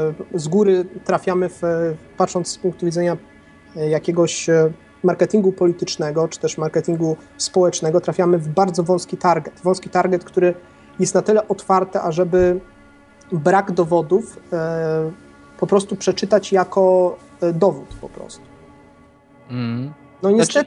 z góry trafiamy, patrząc z punktu widzenia jakiegoś marketingu politycznego, czy też marketingu społecznego, trafiamy w bardzo wąski target. Wąski target, który jest na tyle otwarty, ażeby brak dowodów po prostu przeczytać jako dowód po prostu. No niestety,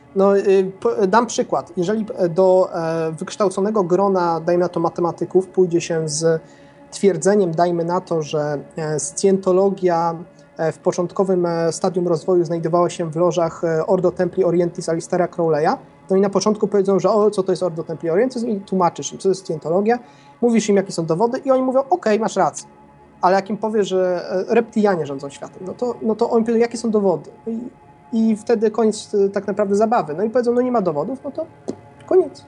dam przykład. Jeżeli do wykształconego grona, dajmy na to matematyków, pójdzie się z twierdzeniem, dajmy na to, że scjentologia w początkowym stadium rozwoju znajdowała się w lożach Ordo Templi Orientis Alistera Crowley'a, no i na początku powiedzą, że co to jest Ordo Templi Orientis i tłumaczysz im, co to jest scjentologia, mówisz im, jakie są dowody i oni mówią, okej, masz rację. Ale jak im powie, że reptilianie rządzą światem, no to oni powiedzą, jakie są dowody. I wtedy koniec tak naprawdę zabawy. No i powiedzą, no nie ma dowodów, no to koniec.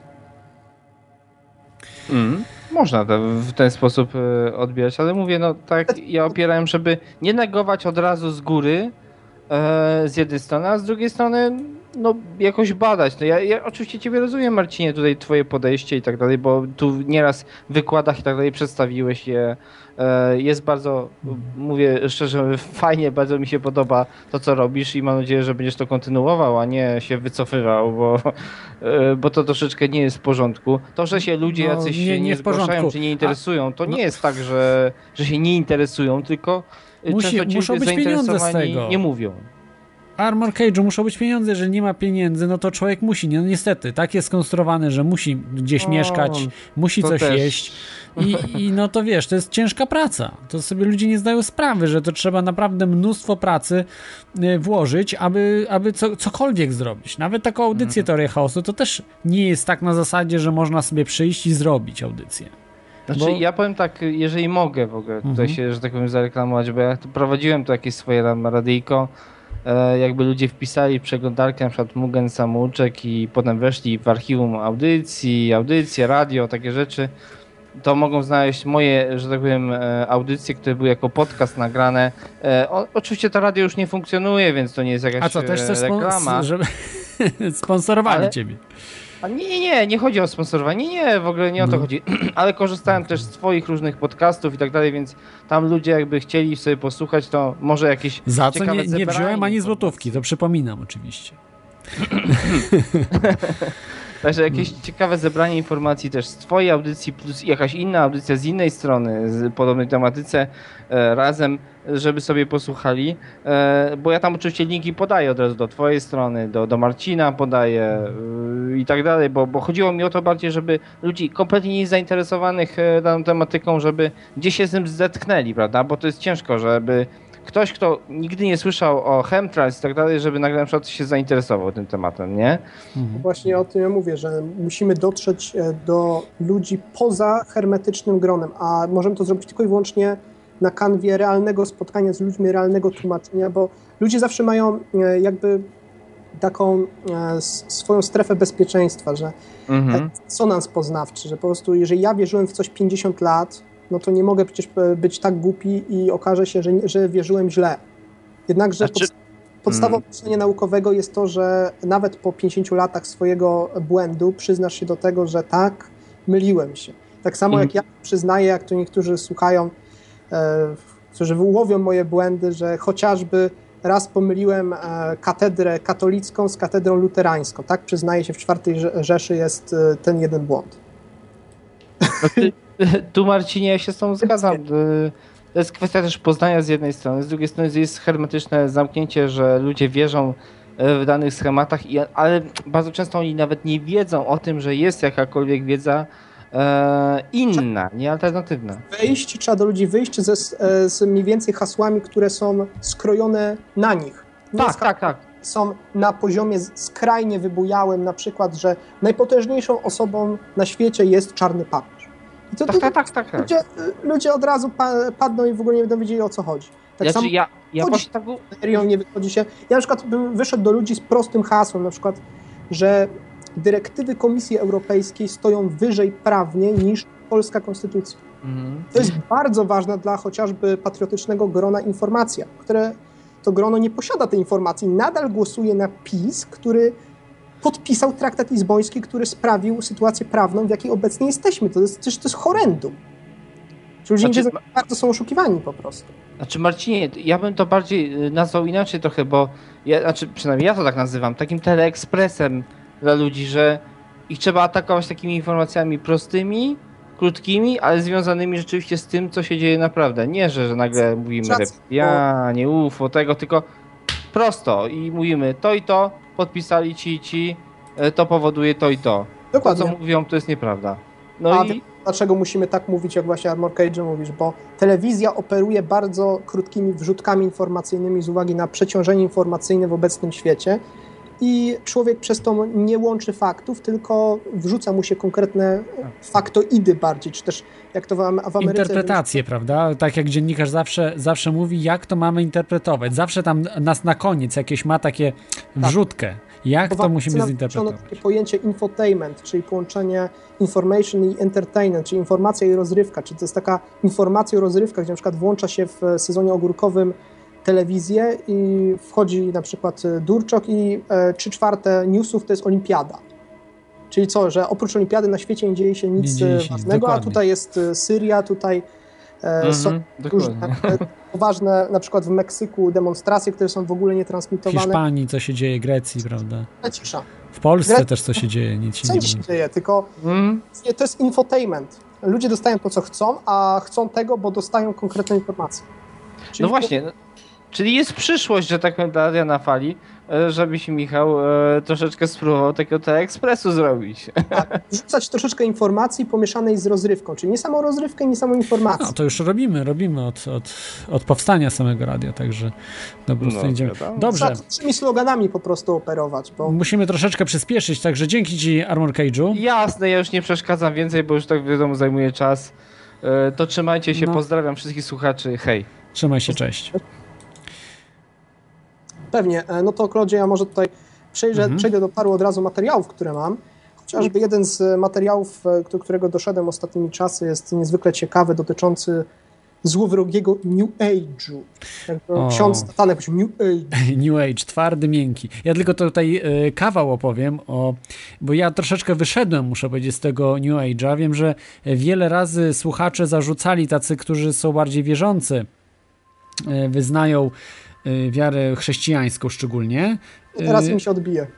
Można to w ten sposób odbierać, ale mówię, no tak ja opierałem, żeby nie negować od razu z góry z jednej strony, a z drugiej strony no jakoś badać. No ja oczywiście ciebie rozumiem, Marcinie, tutaj twoje podejście i tak dalej, bo tu nieraz w wykładach i tak dalej przedstawiłeś je. Jest bardzo, mówię szczerze, fajnie, bardzo mi się podoba to, co robisz i mam nadzieję, że będziesz to kontynuował, a nie się wycofywał, bo to troszeczkę nie jest w porządku. To, że się ludzie jacyś nie zgłaszają czy nie interesują, to nie jest tak, że się nie interesują, tylko muszą być pieniądze z tego. Nie mówią. Armor Cage'u muszą być pieniądze, jeżeli nie ma pieniędzy, no to człowiek musi, no niestety, tak jest skonstruowany, że musi gdzieś mieszkać, musi coś jeść i no to wiesz, to jest ciężka praca, to sobie ludzie nie zdają sprawy, że to trzeba naprawdę mnóstwo pracy włożyć, aby cokolwiek zrobić. Nawet taką audycję Teorii Chaosu to też nie jest tak na zasadzie, że można sobie przyjść i zrobić audycję. Znaczy ja powiem tak, jeżeli mogę w ogóle tutaj się, że tak powiem, zareklamować, bo ja tu prowadziłem tu jakieś swoje radyjko, jakby ludzie wpisali w przeglądarkę na przykład Mugen Samouczek i potem weszli w archiwum audycje, radio, takie rzeczy, to mogą znaleźć moje, że tak powiem, audycje, które były jako podcast nagrane. Oczywiście to radio już nie funkcjonuje, więc to nie jest jakaś A co, też chcesz reklama. żeby sponsorowali Ale- ciebie. A nie chodzi o sponsorowanie, nie, w ogóle nie o to chodzi. Ale korzystałem też z twoich różnych podcastów i tak dalej, więc tam ludzie jakby chcieli sobie posłuchać, to może jakieś Za co ciekawe nie zebranie wziąłem ani informacji. złotówki, to przypominam oczywiście. Także jakieś ciekawe zebranie informacji też z twojej audycji, plus jakaś inna audycja z innej strony, z podobnej tematyce razem, żeby sobie posłuchali. Bo ja tam oczywiście linki podaję od razu do twojej strony, do Marcina podaję i tak dalej, bo chodziło mi o to bardziej, żeby ludzi kompletnie niezainteresowanych daną tematyką, żeby gdzieś się z tym zetknęli, prawda? Bo to jest ciężko, żeby ktoś, kto nigdy nie słyszał o chemtrails i tak dalej, żeby nagle na przykład się zainteresował tym tematem, nie? Właśnie o tym ja mówię, że musimy dotrzeć do ludzi poza hermetycznym gronem, a możemy to zrobić tylko i wyłącznie na kanwie realnego spotkania z ludźmi, realnego tłumaczenia, bo ludzie zawsze mają jakby taką swoją strefę bezpieczeństwa, że dysonans poznawczy, że po prostu jeżeli ja wierzyłem w coś 50 lat, no to nie mogę przecież być tak głupi i okaże się, że wierzyłem źle. Jednakże podstawą myślenia naukowego jest to, że nawet po 50 latach swojego błędu przyznasz się do tego, że tak, myliłem się. Tak samo jak ja przyznaję, jak to niektórzy słuchają, którzy łowią moje błędy, że chociażby raz pomyliłem katedrę katolicką z katedrą luterańską. Tak przyznaję się, w czwartej Rzeszy jest ten jeden błąd. Tu Marcinie, ja się z tobą zgadzam. To jest kwestia też poznania z jednej strony, z drugiej strony jest hermetyczne zamknięcie, że ludzie wierzą w danych schematach, ale bardzo często oni nawet nie wiedzą o tym, że jest jakakolwiek wiedza inna, nie alternatywna. Trzeba do ludzi wyjść z mniej więcej hasłami, które są skrojone na nich. Tak. Są na poziomie skrajnie wybujałym, na przykład, że najpotężniejszą osobą na świecie jest czarny papież. I to Tak. Ludzie od razu padną i w ogóle nie będą wiedzieli, o co chodzi. Tak samo ja właśnie tak... nie wychodzi się. Ja na przykład bym wyszedł do ludzi z prostym hasłem, na przykład, że dyrektywy Komisji Europejskiej stoją wyżej prawnie niż polska konstytucja. To jest bardzo ważna dla chociażby patriotycznego grona informacja, które to grono nie posiada tej informacji. Nadal głosuje na PiS, który podpisał traktat lizboński, który sprawił sytuację prawną, w jakiej obecnie jesteśmy. To jest horrendum. Ludzie bardzo są oszukiwani po prostu. Znaczy Marcinie, ja bym to bardziej nazwał inaczej trochę, bo przynajmniej ja to tak nazywam, takim teleekspresem dla ludzi, że ich trzeba atakować takimi informacjami prostymi, krótkimi, ale związanymi rzeczywiście z tym, co się dzieje naprawdę. Nie, że nagle mówimy nie UFO, tego, tylko prosto i mówimy to i to, podpisali ci, to powoduje to i to. Dokładnie. To, co mówią, to jest nieprawda. Dlaczego musimy tak mówić, jak właśnie Armor Cage mówisz? Bo telewizja operuje bardzo krótkimi wrzutkami informacyjnymi z uwagi na przeciążenie informacyjne w obecnym świecie i człowiek przez to nie łączy faktów, tylko wrzuca mu się konkretne faktoidy bardziej, czy też jak to w Ameryce... Interpretacje, prawda? Tak jak dziennikarz zawsze mówi, jak to mamy interpretować. Zawsze tam nas na koniec jakieś ma takie wrzutkę. Jak to musimy zinterpretować? Takie pojęcie infotainment, czyli połączenie information i entertainment, czyli informacja i rozrywka. Czyli to jest taka informacja o rozrywkach, gdzie na przykład włącza się w sezonie ogórkowym telewizję i wchodzi na przykład Durczok i 3/4 newsów to jest olimpiada. Czyli co, że oprócz olimpiady na świecie nie dzieje się nic ważnego, a tutaj jest Syria, tutaj są różne poważne, na przykład w Meksyku demonstracje, które są w ogóle nietransmitowane. W Hiszpanii co się dzieje, Grecji, prawda? Cisza. W Polsce też co się dzieje, nic się nie mówi. Dzieje, tylko to jest infotainment. Ludzie dostają to, co chcą, a chcą tego, bo dostają konkretne informacje. Czyli no właśnie, czyli jest przyszłość, że tak powiem, dla Radia na Fali, żebyś, Michał, troszeczkę spróbował takiego teleekspresu zrobić. Tak, rzucać troszeczkę informacji pomieszanej z rozrywką, czyli nie samą rozrywkę, nie samą informację. No to już robimy od powstania samego radia, także po prostu idziemy. Dobrze. Z tymi sloganami po prostu operować. Bo... Musimy troszeczkę przyspieszyć, także dzięki ci, Armor Cage'u. Jasne, ja już nie przeszkadzam więcej, bo już tak wiadomo zajmuje czas. To trzymajcie się, pozdrawiam wszystkich słuchaczy, hej. Trzymaj się, cześć. Pewnie. No to, Klodzie, ja może tutaj przejdę do paru od razu materiałów, które mam. Chociażby jeden z materiałów, do którego doszedłem ostatnimi czasy, jest niezwykle ciekawy, dotyczący złowrogiego New Age'u. Ksiądz Tatanek powiedział New Age. New Age, twardy, miękki. Ja tylko tutaj kawał opowiem, bo ja troszeczkę wyszedłem, muszę powiedzieć, z tego New Age'a. Wiem, że wiele razy słuchacze zarzucali, tacy, którzy są bardziej wierzący, wyznają wiarę chrześcijańską szczególnie. Teraz mi się odbije.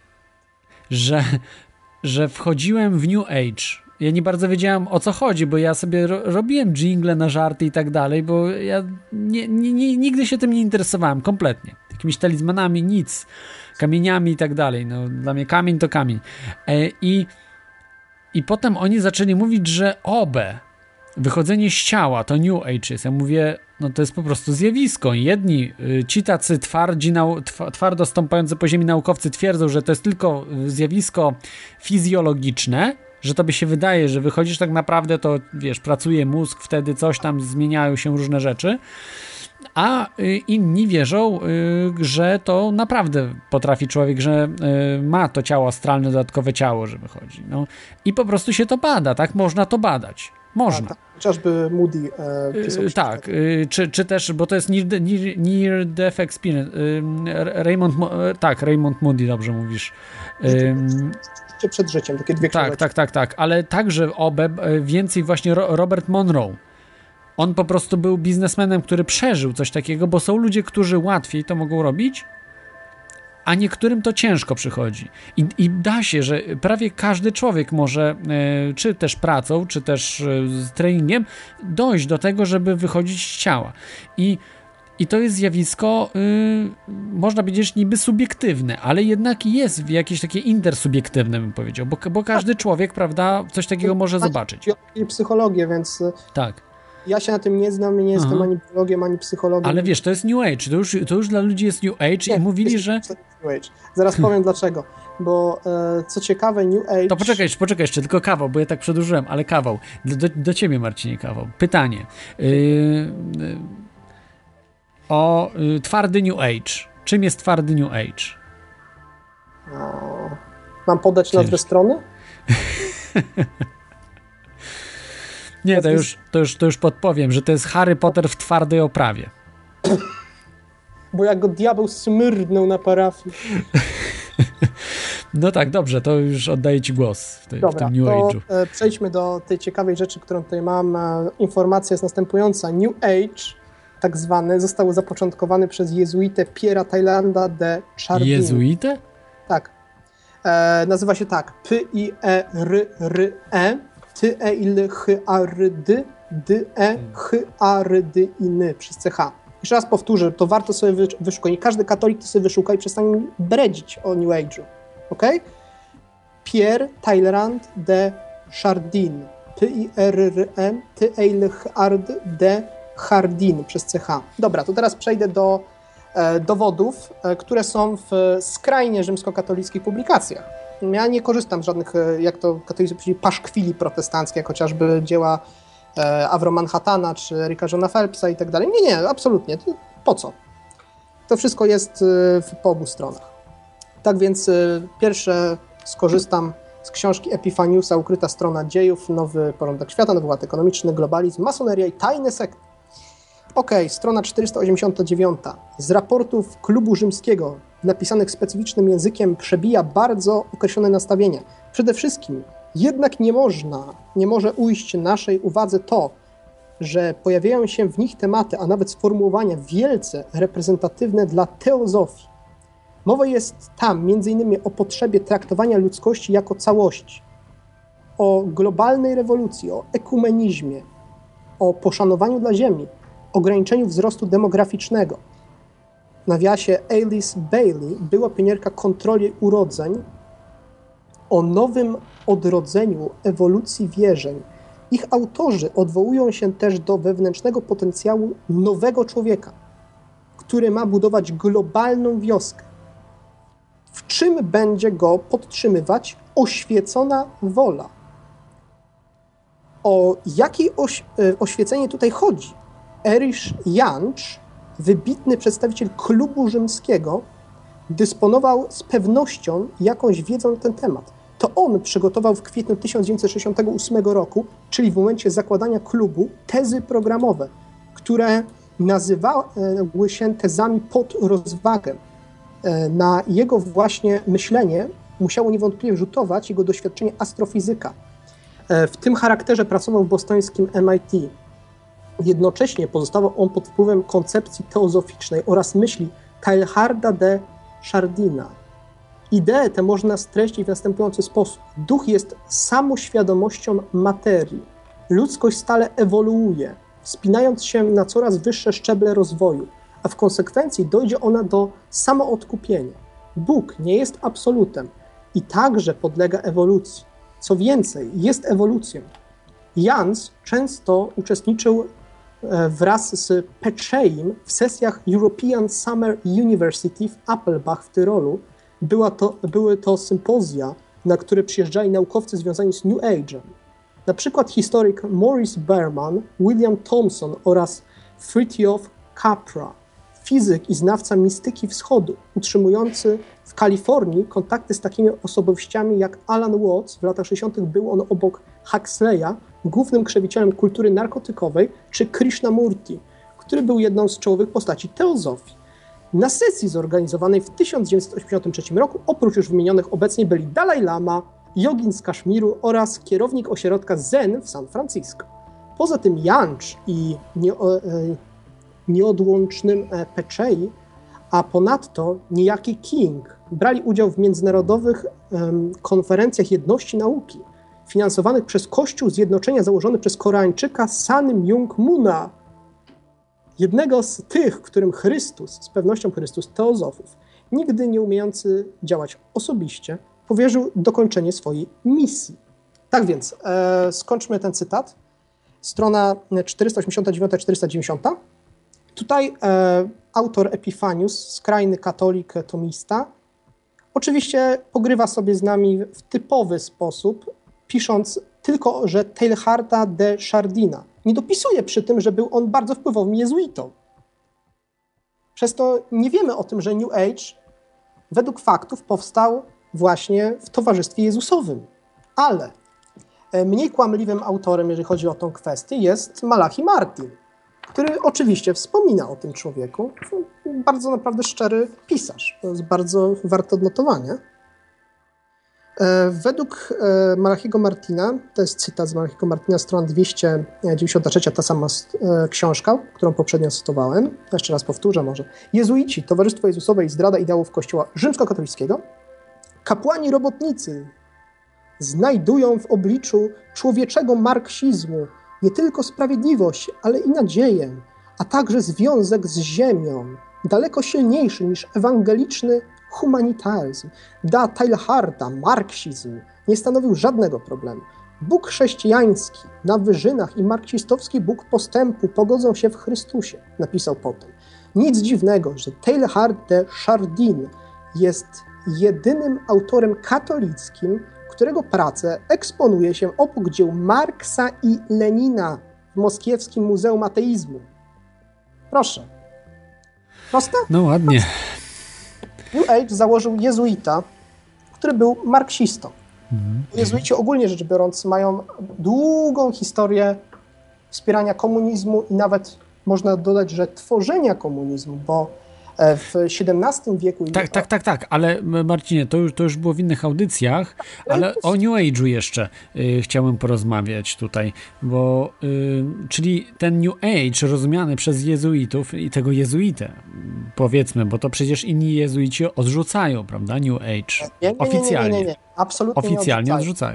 Że wchodziłem w New Age. Ja nie bardzo wiedziałem, o co chodzi, bo ja sobie robiłem dżingle na żarty i tak dalej, bo ja nigdy się tym nie interesowałem kompletnie. Jakimiś talizmanami, nic. Kamieniami i tak dalej. No, dla mnie kamień to kamień. I potem oni zaczęli mówić, że wychodzenie z ciała to New Age jest. Ja mówię, no to jest po prostu zjawisko. Jedni, ci tacy twardo stąpający po ziemi naukowcy twierdzą, że to jest tylko zjawisko fizjologiczne, że tobie się wydaje, że wychodzisz tak naprawdę, to wiesz, pracuje mózg, wtedy coś tam, zmieniają się różne rzeczy, a inni wierzą, że to naprawdę potrafi człowiek, że ma to ciało astralne, dodatkowe ciało, że wychodzi. No. I po prostu się to bada, tak? Można to badać. Można. Tak, chociażby Moody pisał. Tak, czy też, bo to jest Near Death Experience. Raymond Moody, dobrze mówisz. Przed życiem, takie dwie książki. Tak, ale także więcej właśnie Robert Monroe. On po prostu był biznesmenem, który przeżył coś takiego, bo są ludzie, którzy łatwiej to mogą robić, a niektórym to ciężko przychodzi. I da się, że prawie każdy człowiek może, czy też pracą, czy też z treningiem, dojść do tego, żeby wychodzić z ciała. I to jest zjawisko, można powiedzieć, niby subiektywne, ale jednak jest jakieś takie intersubiektywne, bym powiedział, bo każdy człowiek, prawda, coś takiego może zobaczyć. I psychologię, więc tak. Ja się na tym nie znam, nie jestem ani biologiem, ani psychologiem. Ale wiesz, to jest New Age, to już dla ludzi jest New Age i mówili, że... New Age. Zaraz powiem dlaczego, bo co ciekawe, New Age... To poczekaj jeszcze, tylko kawał, bo ja tak przedłużyłem, ale kawał. Do ciebie, Marcinie, kawał. Pytanie. O twardy New Age. Czym jest twardy New Age? Mam podać nazwę strony? Nie, to już podpowiem, że to jest Harry Potter w twardej oprawie. Bo jak go diabeł smyrnął na parafii. No tak, dobrze, to już oddaję ci głos w tym New Age'u. Przejdźmy do tej ciekawej rzeczy, którą tutaj mam. Informacja jest następująca. New Age, tak zwany, został zapoczątkowany przez jezuitę Pierre'a Taylanda de Chardin. Jezuitę? Tak. Nazywa się tak. P-I-E-R-R-E T-E-L-H-A-R-D-D-E-H-A-R-D-I-N przez CH. Jeszcze raz powtórzę, to warto sobie wyszukać. Nie każdy katolik to sobie wyszuka i przestanie bredzić o New Age'u. Ok? Pierre Talleyrand de Chardin. P-I-R-R-E T-E-L-H-A-R-D Chardin przez CH. Dobra, to teraz przejdę do dowodów, które są w skrajnie rzymskokatolickich publikacjach. Ja nie korzystam z żadnych, jak to katolicy powiedzieli, paszkwili protestanckich, jak chociażby dzieła Avro Manhattana czy Erika Johna Phelpsa i tak dalej. Nie, absolutnie. Po co? To wszystko jest po obu stronach. Tak więc pierwsze skorzystam z książki Epifaniusa Ukryta strona dziejów, Nowy porządek świata, Nowy ład ekonomiczny, globalizm, masoneria i tajne sekty. Strona 489. Z raportów Klubu Rzymskiego napisanych specyficznym językiem przebija bardzo określone nastawienia. Przede wszystkim jednak nie może ujść naszej uwadze to, że pojawiają się w nich tematy, a nawet sformułowania wielce reprezentatywne dla teozofii. Mowa jest tam m.in. o potrzebie traktowania ludzkości jako całości, o globalnej rewolucji, o ekumenizmie, o poszanowaniu dla Ziemi, ograniczeniu wzrostu demograficznego. W nawiasie Alice Bailey, była pionierka kontroli urodzeń, o nowym odrodzeniu ewolucji wierzeń. Ich autorzy odwołują się też do wewnętrznego potencjału nowego człowieka, który ma budować globalną wioskę. W czym będzie go podtrzymywać oświecona wola? O jakie oświecenie tutaj chodzi? Erich Jansch, wybitny przedstawiciel Klubu Rzymskiego, dysponował z pewnością jakąś wiedzą na ten temat. to on przygotował w kwietniu 1968 roku, czyli w momencie zakładania klubu, tezy programowe, które nazywały się tezami pod rozwagę. Na jego właśnie myślenie musiało niewątpliwie rzutować jego doświadczenie astrofizyka. W tym charakterze pracował w bostońskim MIT. Jednocześnie pozostawał on pod wpływem koncepcji teozoficznej oraz myśli Teilharda de Chardina. Ideę tę można streścić w następujący sposób. Duch jest samoświadomością materii. Ludzkość stale ewoluuje, wspinając się na coraz wyższe szczeble rozwoju, a w konsekwencji dojdzie ona do samoodkupienia. Bóg nie jest absolutem i także podlega ewolucji. Co więcej, jest ewolucją. Jans często uczestniczył wraz z Pecheim w sesjach European Summer University w Appelbach w Tyrolu. Były to sympozja, na które przyjeżdżali naukowcy związani z New Age'em. Na przykład historyk Maurice Berman, William Thomson oraz Fritjof Capra, fizyk i znawca mistyki wschodu, utrzymujący w Kalifornii kontakty z takimi osobowościami jak Alan Watts. W latach 60. był on obok Huxleya głównym krzewicielem kultury narkotykowej, czy Krishnamurti, który był jedną z czołowych postaci teozofii. Na sesji zorganizowanej w 1983 roku oprócz już wymienionych obecnie byli Dalaj Lama, jogin z Kaszmiru oraz kierownik ośrodka Zen w San Francisco. Poza tym Jansz i nieodłącznym Pechei, a ponadto niejaki King brali udział w międzynarodowych konferencjach jedności nauki, finansowanych przez Kościół Zjednoczenia założony przez Koreańczyka Sun Myung Moona, jednego z tych, którym Chrystus, z pewnością Chrystus, teozofów, nigdy nie umiejący działać osobiście, powierzył dokończenie swojej misji. Tak więc, skończmy ten cytat. Strona 489-490. Tutaj autor Epifanius, skrajny katolik, tomista, oczywiście pogrywa sobie z nami w typowy sposób, pisząc tylko, że Teilharda de Chardina. Nie dopisuje przy tym, że był on bardzo wpływowym jezuitą. Przez to nie wiemy o tym, że New Age według faktów powstał właśnie w towarzystwie jezusowym. Ale mniej kłamliwym autorem, jeżeli chodzi o tą kwestię, jest Malachi Martin, który oczywiście wspomina o tym człowieku. Bardzo naprawdę szczery pisarz. To jest bardzo warte odnotowania. Według Malachiego Martina, to jest cytat z Malachiego Martina, strona 293, ta sama książka, którą poprzednio cytowałem. Jeszcze raz powtórzę może. Jezuici, Towarzystwo Jezusowe i zdrada ideałów Kościoła rzymskokatolickiego. Kapłani robotnicy znajdują w obliczu człowieczego marksizmu nie tylko sprawiedliwość, ale i nadzieję, a także związek z ziemią, daleko silniejszy niż ewangeliczny humanitaryzm. Dla Teilharda marksizm nie stanowił żadnego problemu. Bóg chrześcijański na wyżynach i marksistowski Bóg postępu pogodzą się w Chrystusie, napisał potem. Nic dziwnego, że Teilhard de Chardin jest jedynym autorem katolickim, którego prace eksponuje się obok dzieł Marksa i Lenina w moskiewskim Muzeum Ateizmu. Proszę. Proste? No ładnie. New Age założył jezuita, który był marksistą. Jezuici ogólnie rzecz biorąc mają długą historię wspierania komunizmu i nawet można dodać, że tworzenia komunizmu, bo w XVII wieku... Tak, ale Marcinie, to już było w innych audycjach, ale o New Age'u jeszcze chciałem porozmawiać tutaj, bo czyli ten New Age rozumiany przez jezuitów i tego jezuitę, powiedzmy, bo to przecież inni jezuici odrzucają, prawda, New Age, oficjalnie. Nie. Absolutnie oficjalnie nie odrzucają.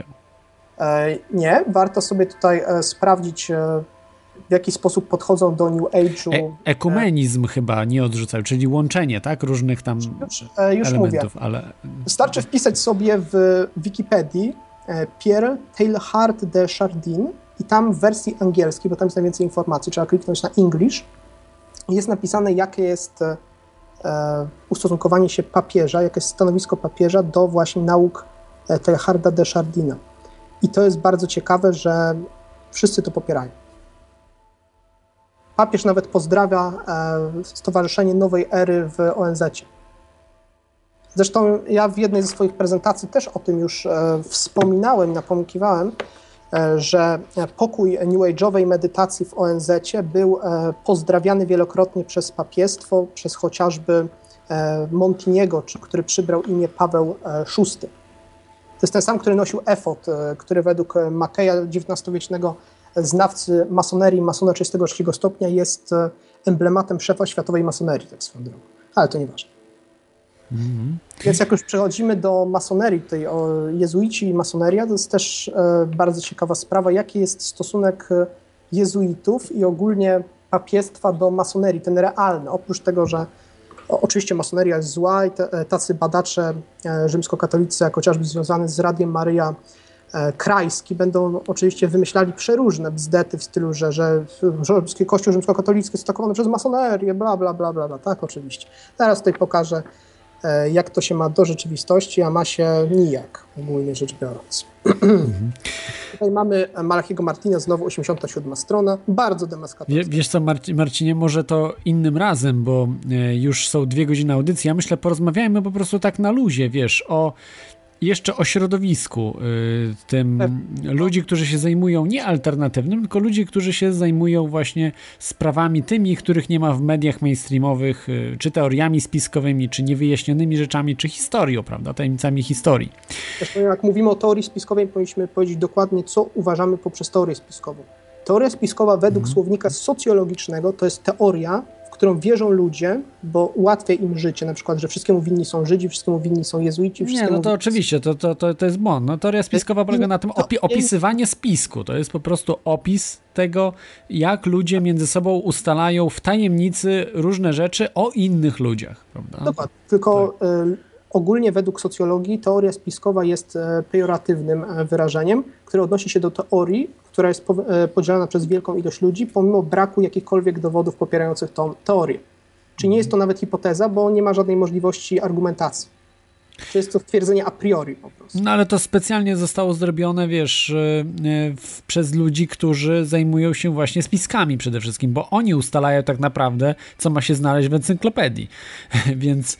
Nie, warto sobie tutaj sprawdzić, w jaki sposób podchodzą do New Age'u. Ekumenizm chyba nie odrzucają, czyli łączenie, tak? Różnych tam już elementów, mówię. ale... Wystarczy wpisać sobie w Wikipedii Pierre Teilhard de Chardin i tam w wersji angielskiej, bo tam jest najwięcej informacji, trzeba kliknąć na English, jest napisane, jakie jest ustosunkowanie się papieża, jakie jest stanowisko papieża do właśnie nauk Teilharda de Chardina. I to jest bardzo ciekawe, że wszyscy to popierają. Papież nawet pozdrawia Stowarzyszenie Nowej Ery w ONZ-cie. Zresztą ja w jednej ze swoich prezentacji też o tym już wspominałem, napomniewałem, że pokój New Age'owej medytacji w ONZ-cie był pozdrawiany wielokrotnie przez papiestwo, przez chociażby Montiniego, który przybrał imię Paweł VI. To jest ten sam, który nosił efod, który według Mackeya, XIX-wiecznego znawcy masonerii, masona 33 stopnia, jest emblematem szefa światowej masonerii, tak swoją drogą. Ale to nieważne. Więc jak już przechodzimy do masonerii, tutaj o jezuici i masoneria, to jest też bardzo ciekawa sprawa, jaki jest stosunek jezuitów i ogólnie papiestwa do masonerii, ten realny. Oprócz tego, że oczywiście masoneria jest zła i tacy badacze rzymskokatolicy, jak chociażby związany z Radiem Maryja Krajski, będą oczywiście wymyślali przeróżne bzdety w stylu, że Kościół rzymskokatolicki jest atakowany przez masonerię, bla, bla, bla, bla, bla. Tak, oczywiście. Teraz tutaj pokażę, jak to się ma do rzeczywistości, a ma się nijak, ogólnie rzecz biorąc. Tutaj mamy Malachiego Martina, znowu 87 strona, bardzo demaskatowska. Wiesz co, Marcinie, może to innym razem, bo już są 2 godziny audycji. Ja myślę, porozmawiajmy po prostu tak na luzie, wiesz, jeszcze o środowisku, tym ludzi, którzy się zajmują nie alternatywnym, tylko ludzi, którzy się zajmują właśnie sprawami tymi, których nie ma w mediach mainstreamowych, czy teoriami spiskowymi, czy niewyjaśnionymi rzeczami, czy historią, prawda, tajemnicami historii. Zresztą jak mówimy o teorii spiskowej, powinniśmy powiedzieć dokładnie, co uważamy poprzez teorię spiskową. Teoria spiskowa według słownika socjologicznego to jest teoria, w którą wierzą ludzie, bo ułatwia im życie, na przykład, że wszystkiemu winni są Żydzi, wszystkiemu winni są jezuici. Nie, no to oczywiście, to jest błąd. No, teoria spiskowa polega na tym opisywanie spisku. To jest po prostu opis tego, jak ludzie między sobą ustalają w tajemnicy różne rzeczy o innych ludziach. Prawda? Dokładnie, tylko ogólnie według socjologii teoria spiskowa jest pejoratywnym wyrażeniem, które odnosi się do teorii, która jest podzielona przez wielką ilość ludzi, pomimo braku jakichkolwiek dowodów popierających tą teorię. Czyli nie jest to nawet hipoteza, bo nie ma żadnej możliwości argumentacji. Czy jest to stwierdzenie a priori po prostu. No ale to specjalnie zostało zrobione, wiesz, przez ludzi, którzy zajmują się właśnie spiskami przede wszystkim, bo oni ustalają tak naprawdę, co ma się znaleźć w encyklopedii. Więc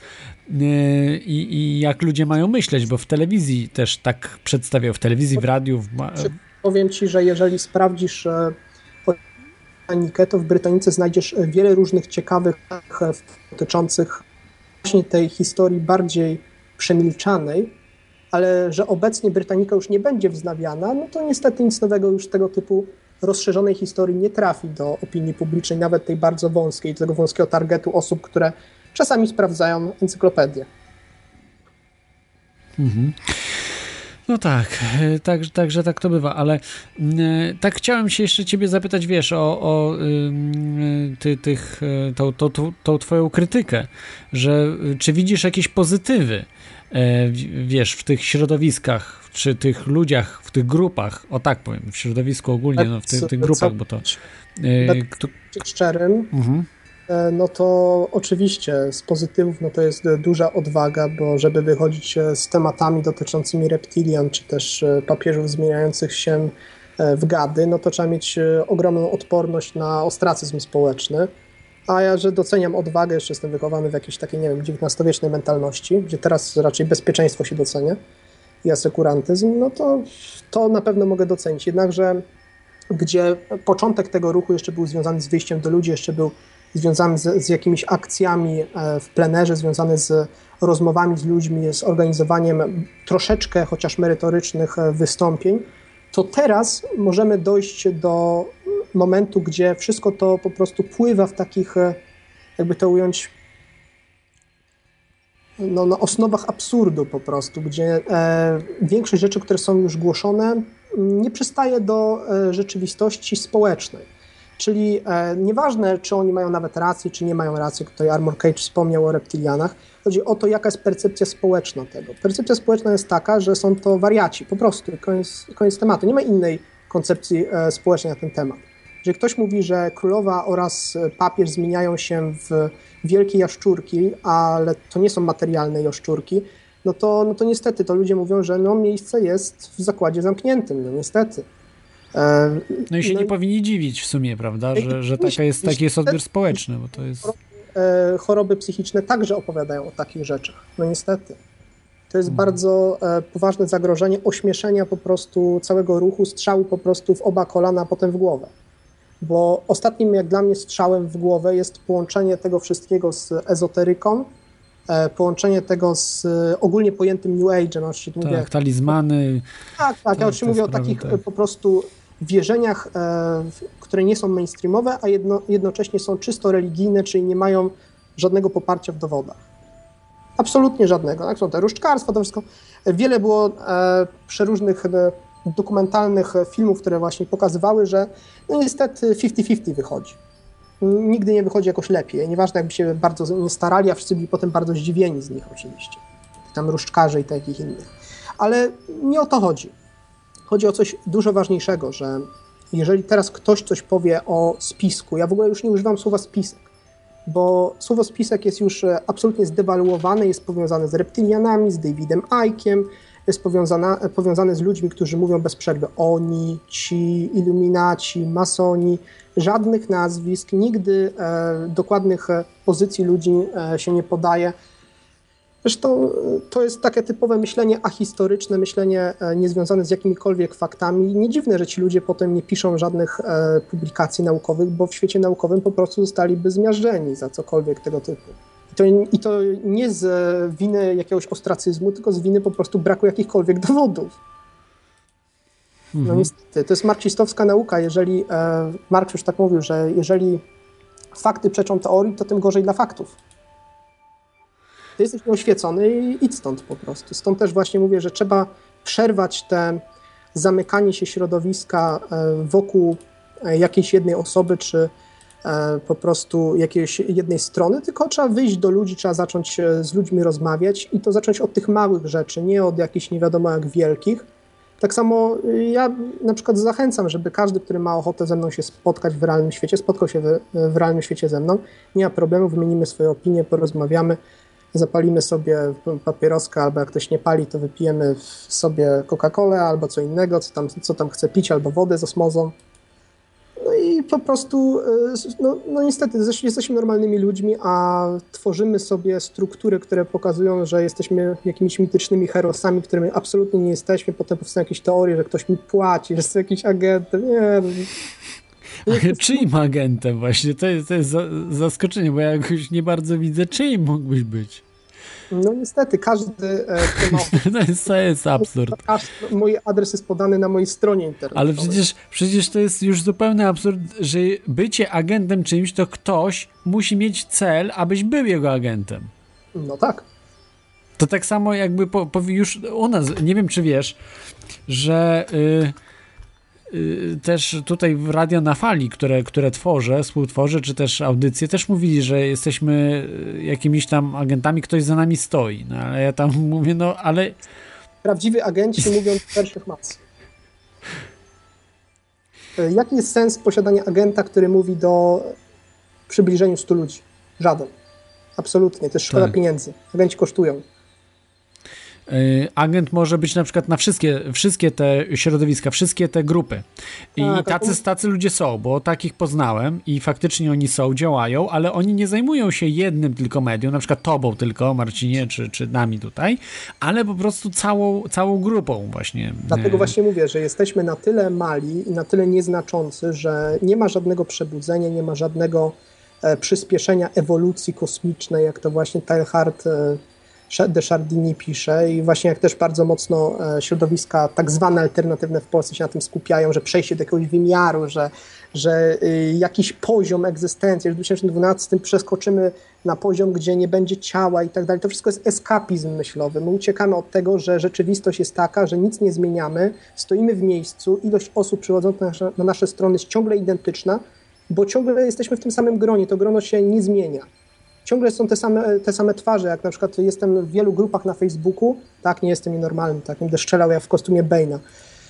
i jak ludzie mają myśleć, bo w telewizji też tak przedstawiał, w telewizji, w radiu. Powiem ci, że jeżeli sprawdzisz Brytanikę, to w Brytanice znajdziesz wiele różnych ciekawych dotyczących właśnie tej historii bardziej przemilczanej, ale że obecnie Brytanika już nie będzie wznawiana, no to niestety nic nowego już tego typu rozszerzonej historii nie trafi do opinii publicznej, nawet tej bardzo wąskiej, tego wąskiego targetu osób, które czasami sprawdzają encyklopedię. No tak, także tak to bywa, ale tak chciałem się jeszcze ciebie zapytać, wiesz, o tą twoją krytykę, że czy widzisz jakieś pozytywy, wiesz, w tych środowiskach, czy tych ludziach, w tych grupach, o tak powiem, w środowisku ogólnie, no, w tych grupach, bo to... Szczerym, no to oczywiście z pozytywów no to jest duża odwaga, bo żeby wychodzić z tematami dotyczącymi reptilian, czy też papieżów zmieniających się w gady, no to trzeba mieć ogromną odporność na ostracyzm społeczny. A ja, że doceniam odwagę, jeszcze jestem wychowany w jakiejś takiej, nie wiem, XIX-wiecznej mentalności, gdzie teraz raczej bezpieczeństwo się docenia i asekurantyzm, no to na pewno mogę docenić. Jednakże gdzie początek tego ruchu jeszcze był związany z wyjściem do ludzi, jeszcze był związany z jakimiś akcjami w plenerze, związany z rozmowami z ludźmi, z organizowaniem troszeczkę chociaż merytorycznych wystąpień, to teraz możemy dojść do momentu, gdzie wszystko to po prostu pływa w takich, jakby to ująć, no, na osnowach absurdu po prostu, gdzie większość rzeczy, które są już głoszone, nie przystaje do rzeczywistości społecznej. Czyli nieważne, czy oni mają nawet rację, czy nie mają racji, tutaj Armor Cage wspomniał o reptilianach, chodzi o to, jaka jest percepcja społeczna tego. Percepcja społeczna jest taka, że są to wariaci, po prostu, koniec tematu. Nie ma innej koncepcji społecznej na ten temat. Jeżeli ktoś mówi, że królowa oraz papież zmieniają się w wielkie jaszczurki, ale to nie są materialne jaszczurki, no to niestety to ludzie mówią, że no, miejsce jest w zakładzie zamkniętym, no niestety. No i się nie powinni dziwić w sumie, prawda, że taki jest odbiór społeczny, bo to jest... Choroby psychiczne także opowiadają o takich rzeczach, no niestety. To jest bardzo poważne zagrożenie ośmieszenia po prostu całego ruchu, strzału po prostu w oba kolana, a potem w głowę. Bo ostatnim, jak dla mnie, strzałem w głowę jest połączenie tego wszystkiego z ezoteryką, połączenie tego z ogólnie pojętym New Age'em. Oczywiście tu mówię, talizmany. tak, ja oczywiście mówię o takich po prostu wierzeniach, które nie są mainstreamowe, a jednocześnie są czysto religijne, czyli nie mają żadnego poparcia w dowodach. Absolutnie żadnego. Tak? Są te różdżkarstwa, to wszystko. Wiele było przeróżnych dokumentalnych filmów, które właśnie pokazywały, że no niestety 50-50 wychodzi. Nigdy nie wychodzi jakoś lepiej. Nieważne, jakby się bardzo nie starali, a wszyscy byli potem bardzo zdziwieni z nich oczywiście. Tam różdżkarze i takich innych. Ale nie o to chodzi. Chodzi o coś dużo ważniejszego, że jeżeli teraz ktoś coś powie o spisku, ja w ogóle już nie używam słowa spisek, bo słowo spisek jest już absolutnie zdewaluowane, jest powiązane z reptylianami, z Davidem Icke'iem, jest powiązane z ludźmi, którzy mówią bez przerwy oni, ci, iluminaci, masoni, żadnych nazwisk, nigdy dokładnych pozycji ludzi się nie podaje. Zresztą to jest takie typowe myślenie ahistoryczne, myślenie niezwiązane z jakimikolwiek faktami. Nie dziwne, że ci ludzie potem nie piszą żadnych publikacji naukowych, bo w świecie naukowym po prostu zostaliby zmiażdżeni za cokolwiek tego typu. I to nie z winy jakiegoś ostracyzmu, tylko z winy po prostu braku jakichkolwiek dowodów. No niestety, to jest marksistowska nauka. Jeżeli Marx już tak mówił, że jeżeli fakty przeczą teorii, to tym gorzej dla faktów. Ty jesteś nieoświecony i idź stąd po prostu. Stąd też właśnie mówię, że trzeba przerwać te zamykanie się środowiska wokół jakiejś jednej osoby, czy po prostu jakiejś jednej strony, tylko trzeba wyjść do ludzi, trzeba zacząć z ludźmi rozmawiać i to zacząć od tych małych rzeczy, nie od jakichś nie wiadomo jak wielkich. Tak samo ja na przykład zachęcam, żeby każdy, który ma ochotę ze mną się spotkać w realnym świecie, spotkał się w realnym świecie ze mną. Nie ma problemu, wymienimy swoje opinie, porozmawiamy, zapalimy sobie papieroska, albo jak ktoś nie pali, to wypijemy sobie Coca-Colę albo co innego, co tam chce pić, albo wodę z osmozą. No i po prostu, no niestety, jesteśmy normalnymi ludźmi, a tworzymy sobie struktury, które pokazują, że jesteśmy jakimiś mitycznymi herosami, którymi absolutnie nie jesteśmy. Potem powstają jakieś teorie, że ktoś mi płaci, że jestem jakiś agentem. Ale czyim agentem właśnie? To jest zaskoczenie, bo ja jakoś nie bardzo widzę, czyim mógłbyś być. No niestety, każdy, kto ma... To jest absurd. Mój adres jest podany na mojej stronie internetowej. Ale przecież to jest już zupełny absurd, że bycie agentem czymś, to ktoś musi mieć cel, abyś był jego agentem. No tak. To tak samo jakby już u nas, nie wiem czy wiesz, że też tutaj w Radio na Fali, które współtworzę, czy też audycje, też mówili, że jesteśmy jakimiś tam agentami, ktoś za nami stoi. No ale ja tam mówię, no ale... Prawdziwi agenci mówią do pierwszych mas. Jaki jest sens posiadania agenta, który mówi do przybliżeniu 100 ludzi? Żaden. Absolutnie. To jest szkoda pieniędzy. Agenci kosztują. Agent może być na przykład na wszystkie te środowiska, wszystkie te grupy. I tacy ludzie są, bo takich poznałem i faktycznie oni są, działają, ale oni nie zajmują się jednym tylko medium, na przykład tobą tylko, Marcinie, czy nami tutaj, ale po prostu całą grupą właśnie. Dlatego właśnie mówię, że jesteśmy na tyle mali i na tyle nieznaczący, że nie ma żadnego przebudzenia, nie ma żadnego przyspieszenia ewolucji kosmicznej, jak to właśnie Teilhard de Chardini pisze i właśnie jak też bardzo mocno środowiska tak zwane alternatywne w Polsce się na tym skupiają, że przejście do jakiegoś wymiaru, że jakiś poziom egzystencji, że w 2012 przeskoczymy na poziom, gdzie nie będzie ciała i tak dalej. To wszystko jest eskapizm myślowy. My uciekamy od tego, że rzeczywistość jest taka, że nic nie zmieniamy, stoimy w miejscu, ilość osób przychodzących na nasze strony jest ciągle identyczna, bo ciągle jesteśmy w tym samym gronie, to grono się nie zmienia. Ciągle są te same twarze, jak na przykład jestem w wielu grupach na Facebooku, tak, nie jestem nienormalny, tak, będę strzelał ja w kostiumie Bane'a.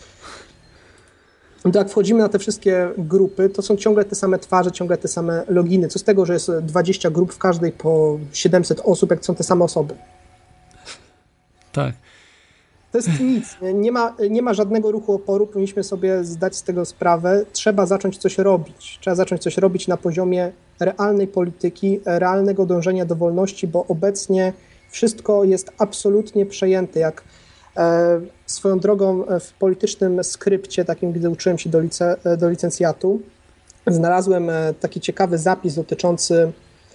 To jak wchodzimy na te wszystkie grupy, to są ciągle te same twarze, ciągle te same loginy. Co z tego, że jest 20 grup, w każdej po 700 osób, jak są te same osoby. Tak. To jest nic, nie ma żadnego ruchu oporu, powinniśmy sobie zdać z tego sprawę. Trzeba zacząć coś robić. Trzeba zacząć coś robić na poziomie realnej polityki, realnego dążenia do wolności, bo obecnie Wszystko jest absolutnie przejęte, jak swoją drogą w politycznym skrypcie, takim gdy uczyłem się do licencjatu, znalazłem taki ciekawy zapis dotyczący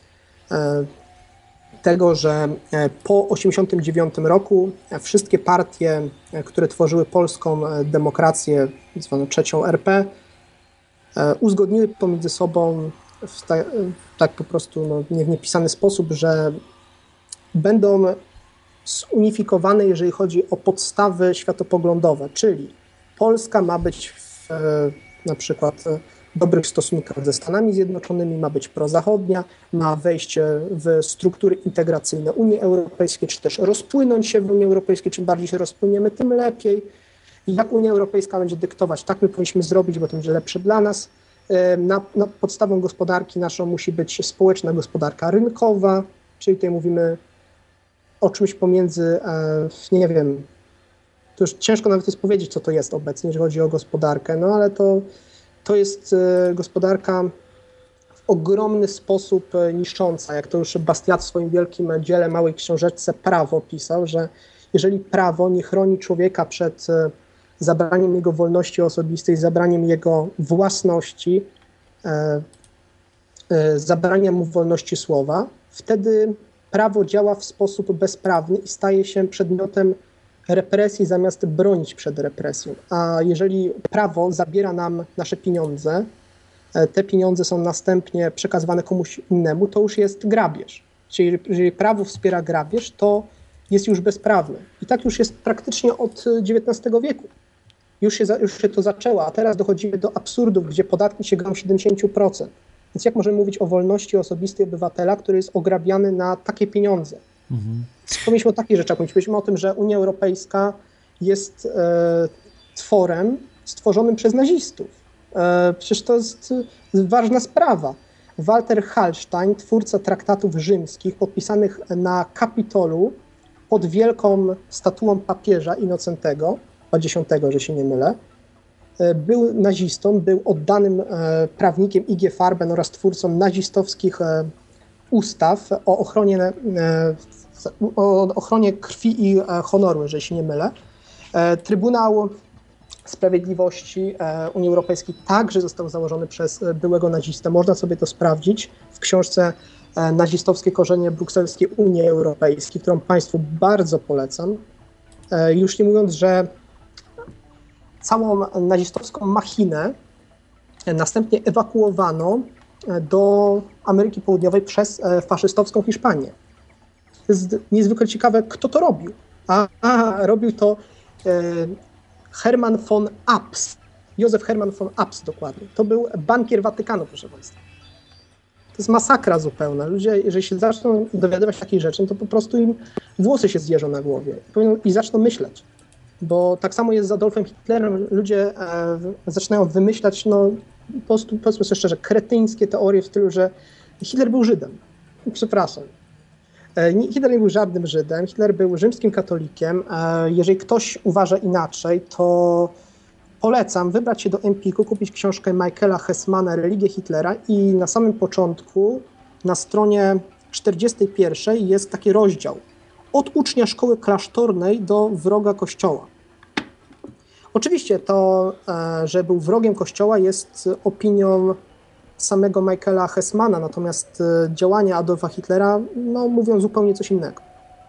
tego, że po 1989 roku wszystkie partie, które tworzyły polską demokrację, zwaną trzecią RP, uzgodniły pomiędzy sobą w tak po prostu w niepisany sposób, że będą zunifikowane, jeżeli chodzi o podstawy światopoglądowe, czyli Polska ma być na przykład dobrych stosunkach ze Stanami Zjednoczonymi, ma być prozachodnia, ma wejść w struktury integracyjne Unii Europejskiej, czy też rozpłynąć się w Unii Europejskiej. Czym bardziej się rozpłyniemy, tym lepiej. I jak Unia Europejska będzie dyktować, tak my powinniśmy zrobić, bo to będzie lepsze dla nas. Podstawą gospodarki naszą musi być społeczna gospodarka rynkowa, czyli tutaj mówimy o czymś pomiędzy, nie wiem, to już ciężko nawet jest powiedzieć, co to jest obecnie, jeżeli chodzi o gospodarkę, no ale to jest gospodarka w ogromny sposób niszcząca, jak to już Bastiat w swoim wielkim dziele, małej książeczce Prawo pisał, że jeżeli prawo nie chroni człowieka przed zabraniem jego wolności osobistej, zabraniem jego własności, zabraniem mu wolności słowa, wtedy prawo działa w sposób bezprawny i staje się przedmiotem represji zamiast bronić przed represją. A jeżeli prawo zabiera nam nasze pieniądze, te pieniądze są następnie przekazywane komuś innemu, to już jest grabież. Czyli jeżeli prawo wspiera grabież, to jest już bezprawne. I tak już jest praktycznie od XIX wieku. Już się to zaczęło, a teraz dochodzimy do absurdów, gdzie podatki sięgają 70%. Więc jak możemy mówić o wolności osobistej obywatela, który jest ograbiany na takie pieniądze? Powinniśmy o takich rzeczach mówić. Powinniśmy o tym, że Unia Europejska jest tworem stworzonym przez nazistów. Przecież to jest ważna sprawa. Walter Hallstein, twórca traktatów rzymskich podpisanych na Kapitolu pod wielką statuą papieża Innocentego, X, że się nie mylę, był nazistą, był oddanym prawnikiem IG Farben oraz twórcą nazistowskich ustaw o ochronie krwi i honoru, jeżeli się nie mylę. Trybunał Sprawiedliwości Unii Europejskiej także został założony przez byłego nazistę. Można sobie to sprawdzić w książce Nazistowskie korzenie brukselskie Unii Europejskiej, którą Państwu bardzo polecam. Już nie mówiąc, że całą nazistowską machinę następnie ewakuowano do Ameryki Południowej przez faszystowską Hiszpanię. To jest niezwykle ciekawe, kto to robił. Robił to Hermann von Abs. Józef Hermann von Abs dokładnie. To był bankier Watykanu, proszę Państwa. To jest masakra zupełna. Ludzie, jeżeli się zaczną dowiadywać takich rzeczy, to po prostu im włosy się zjeżą na głowie i zaczną myśleć. Bo tak samo jest z Adolfem Hitlerem. Ludzie zaczynają wymyślać, po prostu, powiedzmy sobie szczerze, kretyńskie teorie w stylu, że Hitler był Żydem. Przepraszam. Hitler nie był żadnym Żydem. Hitler był rzymskim katolikiem. Jeżeli ktoś uważa inaczej, to polecam wybrać się do Empiku, kupić książkę Michaela Hessmana Religię Hitlera i na samym początku, na stronie 41 jest taki rozdział od ucznia szkoły klasztornej do wroga kościoła. Oczywiście to, że był wrogiem kościoła, jest opinią samego Michaela Hessmana, natomiast działania Adolfa Hitlera mówią zupełnie coś innego.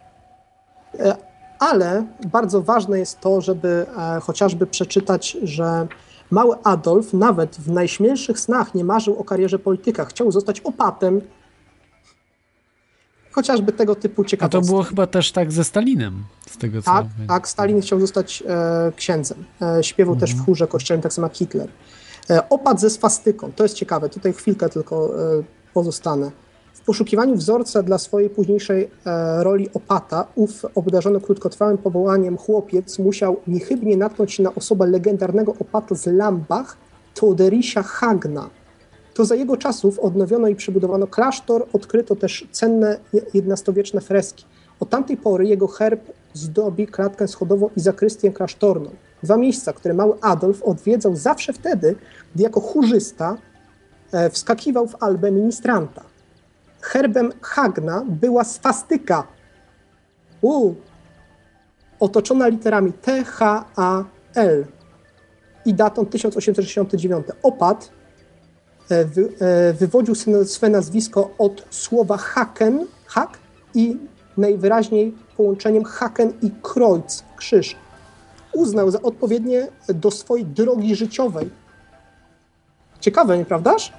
Ale bardzo ważne jest to, żeby chociażby przeczytać, że mały Adolf nawet w najśmielszych snach nie marzył o karierze polityka. Chciał zostać opatem. Chociażby tego typu ciekawostki. A to było chyba też tak ze Stalinem, z tego co... Tak, Stalin chciał zostać księdzem. Śpiewał też w chórze kościelnym, tak samo jak Hitler. Opat ze swastyką, to jest ciekawe, tutaj chwilkę tylko pozostanę. W poszukiwaniu wzorca dla swojej późniejszej roli opata, ów obdarzony krótkotrwałym powołaniem chłopiec musiał niechybnie natknąć się na osobę legendarnego opata z Lambach, Theoderisia Hagna. To za jego czasów odnowiono i przebudowano klasztor, odkryto też cenne XI-wieczne freski. Od tamtej pory jego herb zdobi klatkę schodową i zakrystię klasztorną. Dwa miejsca, które mały Adolf odwiedzał zawsze wtedy, gdy jako chórzysta wskakiwał w albę ministranta. Herbem Hagna była swastyka. otoczona literami THAL i datą 1869. Opat wywodził swe nazwisko od słowa Haken, hak, i najwyraźniej połączeniem Haken i Kreuz, krzyż. Uznał za odpowiednie do swojej drogi życiowej. Ciekawe, nieprawdaż?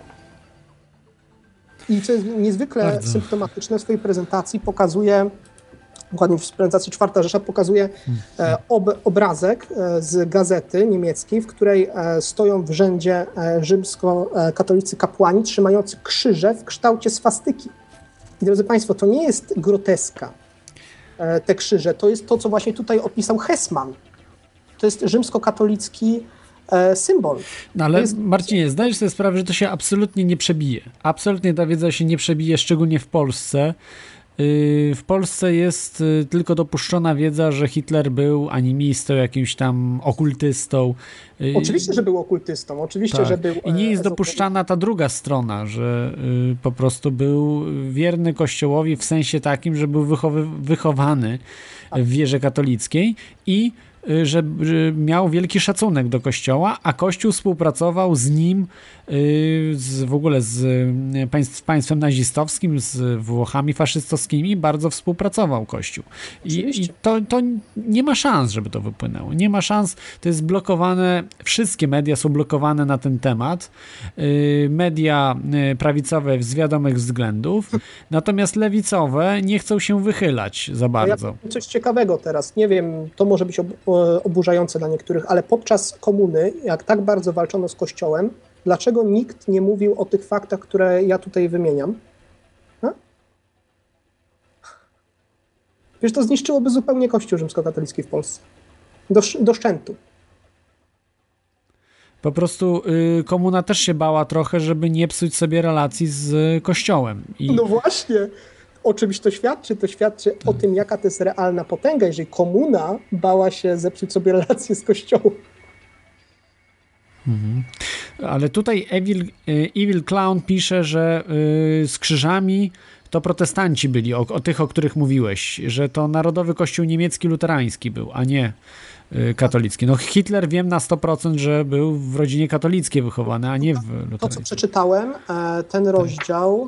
I co jest niezwykle symptomatyczne, w swojej prezentacji pokazuje, dokładnie w prezentacji Czwarta Rzesza pokazuje obrazek z gazety niemieckiej, w której stoją w rzędzie rzymskokatolicy kapłani trzymający krzyże w kształcie swastyki. I drodzy Państwo, to nie jest groteska, te krzyże, to jest to, co właśnie tutaj opisał Hessman. To jest rzymskokatolicki symbol. No ale Marcinie, zdajesz sobie sprawę, że to się absolutnie nie przebije. Absolutnie ta wiedza się nie przebije, szczególnie w Polsce. W Polsce jest tylko dopuszczona wiedza, że Hitler był animistą, jakimś tam okultystą. Oczywiście, że był okultystą. Oczywiście, tak. że był. I nie jest dopuszczana ta druga strona, że po prostu był wierny Kościołowi w sensie takim, że był wychowany w wierze katolickiej i że miał wielki szacunek do Kościoła, a Kościół współpracował z nim w ogóle z państwem nazistowskim, z Włochami faszystowskimi, bardzo współpracował Kościół. I to nie ma szans, żeby to wypłynęło. Nie ma szans, to jest blokowane, wszystkie media są blokowane na ten temat. Media prawicowe z wiadomych względów, natomiast lewicowe nie chcą się wychylać za bardzo. Ja coś ciekawego teraz, nie wiem, to może być oburzające dla niektórych, ale podczas komuny, jak tak bardzo walczono z Kościołem, dlaczego nikt nie mówił o tych faktach, które ja tutaj wymieniam? Wiesz, to zniszczyłoby zupełnie Kościół rzymskokatolicki w Polsce. Do szczętu. Po prostu komuna też się bała trochę, żeby nie psuć sobie relacji z Kościołem. No właśnie. O czymś to świadczy? To świadczy o tym, jaka to jest realna potęga, jeżeli komuna bała się zepsuć sobie relacje z Kościołem. Ale tutaj Evil Clown pisze, że z krzyżami to protestanci byli, o tych, o których mówiłeś, że to Narodowy Kościół Niemiecki Luterański był, a nie katolicki. No Hitler wiem na 100%, że był w rodzinie katolickiej wychowany, a nie w luterańskiej. To, co przeczytałem, ten rozdział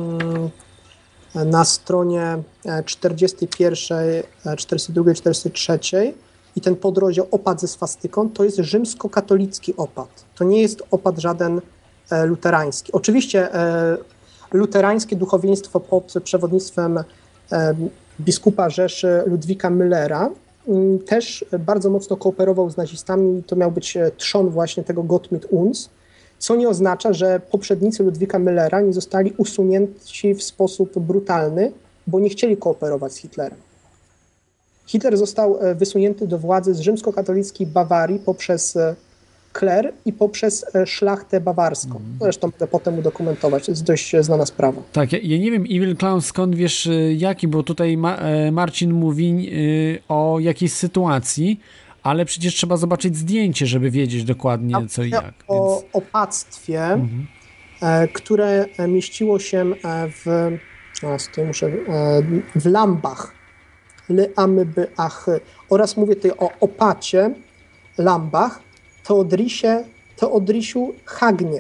na stronie 41, 42, 43 i ten podrozdział opat ze swastyką, to jest rzymskokatolicki opat. To nie jest opat żaden luterański. Oczywiście luterańskie duchowieństwo pod przewodnictwem biskupa Rzeszy Ludwika Müllera też bardzo mocno kooperował z nazistami i to miał być trzon właśnie tego Gott mit uns, co nie oznacza, że poprzednicy Ludwika Müllera nie zostali usunięci w sposób brutalny, bo nie chcieli kooperować z Hitlerem. Hitler został wysunięty do władzy z rzymskokatolickiej Bawarii poprzez kler i poprzez szlachtę bawarską. Zresztą będę potem udokumentować, to jest dość znana sprawa. Tak, ja nie wiem, Evil Clown, skąd wiesz jaki, bo tutaj Marcin mówi o jakiejś sytuacji, ale przecież trzeba zobaczyć zdjęcie, żeby wiedzieć dokładnie co i jak. O opactwie, które mieściło się w Lambach, oraz mówię tutaj o opacie, Lambach, Teodrysiu Hagnie,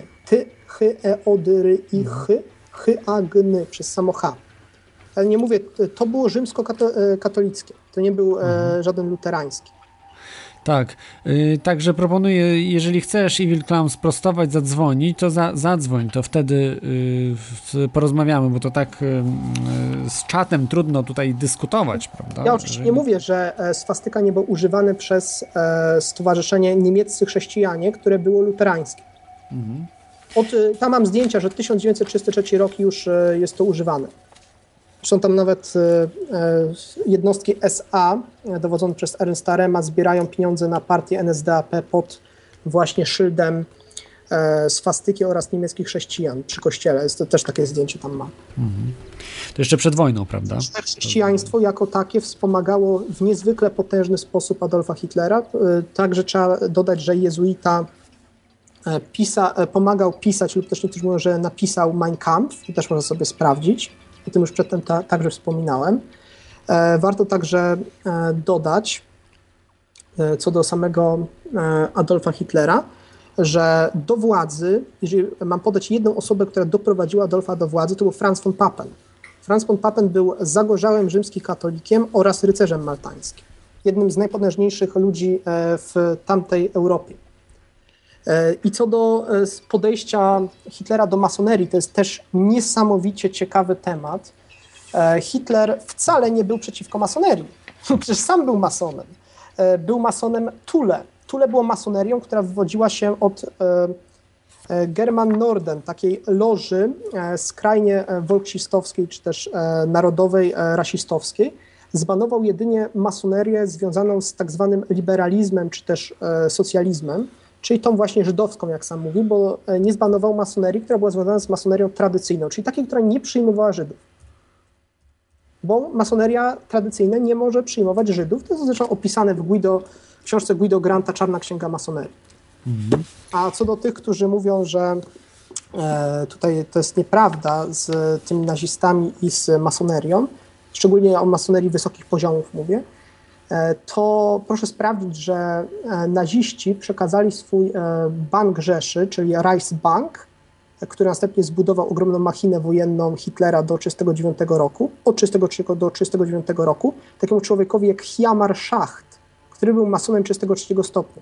Hyagny przez samo H. Ale nie mówię, to było rzymskokatolickie, to nie był żaden luterański. Tak, także proponuję, jeżeli chcesz Evil Clown sprostować, zadzwonić, to zadzwoń, to wtedy porozmawiamy, bo to tak z czatem trudno tutaj dyskutować, prawda? Ja oczywiście nie mówię, że swastyka nie był używany przez Stowarzyszenie Niemieccy Chrześcijanie, które było luterańskie. Tam mam zdjęcia, że 1933 rok już jest to używane. Zresztą tam nawet jednostki SA dowodzone przez Ernsta Rema zbierają pieniądze na partię NSDAP pod właśnie szyldem swastyki oraz niemieckich chrześcijan przy kościele. Jest to też takie zdjęcie tam mam. To jeszcze przed wojną, prawda? Chrześcijaństwo jako takie wspomagało w niezwykle potężny sposób Adolfa Hitlera. Także trzeba dodać, że jezuita pomagał pisać, lub też niektórzy mówią, że napisał Mein Kampf. To też można sobie sprawdzić. O tym już przedtem także wspominałem. Warto także dodać, co do samego Adolfa Hitlera, że do władzy, jeżeli mam podać jedną osobę, która doprowadziła Adolfa do władzy, to był Franz von Papen. Franz von Papen był zagorzałym rzymskim katolikiem oraz rycerzem maltańskim. Jednym z najpotężniejszych ludzi w tamtej Europie. I co do podejścia Hitlera do masonerii, to jest też niesamowicie ciekawy temat. Hitler wcale nie był przeciwko masonerii. Przecież sam był masonem. Był masonem Thule. Thule było masonerią, która wywodziła się od German Norden, takiej loży skrajnie wolksistowskiej, czy też narodowej, rasistowskiej. Zbanował jedynie masonerię związaną z tak zwanym liberalizmem, czy też socjalizmem, czyli tą właśnie żydowską, jak sam mówi, bo nie zbanował masonerii, która była związana z masonerią tradycyjną, czyli takiej, która nie przyjmowała Żydów. Bo masoneria tradycyjna nie może przyjmować Żydów. To jest zresztą opisane w książce Guido Granta Czarna Księga Masonerii. A co do tych, którzy mówią, że tutaj to jest nieprawda z tymi nazistami i z masonerią, szczególnie o masonerii wysokich poziomów mówię, to proszę sprawdzić, że naziści przekazali swój bank Rzeszy, czyli Reichsbank, który następnie zbudował ogromną machinę wojenną Hitlera do 1939 roku, od 1933 do 1939 roku, takiemu człowiekowi jak Hjalmar Schacht, który był masonem 33 stopnia.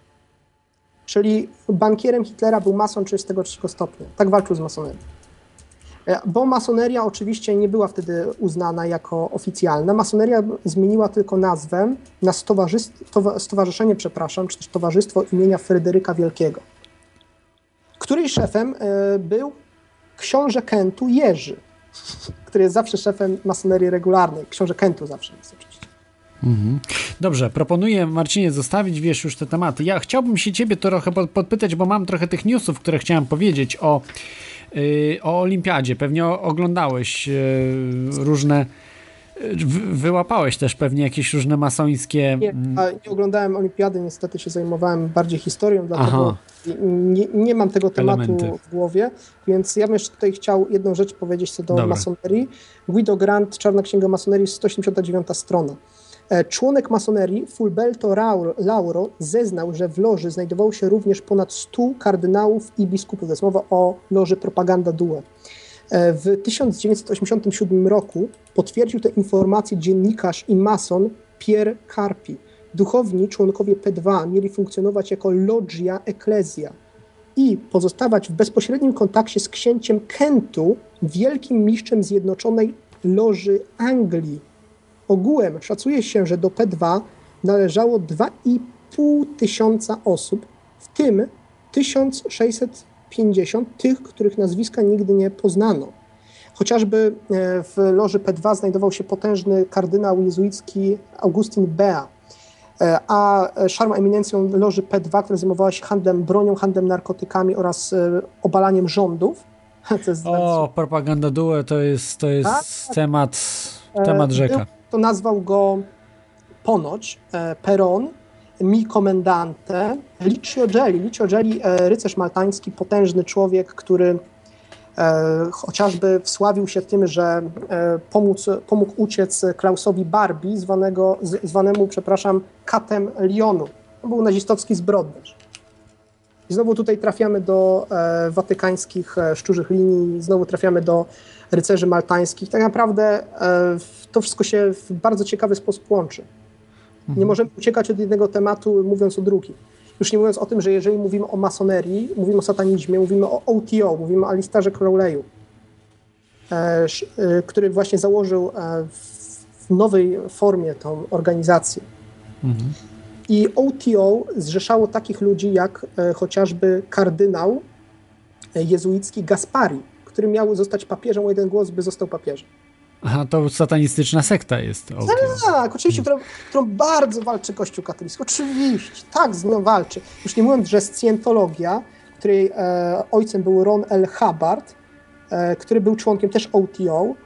Czyli bankierem Hitlera był mason 33 stopnia. Tak walczył z masonerią. Bo masoneria oczywiście nie była wtedy uznana jako oficjalna. Masoneria zmieniła tylko nazwę na stowarzyszenie, czy też Towarzystwo imienia Fryderyka Wielkiego, której szefem był książę Kentu Jerzy, który jest zawsze szefem masonerii regularnej. Książę Kentu zawsze jest oczywiście. Dobrze, proponuję, Marcinie, zostawić, już te tematy. Ja chciałbym się ciebie trochę podpytać, bo mam trochę tych newsów, które chciałem powiedzieć o Olimpiadzie. Pewnie oglądałeś różne, wyłapałeś też pewnie jakieś różne masońskie... Nie oglądałem Olimpiady, niestety się zajmowałem bardziej historią, dlatego nie mam tego tematu w głowie, więc ja bym jeszcze tutaj chciał jedną rzecz powiedzieć co do masonerii. Guido Grant, Czarna Księga Masonerii, 189 strona. Członek masonerii Fulberto Lauro zeznał, że w loży znajdowało się również ponad 100 kardynałów i biskupów. To jest mowa o loży Propaganda Due. W 1987 roku potwierdził tę informację dziennikarz i mason Pierre Carpi. Duchowni członkowie P2 mieli funkcjonować jako loggia ecclesia i pozostawać w bezpośrednim kontakcie z księciem Kentu, wielkim mistrzem Zjednoczonej Loży Anglii. Ogółem szacuje się, że do P2 należało 2,5 tysiąca osób, w tym 1650 tych, których nazwiska nigdy nie poznano. Chociażby w loży P2 znajdował się potężny kardynał jezuicki Augustin Bea, a szarmą eminencją loży P2, która zajmowała się handlem bronią, handlem narkotykami oraz obalaniem rządów. Propaganda Due to jest temat rzeka. To nazwał go ponoć Peron, mi komendante, Licio Gelli, rycerz maltański, potężny człowiek, który chociażby wsławił się tym, że pomógł uciec Klausowi Barbie, zwanemu katem Lyonu. To był nazistowski zbrodniarz. I znowu tutaj trafiamy do watykańskich szczurzych linii, znowu trafiamy do rycerzy maltańskich. Tak naprawdę to wszystko się w bardzo ciekawy sposób łączy. Nie możemy uciekać od jednego tematu, mówiąc o drugim. Już nie mówiąc o tym, że jeżeli mówimy o masonerii, mówimy o satanizmie, mówimy o OTO, mówimy o Alistairze Crowley'u, który właśnie założył w nowej formie tą organizację. I OTO zrzeszało takich ludzi jak chociażby kardynał jezuicki Gaspari, który miał zostać papieżem o jeden głos, by został papieżem. Aha, to satanistyczna sekta jest. Tak, oczywiście, którą bardzo walczy Kościół katolicki. Oczywiście, tak z nią walczy. Już nie mówiąc, że Scientologia, której ojcem był Ron L. Hubbard, który był członkiem też OTO,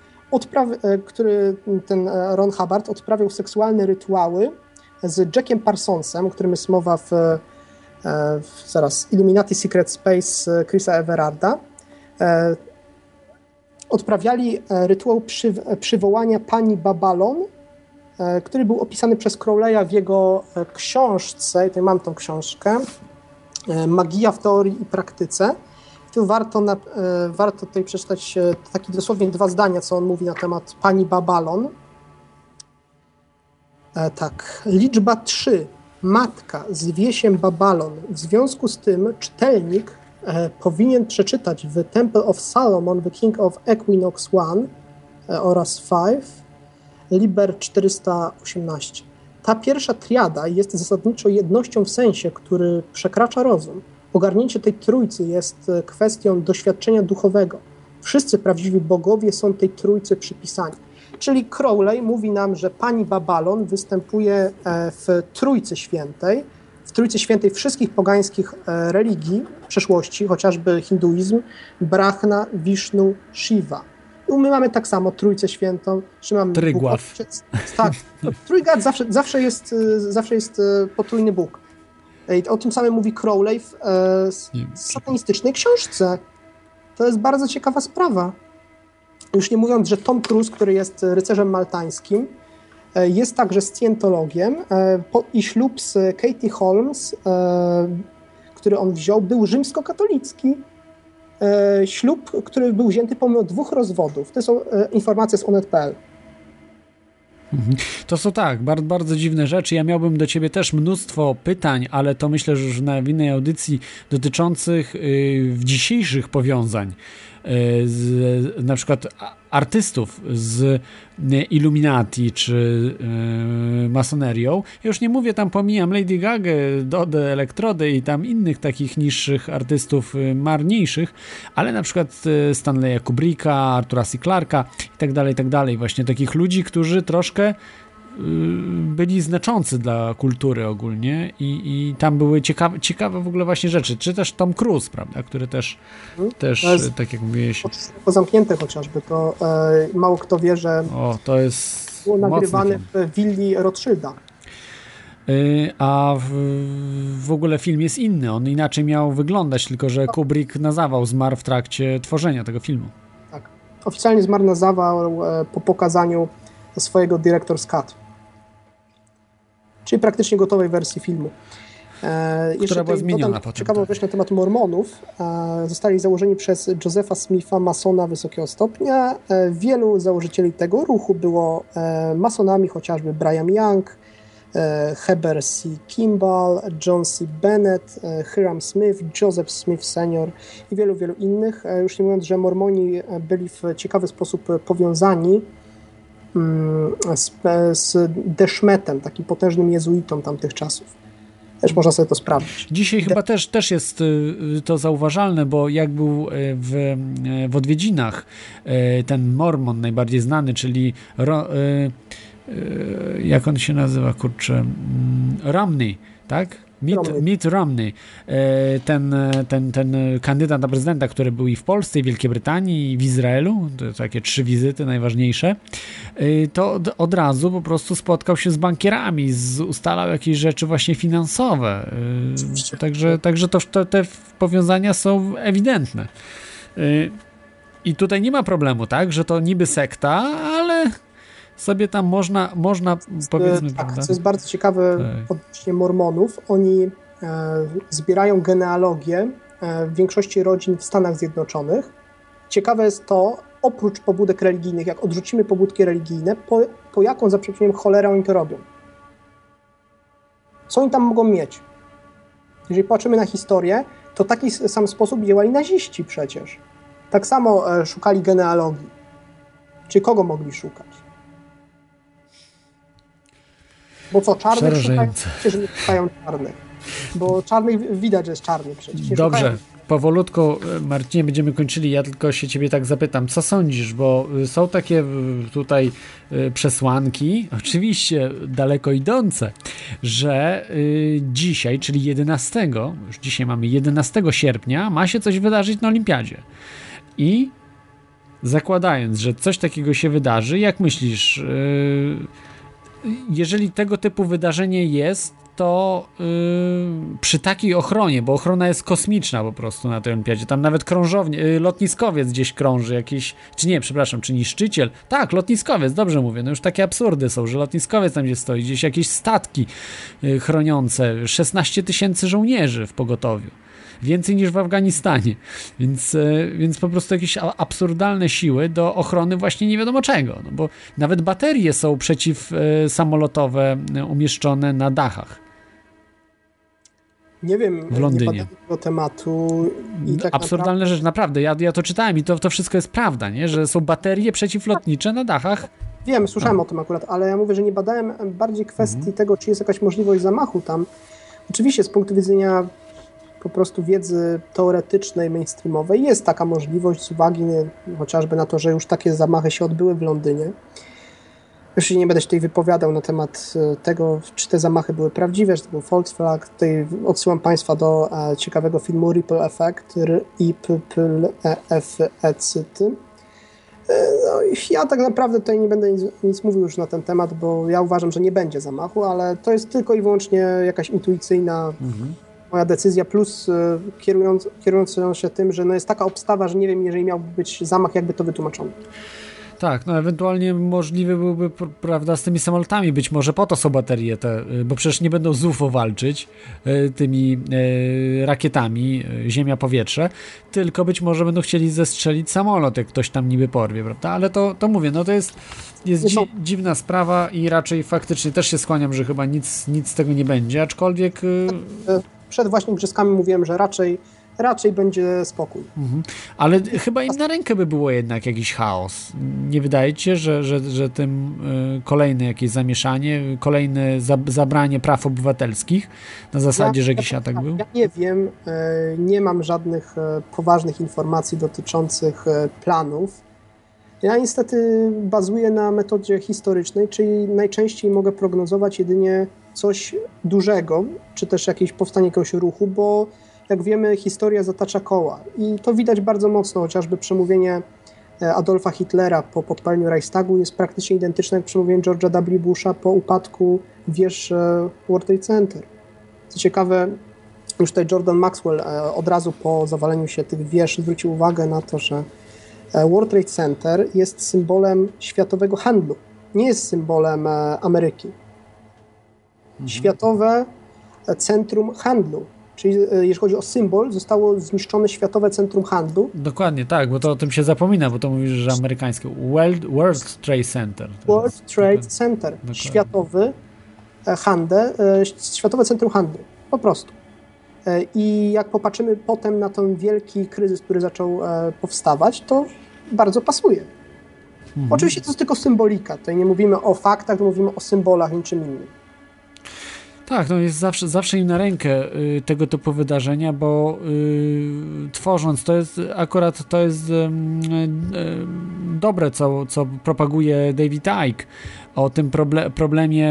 ten Ron Hubbard odprawiał seksualne rytuały z Jackiem Parsonsem, o którym jest mowa w Illuminati Secret Space Chrisa Everarda. Odprawiali rytuał przywołania pani Babalon który był opisany przez Crowleya w jego książce, i tutaj mam tą książkę, Magia w teorii i praktyce. Tu warto tutaj przeczytać takie dosłownie 2 zdania, co on mówi na temat pani Babalon. Tak, liczba 3. Matka zwie się Babalon. W związku z tym czytelnik powinien przeczytać w Temple of Solomon, The King of Equinox 1 oraz 5, Liber 418. Ta pierwsza triada jest zasadniczo jednością w sensie, który przekracza rozum. Ogarnięcie tej trójcy jest kwestią doświadczenia duchowego. Wszyscy prawdziwi bogowie są tej trójcy przypisani. Czyli Crowley mówi nam, że pani Babalon występuje w Trójcy Świętej, wszystkich pogańskich religii przeszłości, chociażby hinduizm, Brahma, Wisznu, Shiva. I my mamy tak samo Trójcę Świętą, czy mamy Trygław. Tak, Trójgat zawsze jest potrójny Bóg. I o tym samym mówi Crowley w satanistycznej książce. To jest bardzo ciekawa sprawa. Już nie mówiąc, że Tom Cruise, który jest rycerzem maltańskim, jest także scjentologiem i ślub z Katie Holmes, który on wziął, był rzymskokatolicki. Ślub, który był wzięty pomimo 2 rozwodów. To są informacje z onet.pl. To są tak, bardzo, bardzo dziwne rzeczy. Ja miałbym do ciebie też mnóstwo pytań, ale to myślę, że już w innej audycji dotyczących dzisiejszych powiązań na przykład artystów z Illuminati czy masonerią. Ja już nie mówię, tam pomijam Lady Gaga, Dodę, Elektrodę i tam innych takich niższych artystów marniejszych, ale na przykład Stanleya Kubricka, Artura C. Clarka i tak dalej. Właśnie takich ludzi, którzy troszkę byli znaczący dla kultury ogólnie i tam były ciekawe w ogóle właśnie rzeczy. Czy też Tom Cruise, prawda, który też tak jak mówiłeś... Zamknięte chociażby, to mało kto wie, że to jest było nagrywane w willi Rothschilda. A w ogóle film jest inny, on inaczej miał wyglądać, tylko że Kubrick na zawał zmarł w trakcie tworzenia tego filmu. Tak, oficjalnie zmarł na zawał po pokazaniu swojego Director's Cut. Czyli praktycznie gotowej wersji filmu. Która była zmieniona potem. Ciekawą rzecz na temat Mormonów. Zostali założeni przez Josepha Smitha, masona wysokiego stopnia. Wielu założycieli tego ruchu było masonami, chociażby Brigham Young, Heber C. Kimball, John C. Bennett, Hiram Smith, Joseph Smith Sr. i wielu, wielu innych. Już nie mówiąc, że Mormoni byli w ciekawy sposób powiązani z Deszmetem, takim potężnym jezuitą tamtych czasów. Też można sobie to sprawdzić. Dzisiaj chyba też jest to zauważalne, bo jak był w odwiedzinach ten Mormon najbardziej znany, czyli jak on się nazywa, kurczę, Romney, tak? Mitt Romney, ten kandydat na prezydenta, który był i w Polsce, i w Wielkiej Brytanii, i w Izraelu, to takie 3 wizyty najważniejsze, to od razu po prostu spotkał się z bankierami, ustalał jakieś rzeczy właśnie finansowe. Także te powiązania są ewidentne. I tutaj nie ma problemu, tak, że to niby sekta, ale sobie tam można powiedzmy... Tak, co jest bardzo ciekawe odnośnie Mormonów, oni zbierają genealogię w większości rodzin w Stanach Zjednoczonych. Ciekawe jest to, oprócz pobudek religijnych, jak odrzucimy pobudki religijne, po jaką za przeproszeniem cholerę oni to robią. Co oni tam mogą mieć? Jeżeli patrzymy na historię, to w taki sam sposób działali naziści przecież. Tak samo szukali genealogii. Czy kogo mogli szukać? Bo co, czarnych szukają? Przecież nie szukają czarnych. Bo czarnych widać, że jest czarny przecież. Dobrze, powolutku, Marcinie, będziemy kończyli. Ja tylko się ciebie tak zapytam, co sądzisz, bo są takie tutaj przesłanki, oczywiście daleko idące, że dzisiaj, czyli 11, już dzisiaj mamy 11 sierpnia, ma się coś wydarzyć na Olimpiadzie. I zakładając, że coś takiego się wydarzy, jak myślisz, jeżeli tego typu wydarzenie jest, to przy takiej ochronie, bo ochrona jest kosmiczna po prostu na tej olimpiadzie, tam nawet lotniskowiec gdzieś krąży jakiś, czy niszczyciel, tak, lotniskowiec, dobrze mówię, no już takie absurdy są, że lotniskowiec tam gdzie stoi, gdzieś jakieś statki chroniące, 16 000 żołnierzy w pogotowiu. Więcej niż w Afganistanie, więc po prostu jakieś absurdalne siły do ochrony właśnie nie wiadomo czego, no bo nawet baterie są przeciwsamolotowe umieszczone na dachach. Nie wiem, w Londynie. Nie badałem tego tematu. I tak absurdalne rzecz, naprawdę. Ja to czytałem i to wszystko jest prawda, nie? Że są baterie przeciwlotnicze na dachach. Wiem, słyszałem o tym akurat, ale ja mówię, że nie badałem bardziej kwestii tego, czy jest jakaś możliwość zamachu tam. Oczywiście z punktu widzenia po prostu wiedzy teoretycznej, mainstreamowej jest taka możliwość z uwagi chociażby na to, że już takie zamachy się odbyły w Londynie. Już nie będę się tutaj wypowiadał na temat tego, czy te zamachy były prawdziwe, czy to był false flag. Tutaj odsyłam Państwa do ciekawego filmu Ripple Effect, R-I-P-P-L-E-F-E-C-T. No, ja tak naprawdę tutaj nie będę nic mówił już na ten temat, bo ja uważam, że nie będzie zamachu, ale to jest tylko i wyłącznie jakaś intuicyjna moja decyzja, plus kierując się tym, że no jest taka obstawa, że nie wiem, jeżeli miałby być zamach, jakby to wytłumaczono. Tak, no ewentualnie możliwy byłby, prawda, z tymi samolotami, być może po to są baterie te, bo przecież nie będą z UFO walczyć tymi rakietami ziemia-powietrze, tylko być może będą chcieli zestrzelić samolot, jak ktoś tam niby porwie, prawda, ale to mówię, no to jest dziwna sprawa i raczej faktycznie też się skłaniam, że chyba nic z tego nie będzie, aczkolwiek... Przed właśnie igrzyskami mówiłem, że raczej będzie spokój. Ale chyba im na rękę by było jednak jakiś chaos. Nie wydaje ci się, że tym kolejne jakieś zamieszanie, kolejne zabranie praw obywatelskich na zasadzie, że jakiś atak był? Ja nie wiem, nie mam żadnych poważnych informacji dotyczących planów. Ja niestety bazuję na metodzie historycznej, czyli najczęściej mogę prognozować jedynie coś dużego, czy też jakieś powstanie jakiegoś ruchu, bo jak wiemy, historia zatacza koła i to widać bardzo mocno, chociażby przemówienie Adolfa Hitlera po podpaleniu Reichstagu jest praktycznie identyczne jak przemówienie George'a W. Busha po upadku wież World Trade Center. Co ciekawe, już tutaj Jordan Maxwell od razu po zawaleniu się tych wież zwrócił uwagę na to, że World Trade Center jest symbolem światowego handlu, nie jest symbolem Ameryki. Światowe centrum handlu. Czyli jeśli chodzi o symbol, zostało zniszczone Światowe Centrum Handlu. Dokładnie, tak, bo to o tym się zapomina, bo to mówisz, że amerykańskie. World Trade Center. World Trade Center. Dokładnie. Światowy handel, Światowe Centrum Handlu. Po prostu. I jak popatrzymy potem na ten wielki kryzys, który zaczął powstawać, to bardzo pasuje. Oczywiście to jest tylko symbolika. Tutaj nie mówimy o faktach, to mówimy o symbolach, niczym innym. Tak, no jest zawsze im na rękę tego typu wydarzenia, bo tworząc, to jest dobre, co propaguje David Icke o tym problemie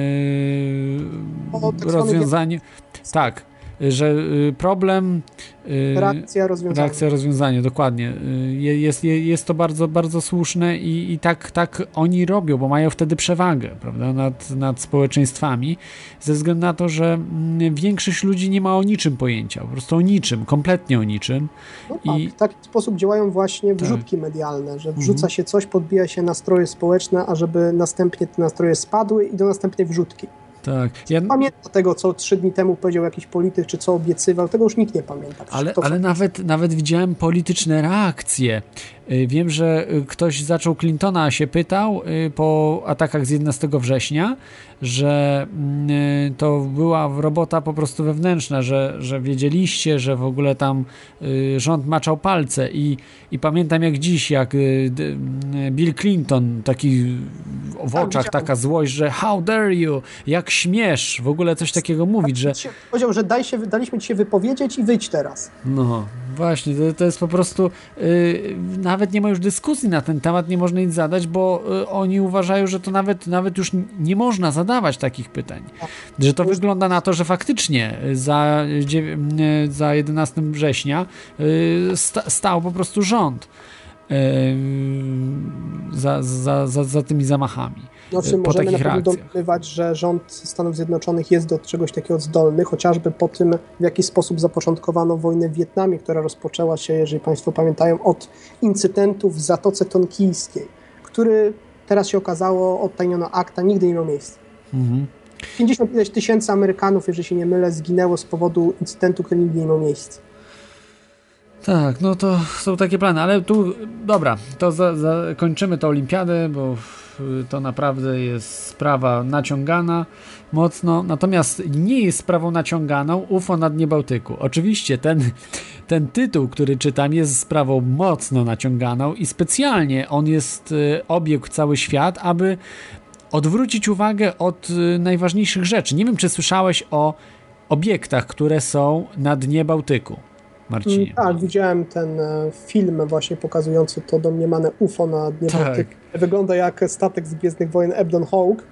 rozwiązania. Tak, że problem... Reakcja, rozwiązanie, dokładnie. Jest to bardzo, bardzo słuszne i tak oni robią, bo mają wtedy przewagę, prawda, nad społeczeństwami, ze względu na to, że większość ludzi nie ma o niczym pojęcia, po prostu o niczym, kompletnie o niczym. No tak, w taki sposób działają właśnie wrzutki medialne, że wrzuca się coś, podbija się nastroje społeczne, a żeby następnie te nastroje spadły i do następnej wrzutki. Tak. Pamięta tego, co 3 dni temu powiedział jakiś polityk, czy co obiecywał, tego już nikt nie pamięta. Ale nawet widziałem polityczne reakcje. Wiem, że ktoś zaczął Clintona, się pytał po atakach z 11 września, że to była robota po prostu wewnętrzna, że wiedzieliście, że w ogóle tam rząd maczał palce i pamiętam jak dziś, jak Bill Clinton, taki w oczach taka złość, że how dare you, jak śmiesz, w ogóle coś takiego mówić, że... Powiedział, że daliśmy ci się wypowiedzieć i wyjdź teraz. No, właśnie, to jest po prostu... Nawet nie ma już dyskusji na ten temat, nie można nic zadać, bo oni uważają, że to nawet już nie można zadawać takich pytań. Że to wygląda na to, że faktycznie za 11 września stał po prostu rząd. za tymi zamachami. No, w tym po możemy takich na pewno reakcjach. domniemywać, że rząd Stanów Zjednoczonych jest do czegoś takiego zdolny, chociażby po tym, w jaki sposób zapoczątkowano wojnę w Wietnamie, która rozpoczęła się, jeżeli Państwo pamiętają, od incydentów w Zatoce Tonkijskiej, który teraz się okazało, odtajniono akta, nigdy nie miał miejsca. 50 ileś tysięcy Amerykanów, jeżeli się nie mylę, zginęło z powodu incydentu, który nigdy nie miał miejsca. Tak, no to są takie plany, ale tu, dobra, to kończymy tę olimpiadę, bo to naprawdę jest sprawa naciągana mocno, natomiast nie jest sprawą naciąganą UFO na dnie Bałtyku. Oczywiście ten tytuł, który czytam, jest sprawą mocno naciąganą i specjalnie on jest obiegł cały świat, aby odwrócić uwagę od najważniejszych rzeczy. Nie wiem, czy słyszałeś o obiektach, które są na dnie Bałtyku, Marcinie. Tak, widziałem ten film właśnie pokazujący to domniemane UFO na dnie Bałtyku. Wygląda jak statek z Gwiezdnych Wojen Ebdon Hawk.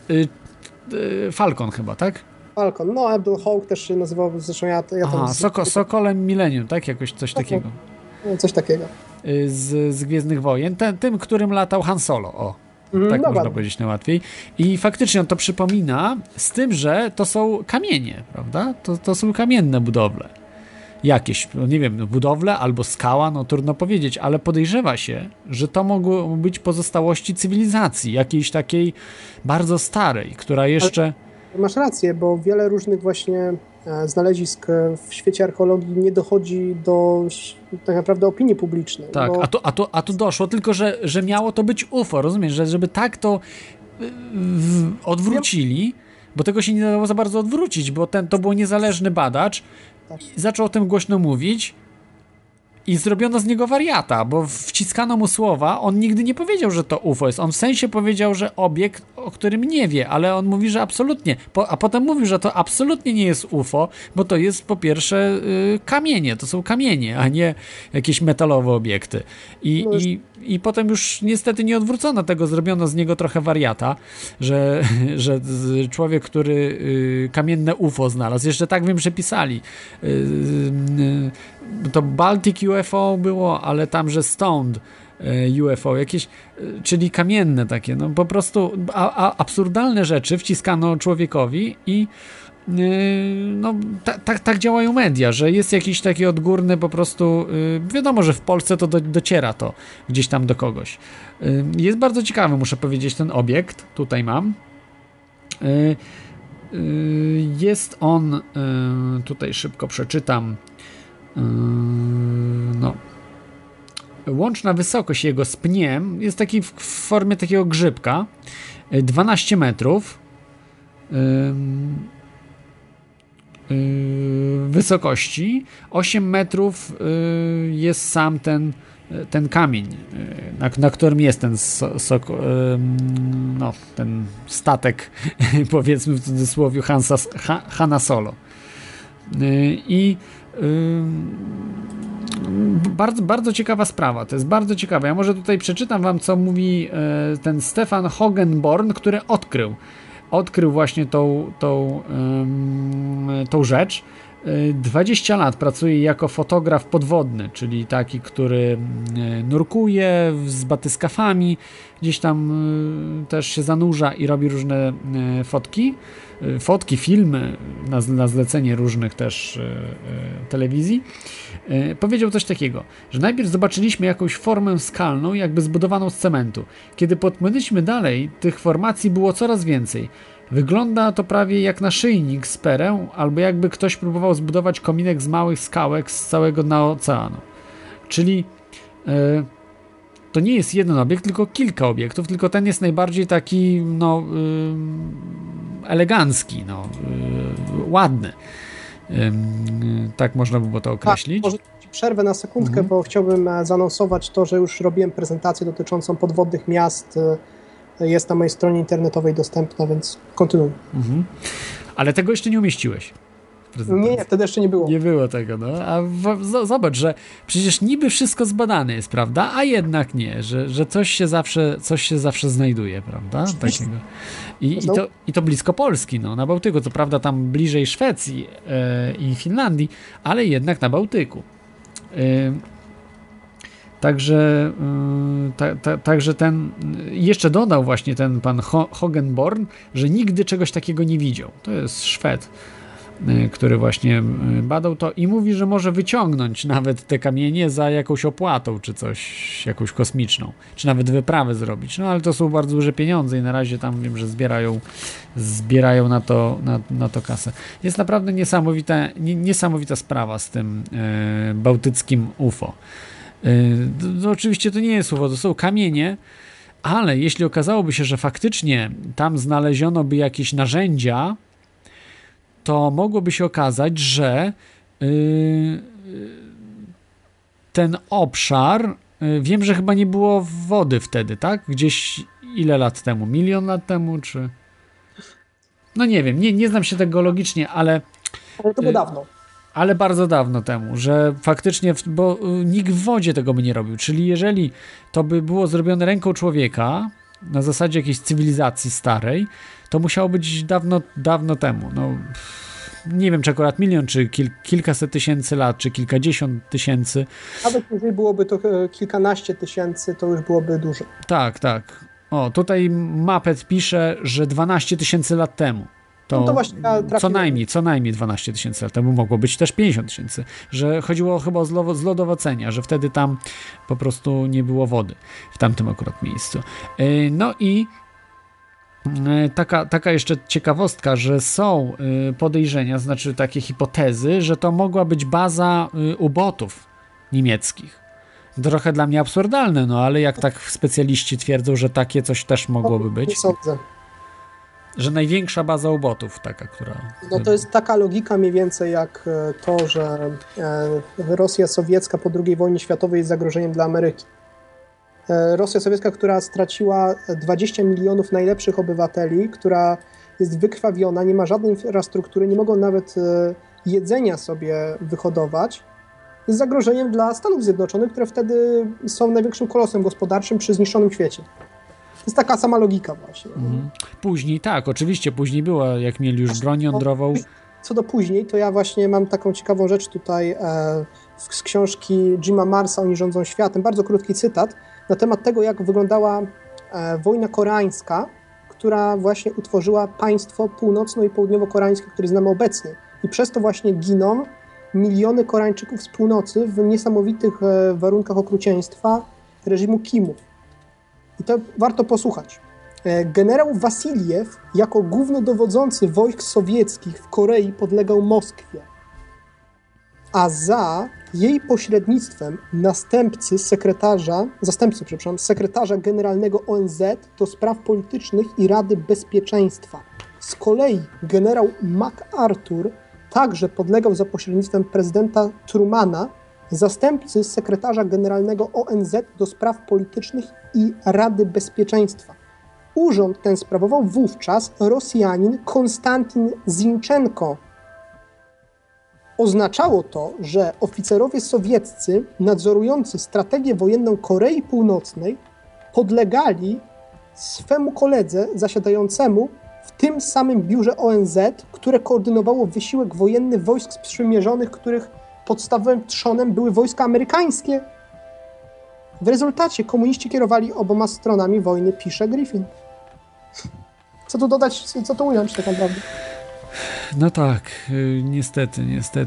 Falcon chyba, tak? Falcon, no Ebdon Hawk też się nazywał, zresztą ja tam... Sokolem Millennium, tak? Jakoś coś takiego. Coś takiego. Z Gwiezdnych Wojen. Tym, którym latał Han Solo, o. Tak no można powiedzieć najłatwiej. I faktycznie on to przypomina, z tym, że to są kamienie, prawda? To są kamienne budowle. Jakieś, nie wiem, budowle albo skała, no trudno powiedzieć, ale podejrzewa się, że to mogły być pozostałości cywilizacji, jakiejś takiej bardzo starej, która jeszcze... Ale masz rację, bo wiele różnych właśnie znalezisk w świecie archeologii nie dochodzi do tak naprawdę opinii publicznej. Tak, bo... a tu doszło, tylko że miało to być UFO, rozumiesz, żeby tak to odwrócili, bo tego się nie dało za bardzo odwrócić, bo to był niezależny badacz, zaczął o tym głośno mówić i zrobiono z niego wariata, bo wciskano mu słowa, on nigdy nie powiedział, że to UFO jest. On w sensie powiedział, że obiekt, o którym nie wie, ale on mówi, że absolutnie. A potem mówił, że to absolutnie nie jest UFO, bo to jest po pierwsze kamienie, to są kamienie, a nie jakieś metalowe obiekty. I potem już niestety nie odwrócono tego, zrobiono z niego trochę wariata, że człowiek, który kamienne UFO znalazł, jeszcze tak wiem, że pisali. To Baltic UFO było, ale tam, że Stoned UFO, jakieś, czyli kamienne takie, no po prostu absurdalne rzeczy wciskano człowiekowi i no tak działają media, że jest jakiś taki odgórny po prostu, wiadomo, że w Polsce to dociera to gdzieś tam do kogoś. Jest bardzo ciekawy, muszę powiedzieć, ten obiekt, tutaj mam. Jest on, tutaj szybko przeczytam, no, łączna wysokość jego z pniem jest taki w formie takiego grzybka, 12 metrów wysokości, 8 metrów jest sam ten kamień, na którym jest ten statek, powiedzmy w cudzysłowie, Hanna Solo. I bardzo, bardzo ciekawa sprawa, to jest bardzo ciekawe. Ja może tutaj przeczytam wam, co mówi ten Stefan Hogenborn, który odkrył właśnie tą rzecz. 20 lat pracuje jako fotograf podwodny, czyli taki, który nurkuje z batyskafami, gdzieś tam też się zanurza i robi różne fotki, filmy na zlecenie różnych też telewizji. Powiedział coś takiego, że najpierw zobaczyliśmy jakąś formę skalną, jakby zbudowaną z cementu. Kiedy podpłynęliśmy dalej, tych formacji było coraz więcej. Wygląda to prawie jak naszyjnik z perę, albo jakby ktoś próbował zbudować kominek z małych skałek z całego dna oceanu. Czyli to nie jest jeden obiekt, tylko kilka obiektów, tylko ten jest najbardziej taki elegancki, ładny. Tak można by było to określić. Tak, może ci przerwę na sekundkę, bo chciałbym zaanonsować to, że już robiłem prezentację dotyczącą podwodnych miast. Jest na mojej stronie internetowej dostępna, więc kontynuuj. Ale tego jeszcze nie umieściłeś. Nie, wtedy jeszcze nie było. Nie było tego, no. A zobacz, że przecież niby wszystko zbadane jest, prawda? A jednak nie, że coś się zawsze znajduje, prawda? Takiego. I to blisko Polski, no, na Bałtyku. Co prawda tam bliżej Szwecji i Finlandii, ale jednak na Bałtyku. Także, także ten, jeszcze dodał właśnie ten pan Hogenborn, że nigdy czegoś takiego nie widział. To jest Szwed, który właśnie badał to i mówi, że może wyciągnąć nawet te kamienie za jakąś opłatą, czy coś, jakąś kosmiczną, czy nawet wyprawę zrobić. No ale to są bardzo duże pieniądze i na razie tam wiem, że zbierają na to kasę. Jest naprawdę niesamowita sprawa z tym bałtyckim UFO. Oczywiście to nie jest UFO, to są kamienie, ale jeśli okazałoby się, że faktycznie tam znaleziono by jakieś narzędzia, to mogłoby się okazać, że ten obszar, wiem, że chyba nie było wody wtedy, tak? Gdzieś ile lat temu? 1 milion lat temu, czy... No nie wiem, nie znam się tego geologicznie, ale to było dawno. Ale bardzo dawno temu, że faktycznie, bo nikt w wodzie tego by nie robił, czyli jeżeli to by było zrobione ręką człowieka, na zasadzie jakiejś cywilizacji starej, to musiało być dawno temu. No, nie wiem, czy akurat 1 milion, czy kilkaset tysięcy lat, czy kilkadziesiąt tysięcy. Nawet jeżeli byłoby to kilkanaście tysięcy, to już byłoby dużo. Tak. O, tutaj Mapet pisze, że 12 tysięcy lat temu. To właśnie co najmniej 12 tysięcy lat temu, mogło być też 50 tysięcy, że chodziło chyba o zlodowacenia, że wtedy tam po prostu nie było wody w tamtym akurat miejscu. No i taka jeszcze ciekawostka, że są podejrzenia, znaczy takie hipotezy, że to mogła być baza ubotów niemieckich. Trochę dla mnie absurdalne, no ale jak tak specjaliści twierdzą, że takie coś też mogłoby być. Nie sądzę. Że największa baza ubotów taka, która... No to jest taka logika mniej więcej jak to, że Rosja sowiecka po II wojnie światowej jest zagrożeniem dla Ameryki. Rosja sowiecka, która straciła 20 milionów najlepszych obywateli, która jest wykrwawiona, nie ma żadnej infrastruktury, nie mogą nawet jedzenia sobie wyhodować, jest zagrożeniem dla Stanów Zjednoczonych, które wtedy są największym kolosem gospodarczym przy zniszczonym świecie. To jest taka sama logika właśnie. Później tak, oczywiście, później była, jak mieli już broń jądrową. Co do później, to ja właśnie mam taką ciekawą rzecz tutaj z książki Jima Marsa Oni rządzą światem, bardzo krótki cytat na temat tego, jak wyglądała wojna koreańska, która właśnie utworzyła państwo północno- i południowo-koreańskie, które znamy obecnie. I przez to właśnie giną miliony Koreańczyków z północy w niesamowitych warunkach okrucieństwa reżimu Kimów. I to warto posłuchać. Generał Wasiliew jako głównodowodzący wojsk sowieckich w Korei podlegał Moskwie, a za jej pośrednictwem sekretarza generalnego ONZ do spraw politycznych i Rady Bezpieczeństwa. Z kolei generał MacArthur także podlegał za pośrednictwem prezydenta Trumana zastępcy sekretarza generalnego ONZ do spraw politycznych i Rady Bezpieczeństwa. Urząd ten sprawował wówczas Rosjanin Konstantin Zinczenko. Oznaczało to, że oficerowie sowieccy nadzorujący strategię wojenną Korei Północnej podlegali swemu koledze zasiadającemu w tym samym biurze ONZ, które koordynowało wysiłek wojenny wojsk sprzymierzonych, których podstawowym trzonem były wojska amerykańskie. W rezultacie komuniści kierowali oboma stronami wojny, pisze Griffin. Co tu dodać, co tu ująć tak naprawdę? No tak, niestety.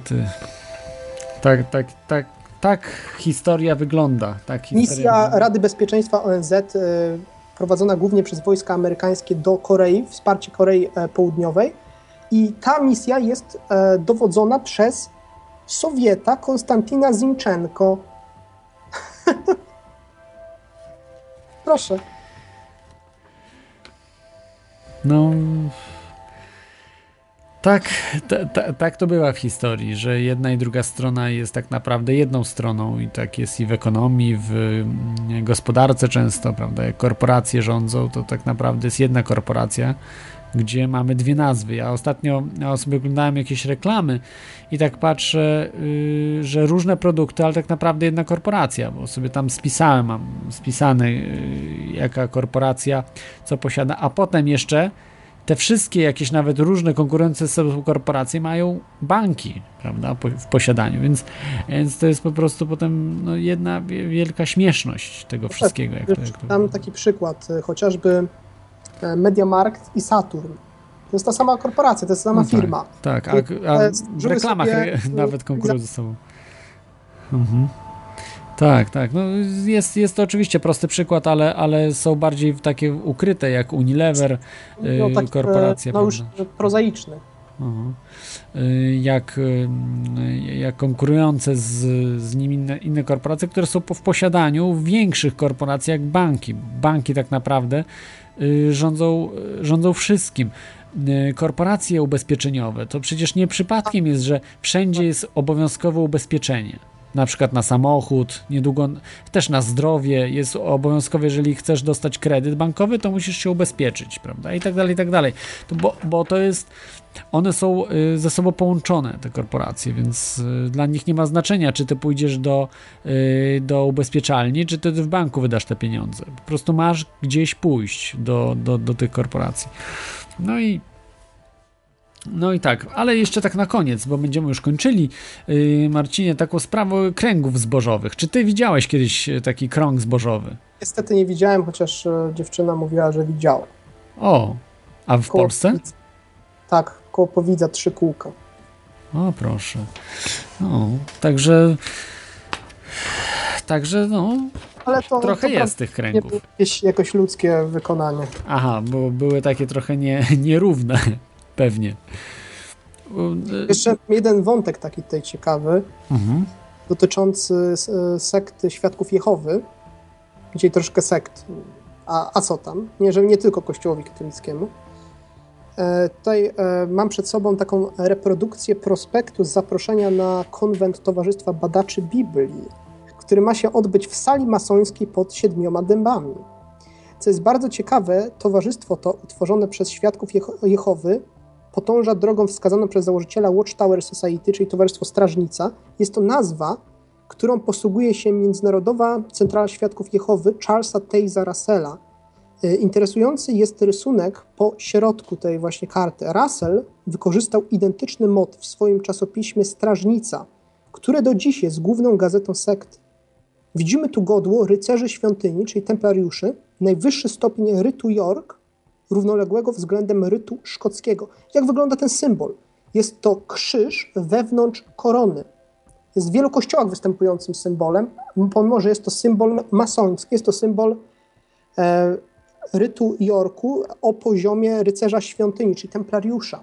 Tak historia wygląda. Misja Rady Bezpieczeństwa ONZ prowadzona głównie przez wojska amerykańskie do Korei, wsparcie Korei Południowej i ta misja jest dowodzona przez Sowieta Konstantina Zinczenko. Proszę. No... Tak to bywa w historii, że jedna i druga strona jest tak naprawdę jedną stroną i tak jest i w ekonomii, w gospodarce często, prawda, jak korporacje rządzą, to tak naprawdę jest jedna korporacja, gdzie mamy dwie nazwy. Ja ostatnio sobie oglądałem jakieś reklamy i tak patrzę, że różne produkty, ale tak naprawdę jedna korporacja, bo sobie tam mam spisane jaka korporacja co posiada, a potem jeszcze te wszystkie jakieś nawet różne konkurujące ze sobą korporacje mają banki, prawda, w posiadaniu, więc to jest po prostu potem jedna wielka śmieszność tego wszystkiego. Dam taki przykład, chociażby MediaMarkt i Saturn. To jest ta sama korporacja, to jest ta sama firma. Tak, a w reklamach nawet konkurują ze sobą. Tak. Jest to oczywiście prosty przykład, ale są bardziej takie ukryte, jak Unilever, korporacja. Już prozaiczny. Jak konkurujące z nimi inne korporacje, które są w posiadaniu większych korporacji jak banki. Banki tak naprawdę rządzą wszystkim. Korporacje ubezpieczeniowe, to przecież nie przypadkiem jest, że wszędzie jest obowiązkowe ubezpieczenie. Na przykład na samochód, niedługo też na zdrowie jest obowiązkowe, jeżeli chcesz dostać kredyt bankowy, to musisz się ubezpieczyć, prawda? I tak dalej. Bo to jest, one są ze sobą połączone, te korporacje, więc dla nich nie ma znaczenia, czy ty pójdziesz do ubezpieczalni, czy ty w banku wydasz te pieniądze. Po prostu masz gdzieś pójść do tych korporacji. No i tak, ale jeszcze tak na koniec, bo będziemy już kończyli, Marcinie, taką sprawę kręgów zbożowych. Czy ty widziałeś kiedyś taki krąg zbożowy? Niestety nie widziałem, chociaż dziewczyna mówiła, że widziała. O, a w Polsce? Tak, koło Powidza 3 kółka. O, proszę. No, także ale trochę jest tych kręgów. Jakieś jakoś ludzkie wykonanie. Aha, bo były takie trochę nierówne. Pewnie. Jeszcze jeden wątek taki tutaj ciekawy, dotyczący sekty Świadków Jehowy. Dzisiaj troszkę sekt. A co tam? Nie tylko Kościołowi katolickiemu. Tutaj mam przed sobą taką reprodukcję prospektu z zaproszenia na konwent Towarzystwa Badaczy Biblii, który ma się odbyć w sali masońskiej pod 7 dębami. Co jest bardzo ciekawe, towarzystwo to utworzone przez Świadków Jehowy podąża drogą wskazaną przez założyciela Watchtower Society, czyli Towarzystwo Strażnica. Jest to nazwa, którą posługuje się Międzynarodowa Centrala Świadków Jehowy Charlesa Taze'a Russella. Interesujący jest rysunek po środku tej właśnie karty. Russell wykorzystał identyczny motyw w swoim czasopiśmie Strażnica, które do dziś jest główną gazetą sekty. Widzimy tu godło rycerzy świątyni, czyli templariuszy, najwyższy stopień rytu York, równoległego względem rytu szkockiego. Jak wygląda ten symbol? Jest to krzyż wewnątrz korony. Jest w wielu kościołach występującym symbolem, pomimo że jest to symbol masoński, jest to symbol rytu Yorku o poziomie rycerza świątyni, czyli templariusza.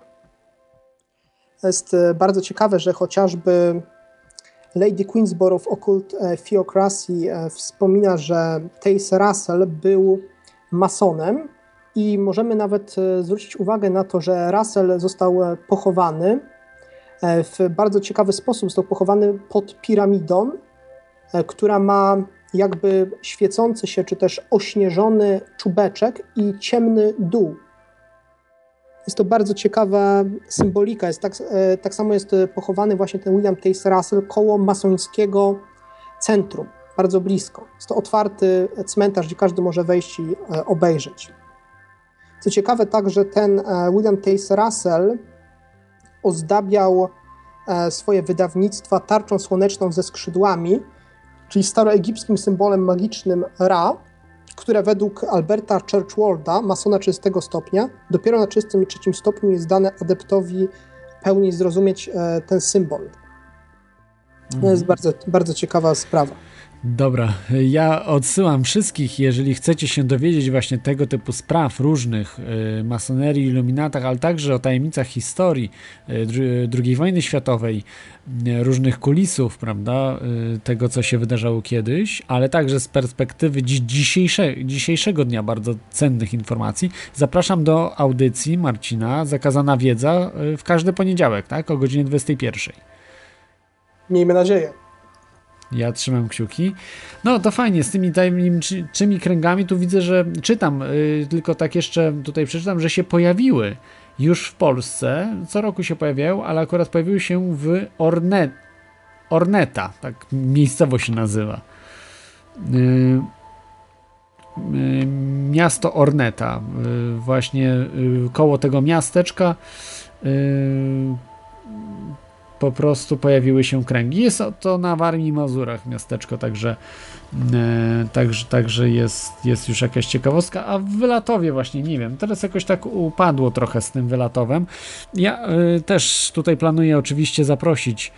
Jest bardzo ciekawe, że chociażby Lady Queensborough of Occult Theocracy wspomina, że Taze Russell był masonem i możemy nawet zwrócić uwagę na to, że Russell został pochowany w bardzo ciekawy sposób. Został pochowany pod piramidą, która ma jakby świecący się, czy też ośnieżony czubeczek i ciemny dół. Jest to bardzo ciekawa symbolika. Tak samo jest pochowany właśnie ten William Taze Russell koło masońskiego centrum, bardzo blisko. Jest to otwarty cmentarz, gdzie każdy może wejść i obejrzeć. Co ciekawe także ten William Taze Russell ozdabiał swoje wydawnictwa tarczą słoneczną ze skrzydłami, czyli staroegipskim symbolem magicznym Ra, które według Alberta Churchwalda, masona 30 stopnia, dopiero na 33 stopniu jest dane adeptowi pełniej zrozumieć ten symbol. To jest bardzo, bardzo ciekawa sprawa. Dobra, ja odsyłam wszystkich, jeżeli chcecie się dowiedzieć właśnie tego typu spraw różnych, masonerii, iluminatach, ale także o tajemnicach historii II wojny światowej, różnych kulisów, prawda, tego co się wydarzało kiedyś, ale także z perspektywy dzisiejszego dnia bardzo cennych informacji, zapraszam do audycji Marcina Zakazana Wiedza w każdy poniedziałek, tak, o godzinie 21. Miejmy nadzieję. Ja trzymam kciuki. No to fajnie, z tymi tajemniczymi kręgami tu widzę, że czytam, tylko tak jeszcze tutaj przeczytam, że się pojawiły już w Polsce, co roku się pojawiają, ale akurat pojawiły się w Orneta, tak miejscowo się nazywa. miasto Orneta. Właśnie koło tego miasteczka po prostu pojawiły się kręgi. Jest to na Warmii i Mazurach miasteczko, także jest już jakaś ciekawostka, a w Wylatowie właśnie, nie wiem, teraz jakoś tak upadło trochę z tym Wylatowem. Ja też tutaj planuję oczywiście zaprosić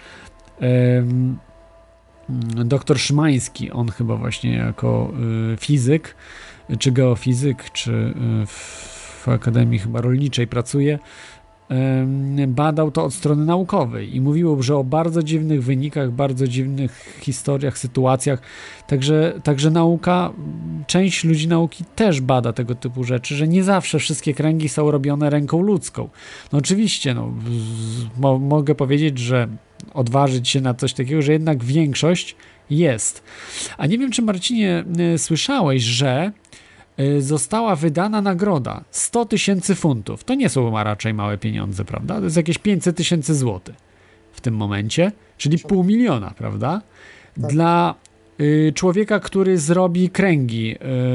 doktor Szymański, on chyba właśnie jako fizyk, czy geofizyk, czy w Akademii chyba Rolniczej pracuje, badał to od strony naukowej i mówił, że o bardzo dziwnych wynikach, bardzo dziwnych historiach, sytuacjach, także nauka, część ludzi nauki też bada tego typu rzeczy, że nie zawsze wszystkie kręgi są robione ręką ludzką. No oczywiście, mogę powiedzieć, że odważyć się na coś takiego, że jednak większość jest. A nie wiem, czy Marcinie słyszałeś, że została wydana nagroda 100 000 funtów. To nie są raczej małe pieniądze, prawda? To jest jakieś 500 000 złotych w tym momencie, czyli 500 000, prawda? Tak. Dla człowieka, który zrobi kręgi.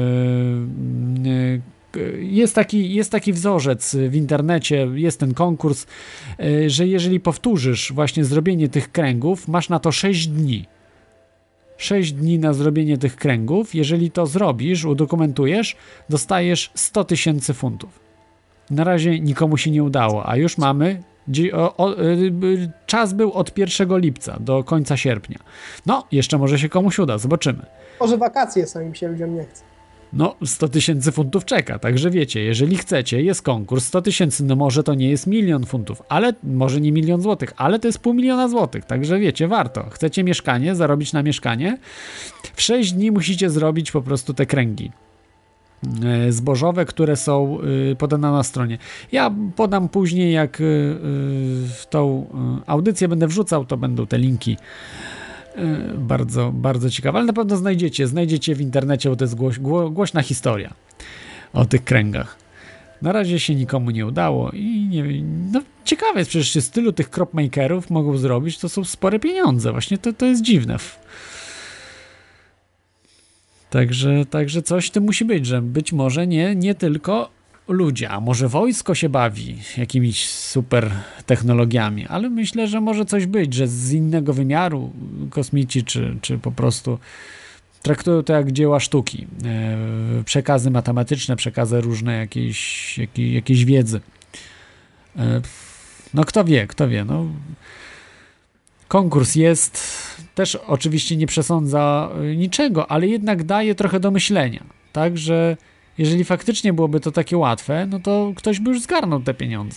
Jest taki wzorzec w internecie, jest ten konkurs, że jeżeli powtórzysz właśnie zrobienie tych kręgów, masz na to 6 dni. 6 dni na zrobienie tych kręgów. Jeżeli to zrobisz, udokumentujesz, dostajesz 100 000 funtów. Na razie nikomu się nie udało, a już mamy czas był od 1 lipca do końca sierpnia. No, jeszcze może się komuś uda, zobaczymy. Może wakacje są, im się ludziom nie chce. No, 100 000 funtów czeka, także wiecie, jeżeli chcecie, jest konkurs 100 000, no może to nie jest 1 000 000 funtów, ale może nie 1 000 000 złotych, ale to jest 500 000 złotych, także wiecie, warto. Chcecie mieszkanie, zarobić na mieszkanie, w 6 dni musicie zrobić po prostu te kręgi zbożowe, które są podane na stronie. Ja podam później, jak tą audycję będę wrzucał, to będą te linki. Bardzo, bardzo ciekawe, ale na pewno znajdziecie w internecie, bo to jest głośna historia o tych kręgach. Na razie się nikomu nie udało i no ciekawe jest, przecież się z tylu tych cropmakerów mogą zrobić, to są spore pieniądze, właśnie to jest dziwne. Także coś w tym musi być, że być może nie tylko ludzie, a może wojsko się bawi jakimiś super technologiami, ale myślę, że może coś być, że z innego wymiaru kosmici, czy po prostu traktują to jak dzieła sztuki, przekazy matematyczne, przekazy różne jakiejś wiedzy. No kto wie, no. Konkurs jest, też oczywiście nie przesądza niczego, ale jednak daje trochę do myślenia, tak, że jeżeli faktycznie byłoby to takie łatwe, no to ktoś by już zgarnął te pieniądze.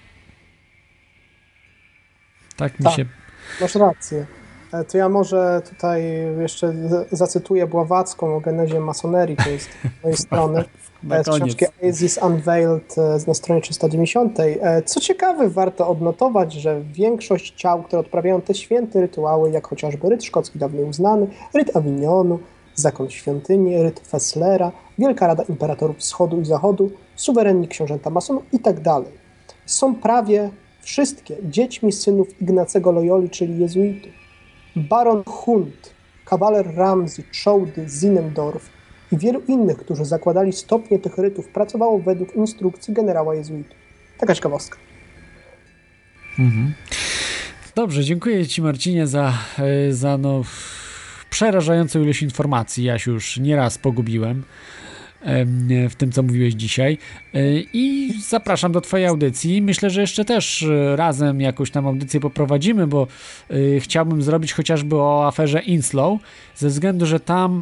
Tak mi się... Masz rację. To ja może tutaj jeszcze zacytuję Bławacką o genezie masonerii, to jest z mojej strony. Z książki Asis Unveiled na stronie 390. Co ciekawe, warto odnotować, że większość ciał, które odprawiają te święte rytuały, jak chociażby ryt szkocki dawniej uznany, ryt Avignonu, zakon świątyni, ryt Fesslera, Wielka Rada Imperatorów Wschodu i Zachodu, suwerenni książęta masonów i tak dalej, są prawie wszystkie dziećmi synów Ignacego Loyoli, czyli jezuitów. Baron Hund, kawaler Ramsey, Chołdy, Zinendorf i wielu innych, którzy zakładali stopnie tych rytów, pracowało według instrukcji generała jezuitów. Taka ciekawostka. Mhm. Dobrze, dziękuję Ci, Marcinie, za przerażającą ilość informacji. Ja się już nieraz pogubiłem w tym, co mówiłeś dzisiaj, i zapraszam do Twojej audycji. Myślę, że jeszcze też razem jakąś tam audycję poprowadzimy, bo chciałbym zrobić chociażby o aferze Inslow, ze względu, że tam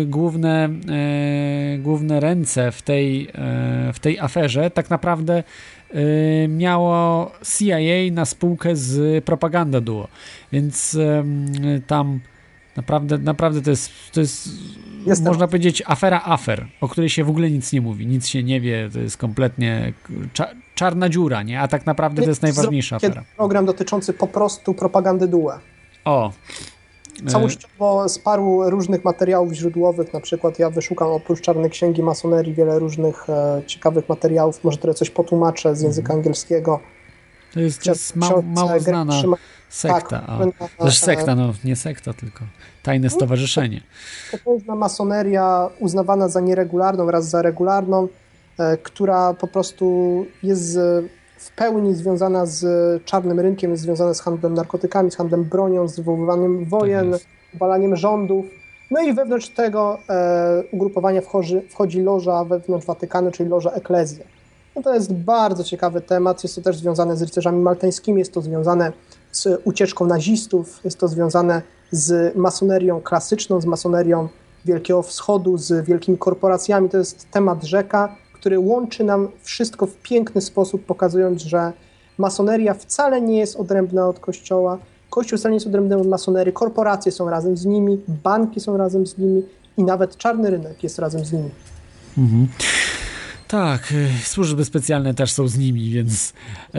główne ręce w tej aferze tak naprawdę miało CIA na spółkę z Propaganda Duo, więc tam naprawdę to jest można powiedzieć afera afer, o której się w ogóle nic nie mówi, nic się nie wie, to jest kompletnie czarna dziura, nie? A tak naprawdę to jest najważniejsza afera. Program dotyczący po prostu propagandy Due. O. Całościowo z paru różnych materiałów źródłowych, na przykład ja wyszukam oprócz Czarnej Księgi Masonerii wiele różnych ciekawych materiałów, może trochę coś potłumaczę z języka angielskiego. To jest mało znana sekta. Też sekta, no nie sekta, tylko tajne stowarzyszenie. Potężna masoneria uznawana za nieregularną wraz za regularną, która po prostu jest w pełni związana z czarnym rynkiem, jest związana z handlem narkotykami, z handlem bronią, z wywoływaniem wojen, obalaniem rządów. No i wewnątrz tego ugrupowania wchodzi loża wewnątrz Watykanu, czyli loża Eklezja. No to jest bardzo ciekawy temat, jest to też związane z rycerzami maltańskimi, jest to związane z ucieczką nazistów, jest to związane z masonerią klasyczną, z masonerią Wielkiego Wschodu, z wielkimi korporacjami. To jest temat rzeka, który łączy nam wszystko w piękny sposób, pokazując, że masoneria wcale nie jest odrębna od Kościoła, Kościół wcale nie jest odrębny od masonerii, korporacje są razem z nimi, banki są razem z nimi i nawet czarny rynek jest razem z nimi. Mhm. Tak, służby specjalne też są z nimi, więc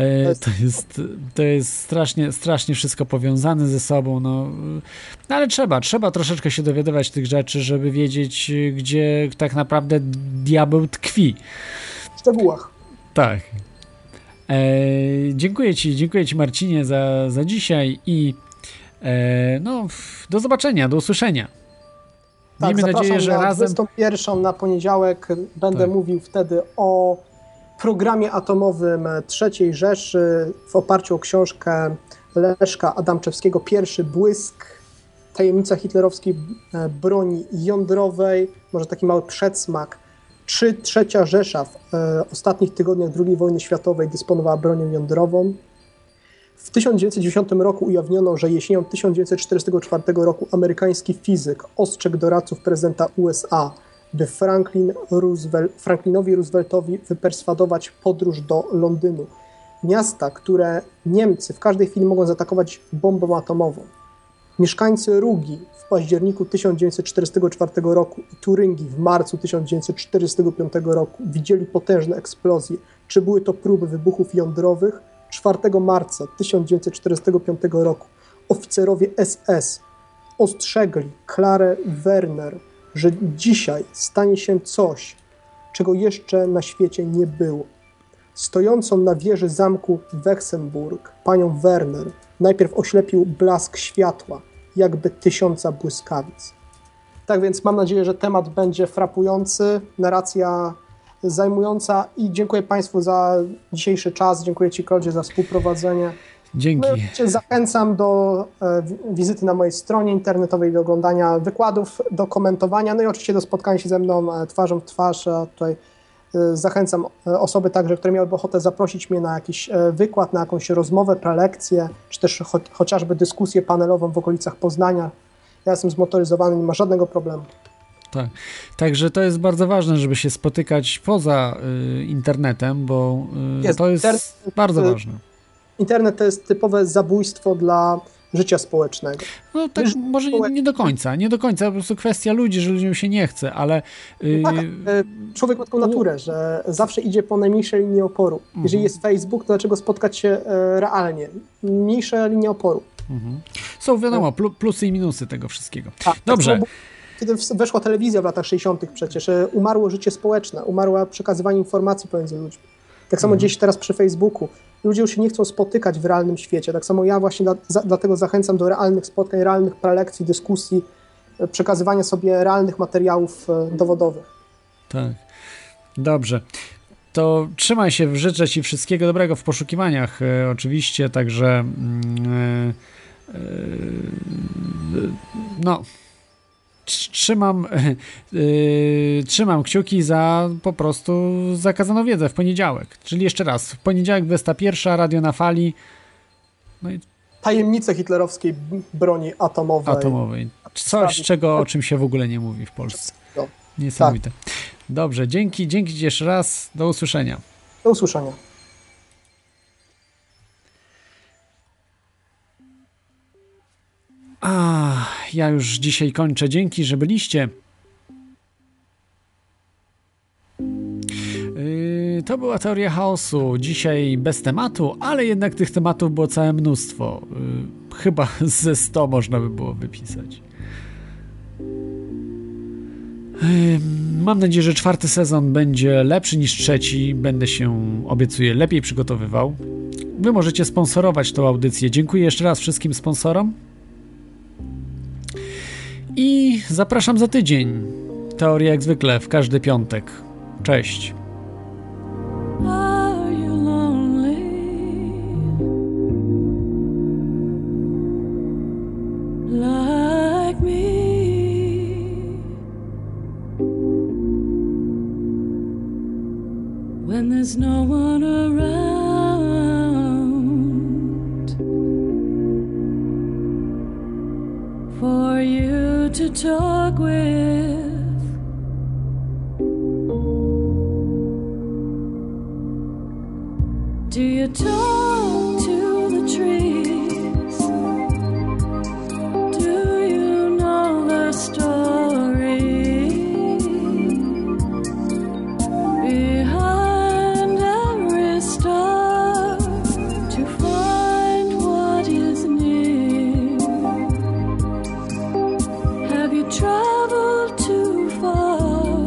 to jest strasznie wszystko powiązane ze sobą, no ale trzeba troszeczkę się dowiadywać tych rzeczy, żeby wiedzieć, gdzie tak naprawdę diabeł tkwi. W szczegółach. Tak. Dziękuję Ci Marcinie za dzisiaj i no, do zobaczenia, do usłyszenia. Tak, miejmy nadzieję, że na razem 21 na poniedziałek będę mówił wtedy o programie atomowym III Rzeszy w oparciu o książkę Leszka Adamczewskiego Pierwszy błysk, tajemnica hitlerowskiej broni jądrowej, może taki mały przedsmak. Czy III Rzesza w ostatnich tygodniach II wojny światowej dysponowała bronią jądrową? W 1910 roku ujawniono, że jesienią 1944 roku amerykański fizyk ostrzegł doradców prezydenta USA, by Franklinowi Rooseveltowi wyperswadować podróż do Londynu. Miasta, które Niemcy w każdej chwili mogą zaatakować bombą atomową. Mieszkańcy Rugi w październiku 1944 roku i Turyngii w marcu 1945 roku widzieli potężne eksplozje. Czy były to próby wybuchów jądrowych? 4 marca 1945 roku oficerowie SS ostrzegli Klarę Werner, że dzisiaj stanie się coś, czego jeszcze na świecie nie było. Stojącą na wieży zamku Wechsenburg panią Werner najpierw oślepił blask światła, jakby 1000 błyskawic. Tak więc mam nadzieję, że temat będzie frapujący, narracja zajmująca i dziękuję Państwu za dzisiejszy czas, dziękuję Ci, Klodzie, za współprowadzenie. Dzięki. No, zachęcam do wizyty na mojej stronie internetowej, do oglądania wykładów, do komentowania, no i oczywiście do spotkania się ze mną twarzą w twarz. Tutaj zachęcam osoby także, które miałyby ochotę zaprosić mnie na jakiś wykład, na jakąś rozmowę, prelekcję, czy też chociażby dyskusję panelową w okolicach Poznania. Ja jestem zmotoryzowany, nie ma żadnego problemu. Tak. Także to jest bardzo ważne, żeby się spotykać poza internetem, bo to jest bardzo ważne. Internet to jest typowe zabójstwo dla życia społecznego. No tak, może nie do końca, po prostu kwestia ludzi, że ludziom się nie chce, ale... Tak, człowiek ma taką naturę, że zawsze idzie po najmniejszej linii oporu. Jeżeli jest Facebook, to dlaczego spotkać się realnie? Mniejsza linia oporu. Są, wiadomo, plusy i minusy tego wszystkiego. Dobrze. Tak, kiedy weszła telewizja w latach 60. przecież, umarło życie społeczne, umarło przekazywanie informacji pomiędzy ludźmi. Tak samo gdzieś teraz przy Facebooku. Ludzie już się nie chcą spotykać w realnym świecie. Tak samo ja właśnie dlatego zachęcam do realnych spotkań, realnych prelekcji, dyskusji, przekazywania sobie realnych materiałów dowodowych. Tak. Dobrze. To trzymaj się, życzę Ci wszystkiego dobrego w poszukiwaniach oczywiście, także no... Trzymam kciuki za po prostu zakazaną wiedzę w poniedziałek. Czyli jeszcze raz, w poniedziałek 21, Radio na Fali. No i... Tajemnice hitlerowskiej broni atomowej. Coś, o czym się w ogóle nie mówi w Polsce. Niesamowite. Tak. Dobrze, dzięki Ci jeszcze raz. Do usłyszenia. Do usłyszenia. Ja już dzisiaj kończę. Dzięki, że byliście. To była Teoria Chaosu. Dzisiaj bez tematu, ale jednak tych tematów było całe mnóstwo. Chyba ze 100 można by było wypisać. Mam nadzieję, że 4. sezon będzie lepszy niż 3. Będę się, obiecuję, lepiej przygotowywał. wy możecie sponsorować tą audycję. Dziękuję jeszcze raz wszystkim sponsorom. I zapraszam za tydzień. Teoria jak zwykle w każdy piątek. Cześć. Are you lonely? Like me? When there's no one around for you to talk with. Do you talk to the trees? Do you know the story behind every star to find what is near? Have you traveled too far?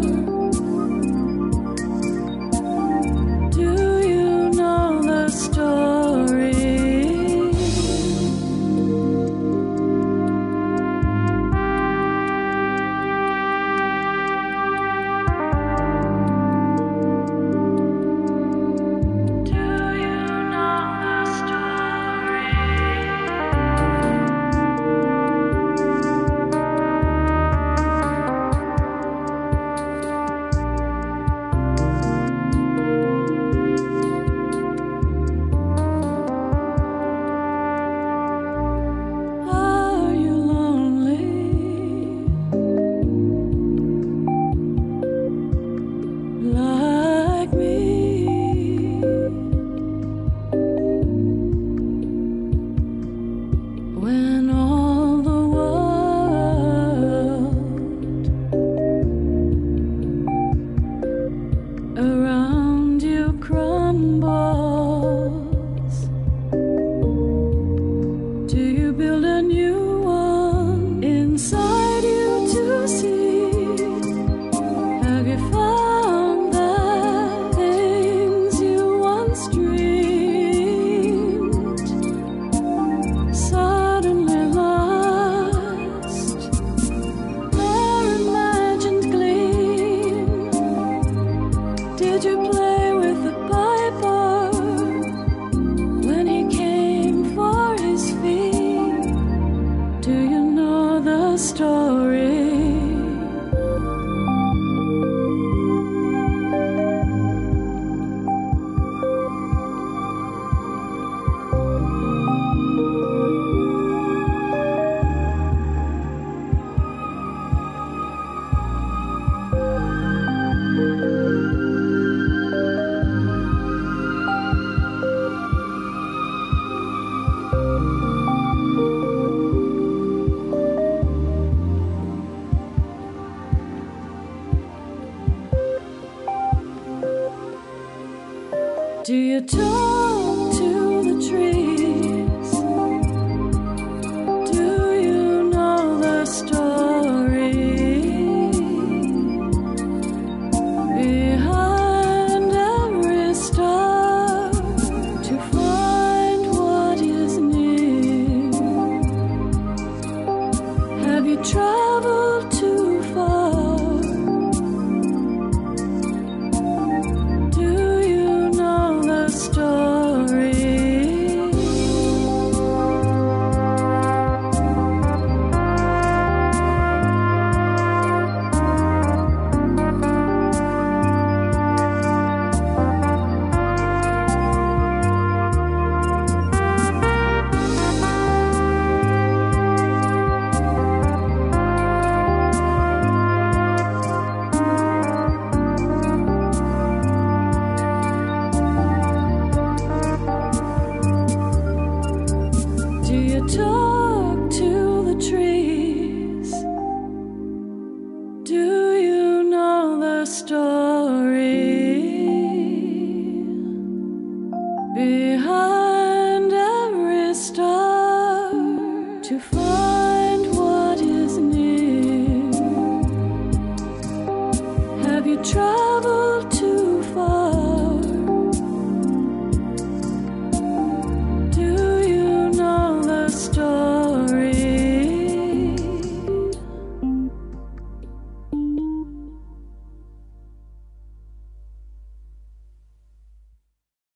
Do you talk to the trees? Do you know the story behind every star to find what is near? Have you traveled too far? Talk to the trees. Do you know the story?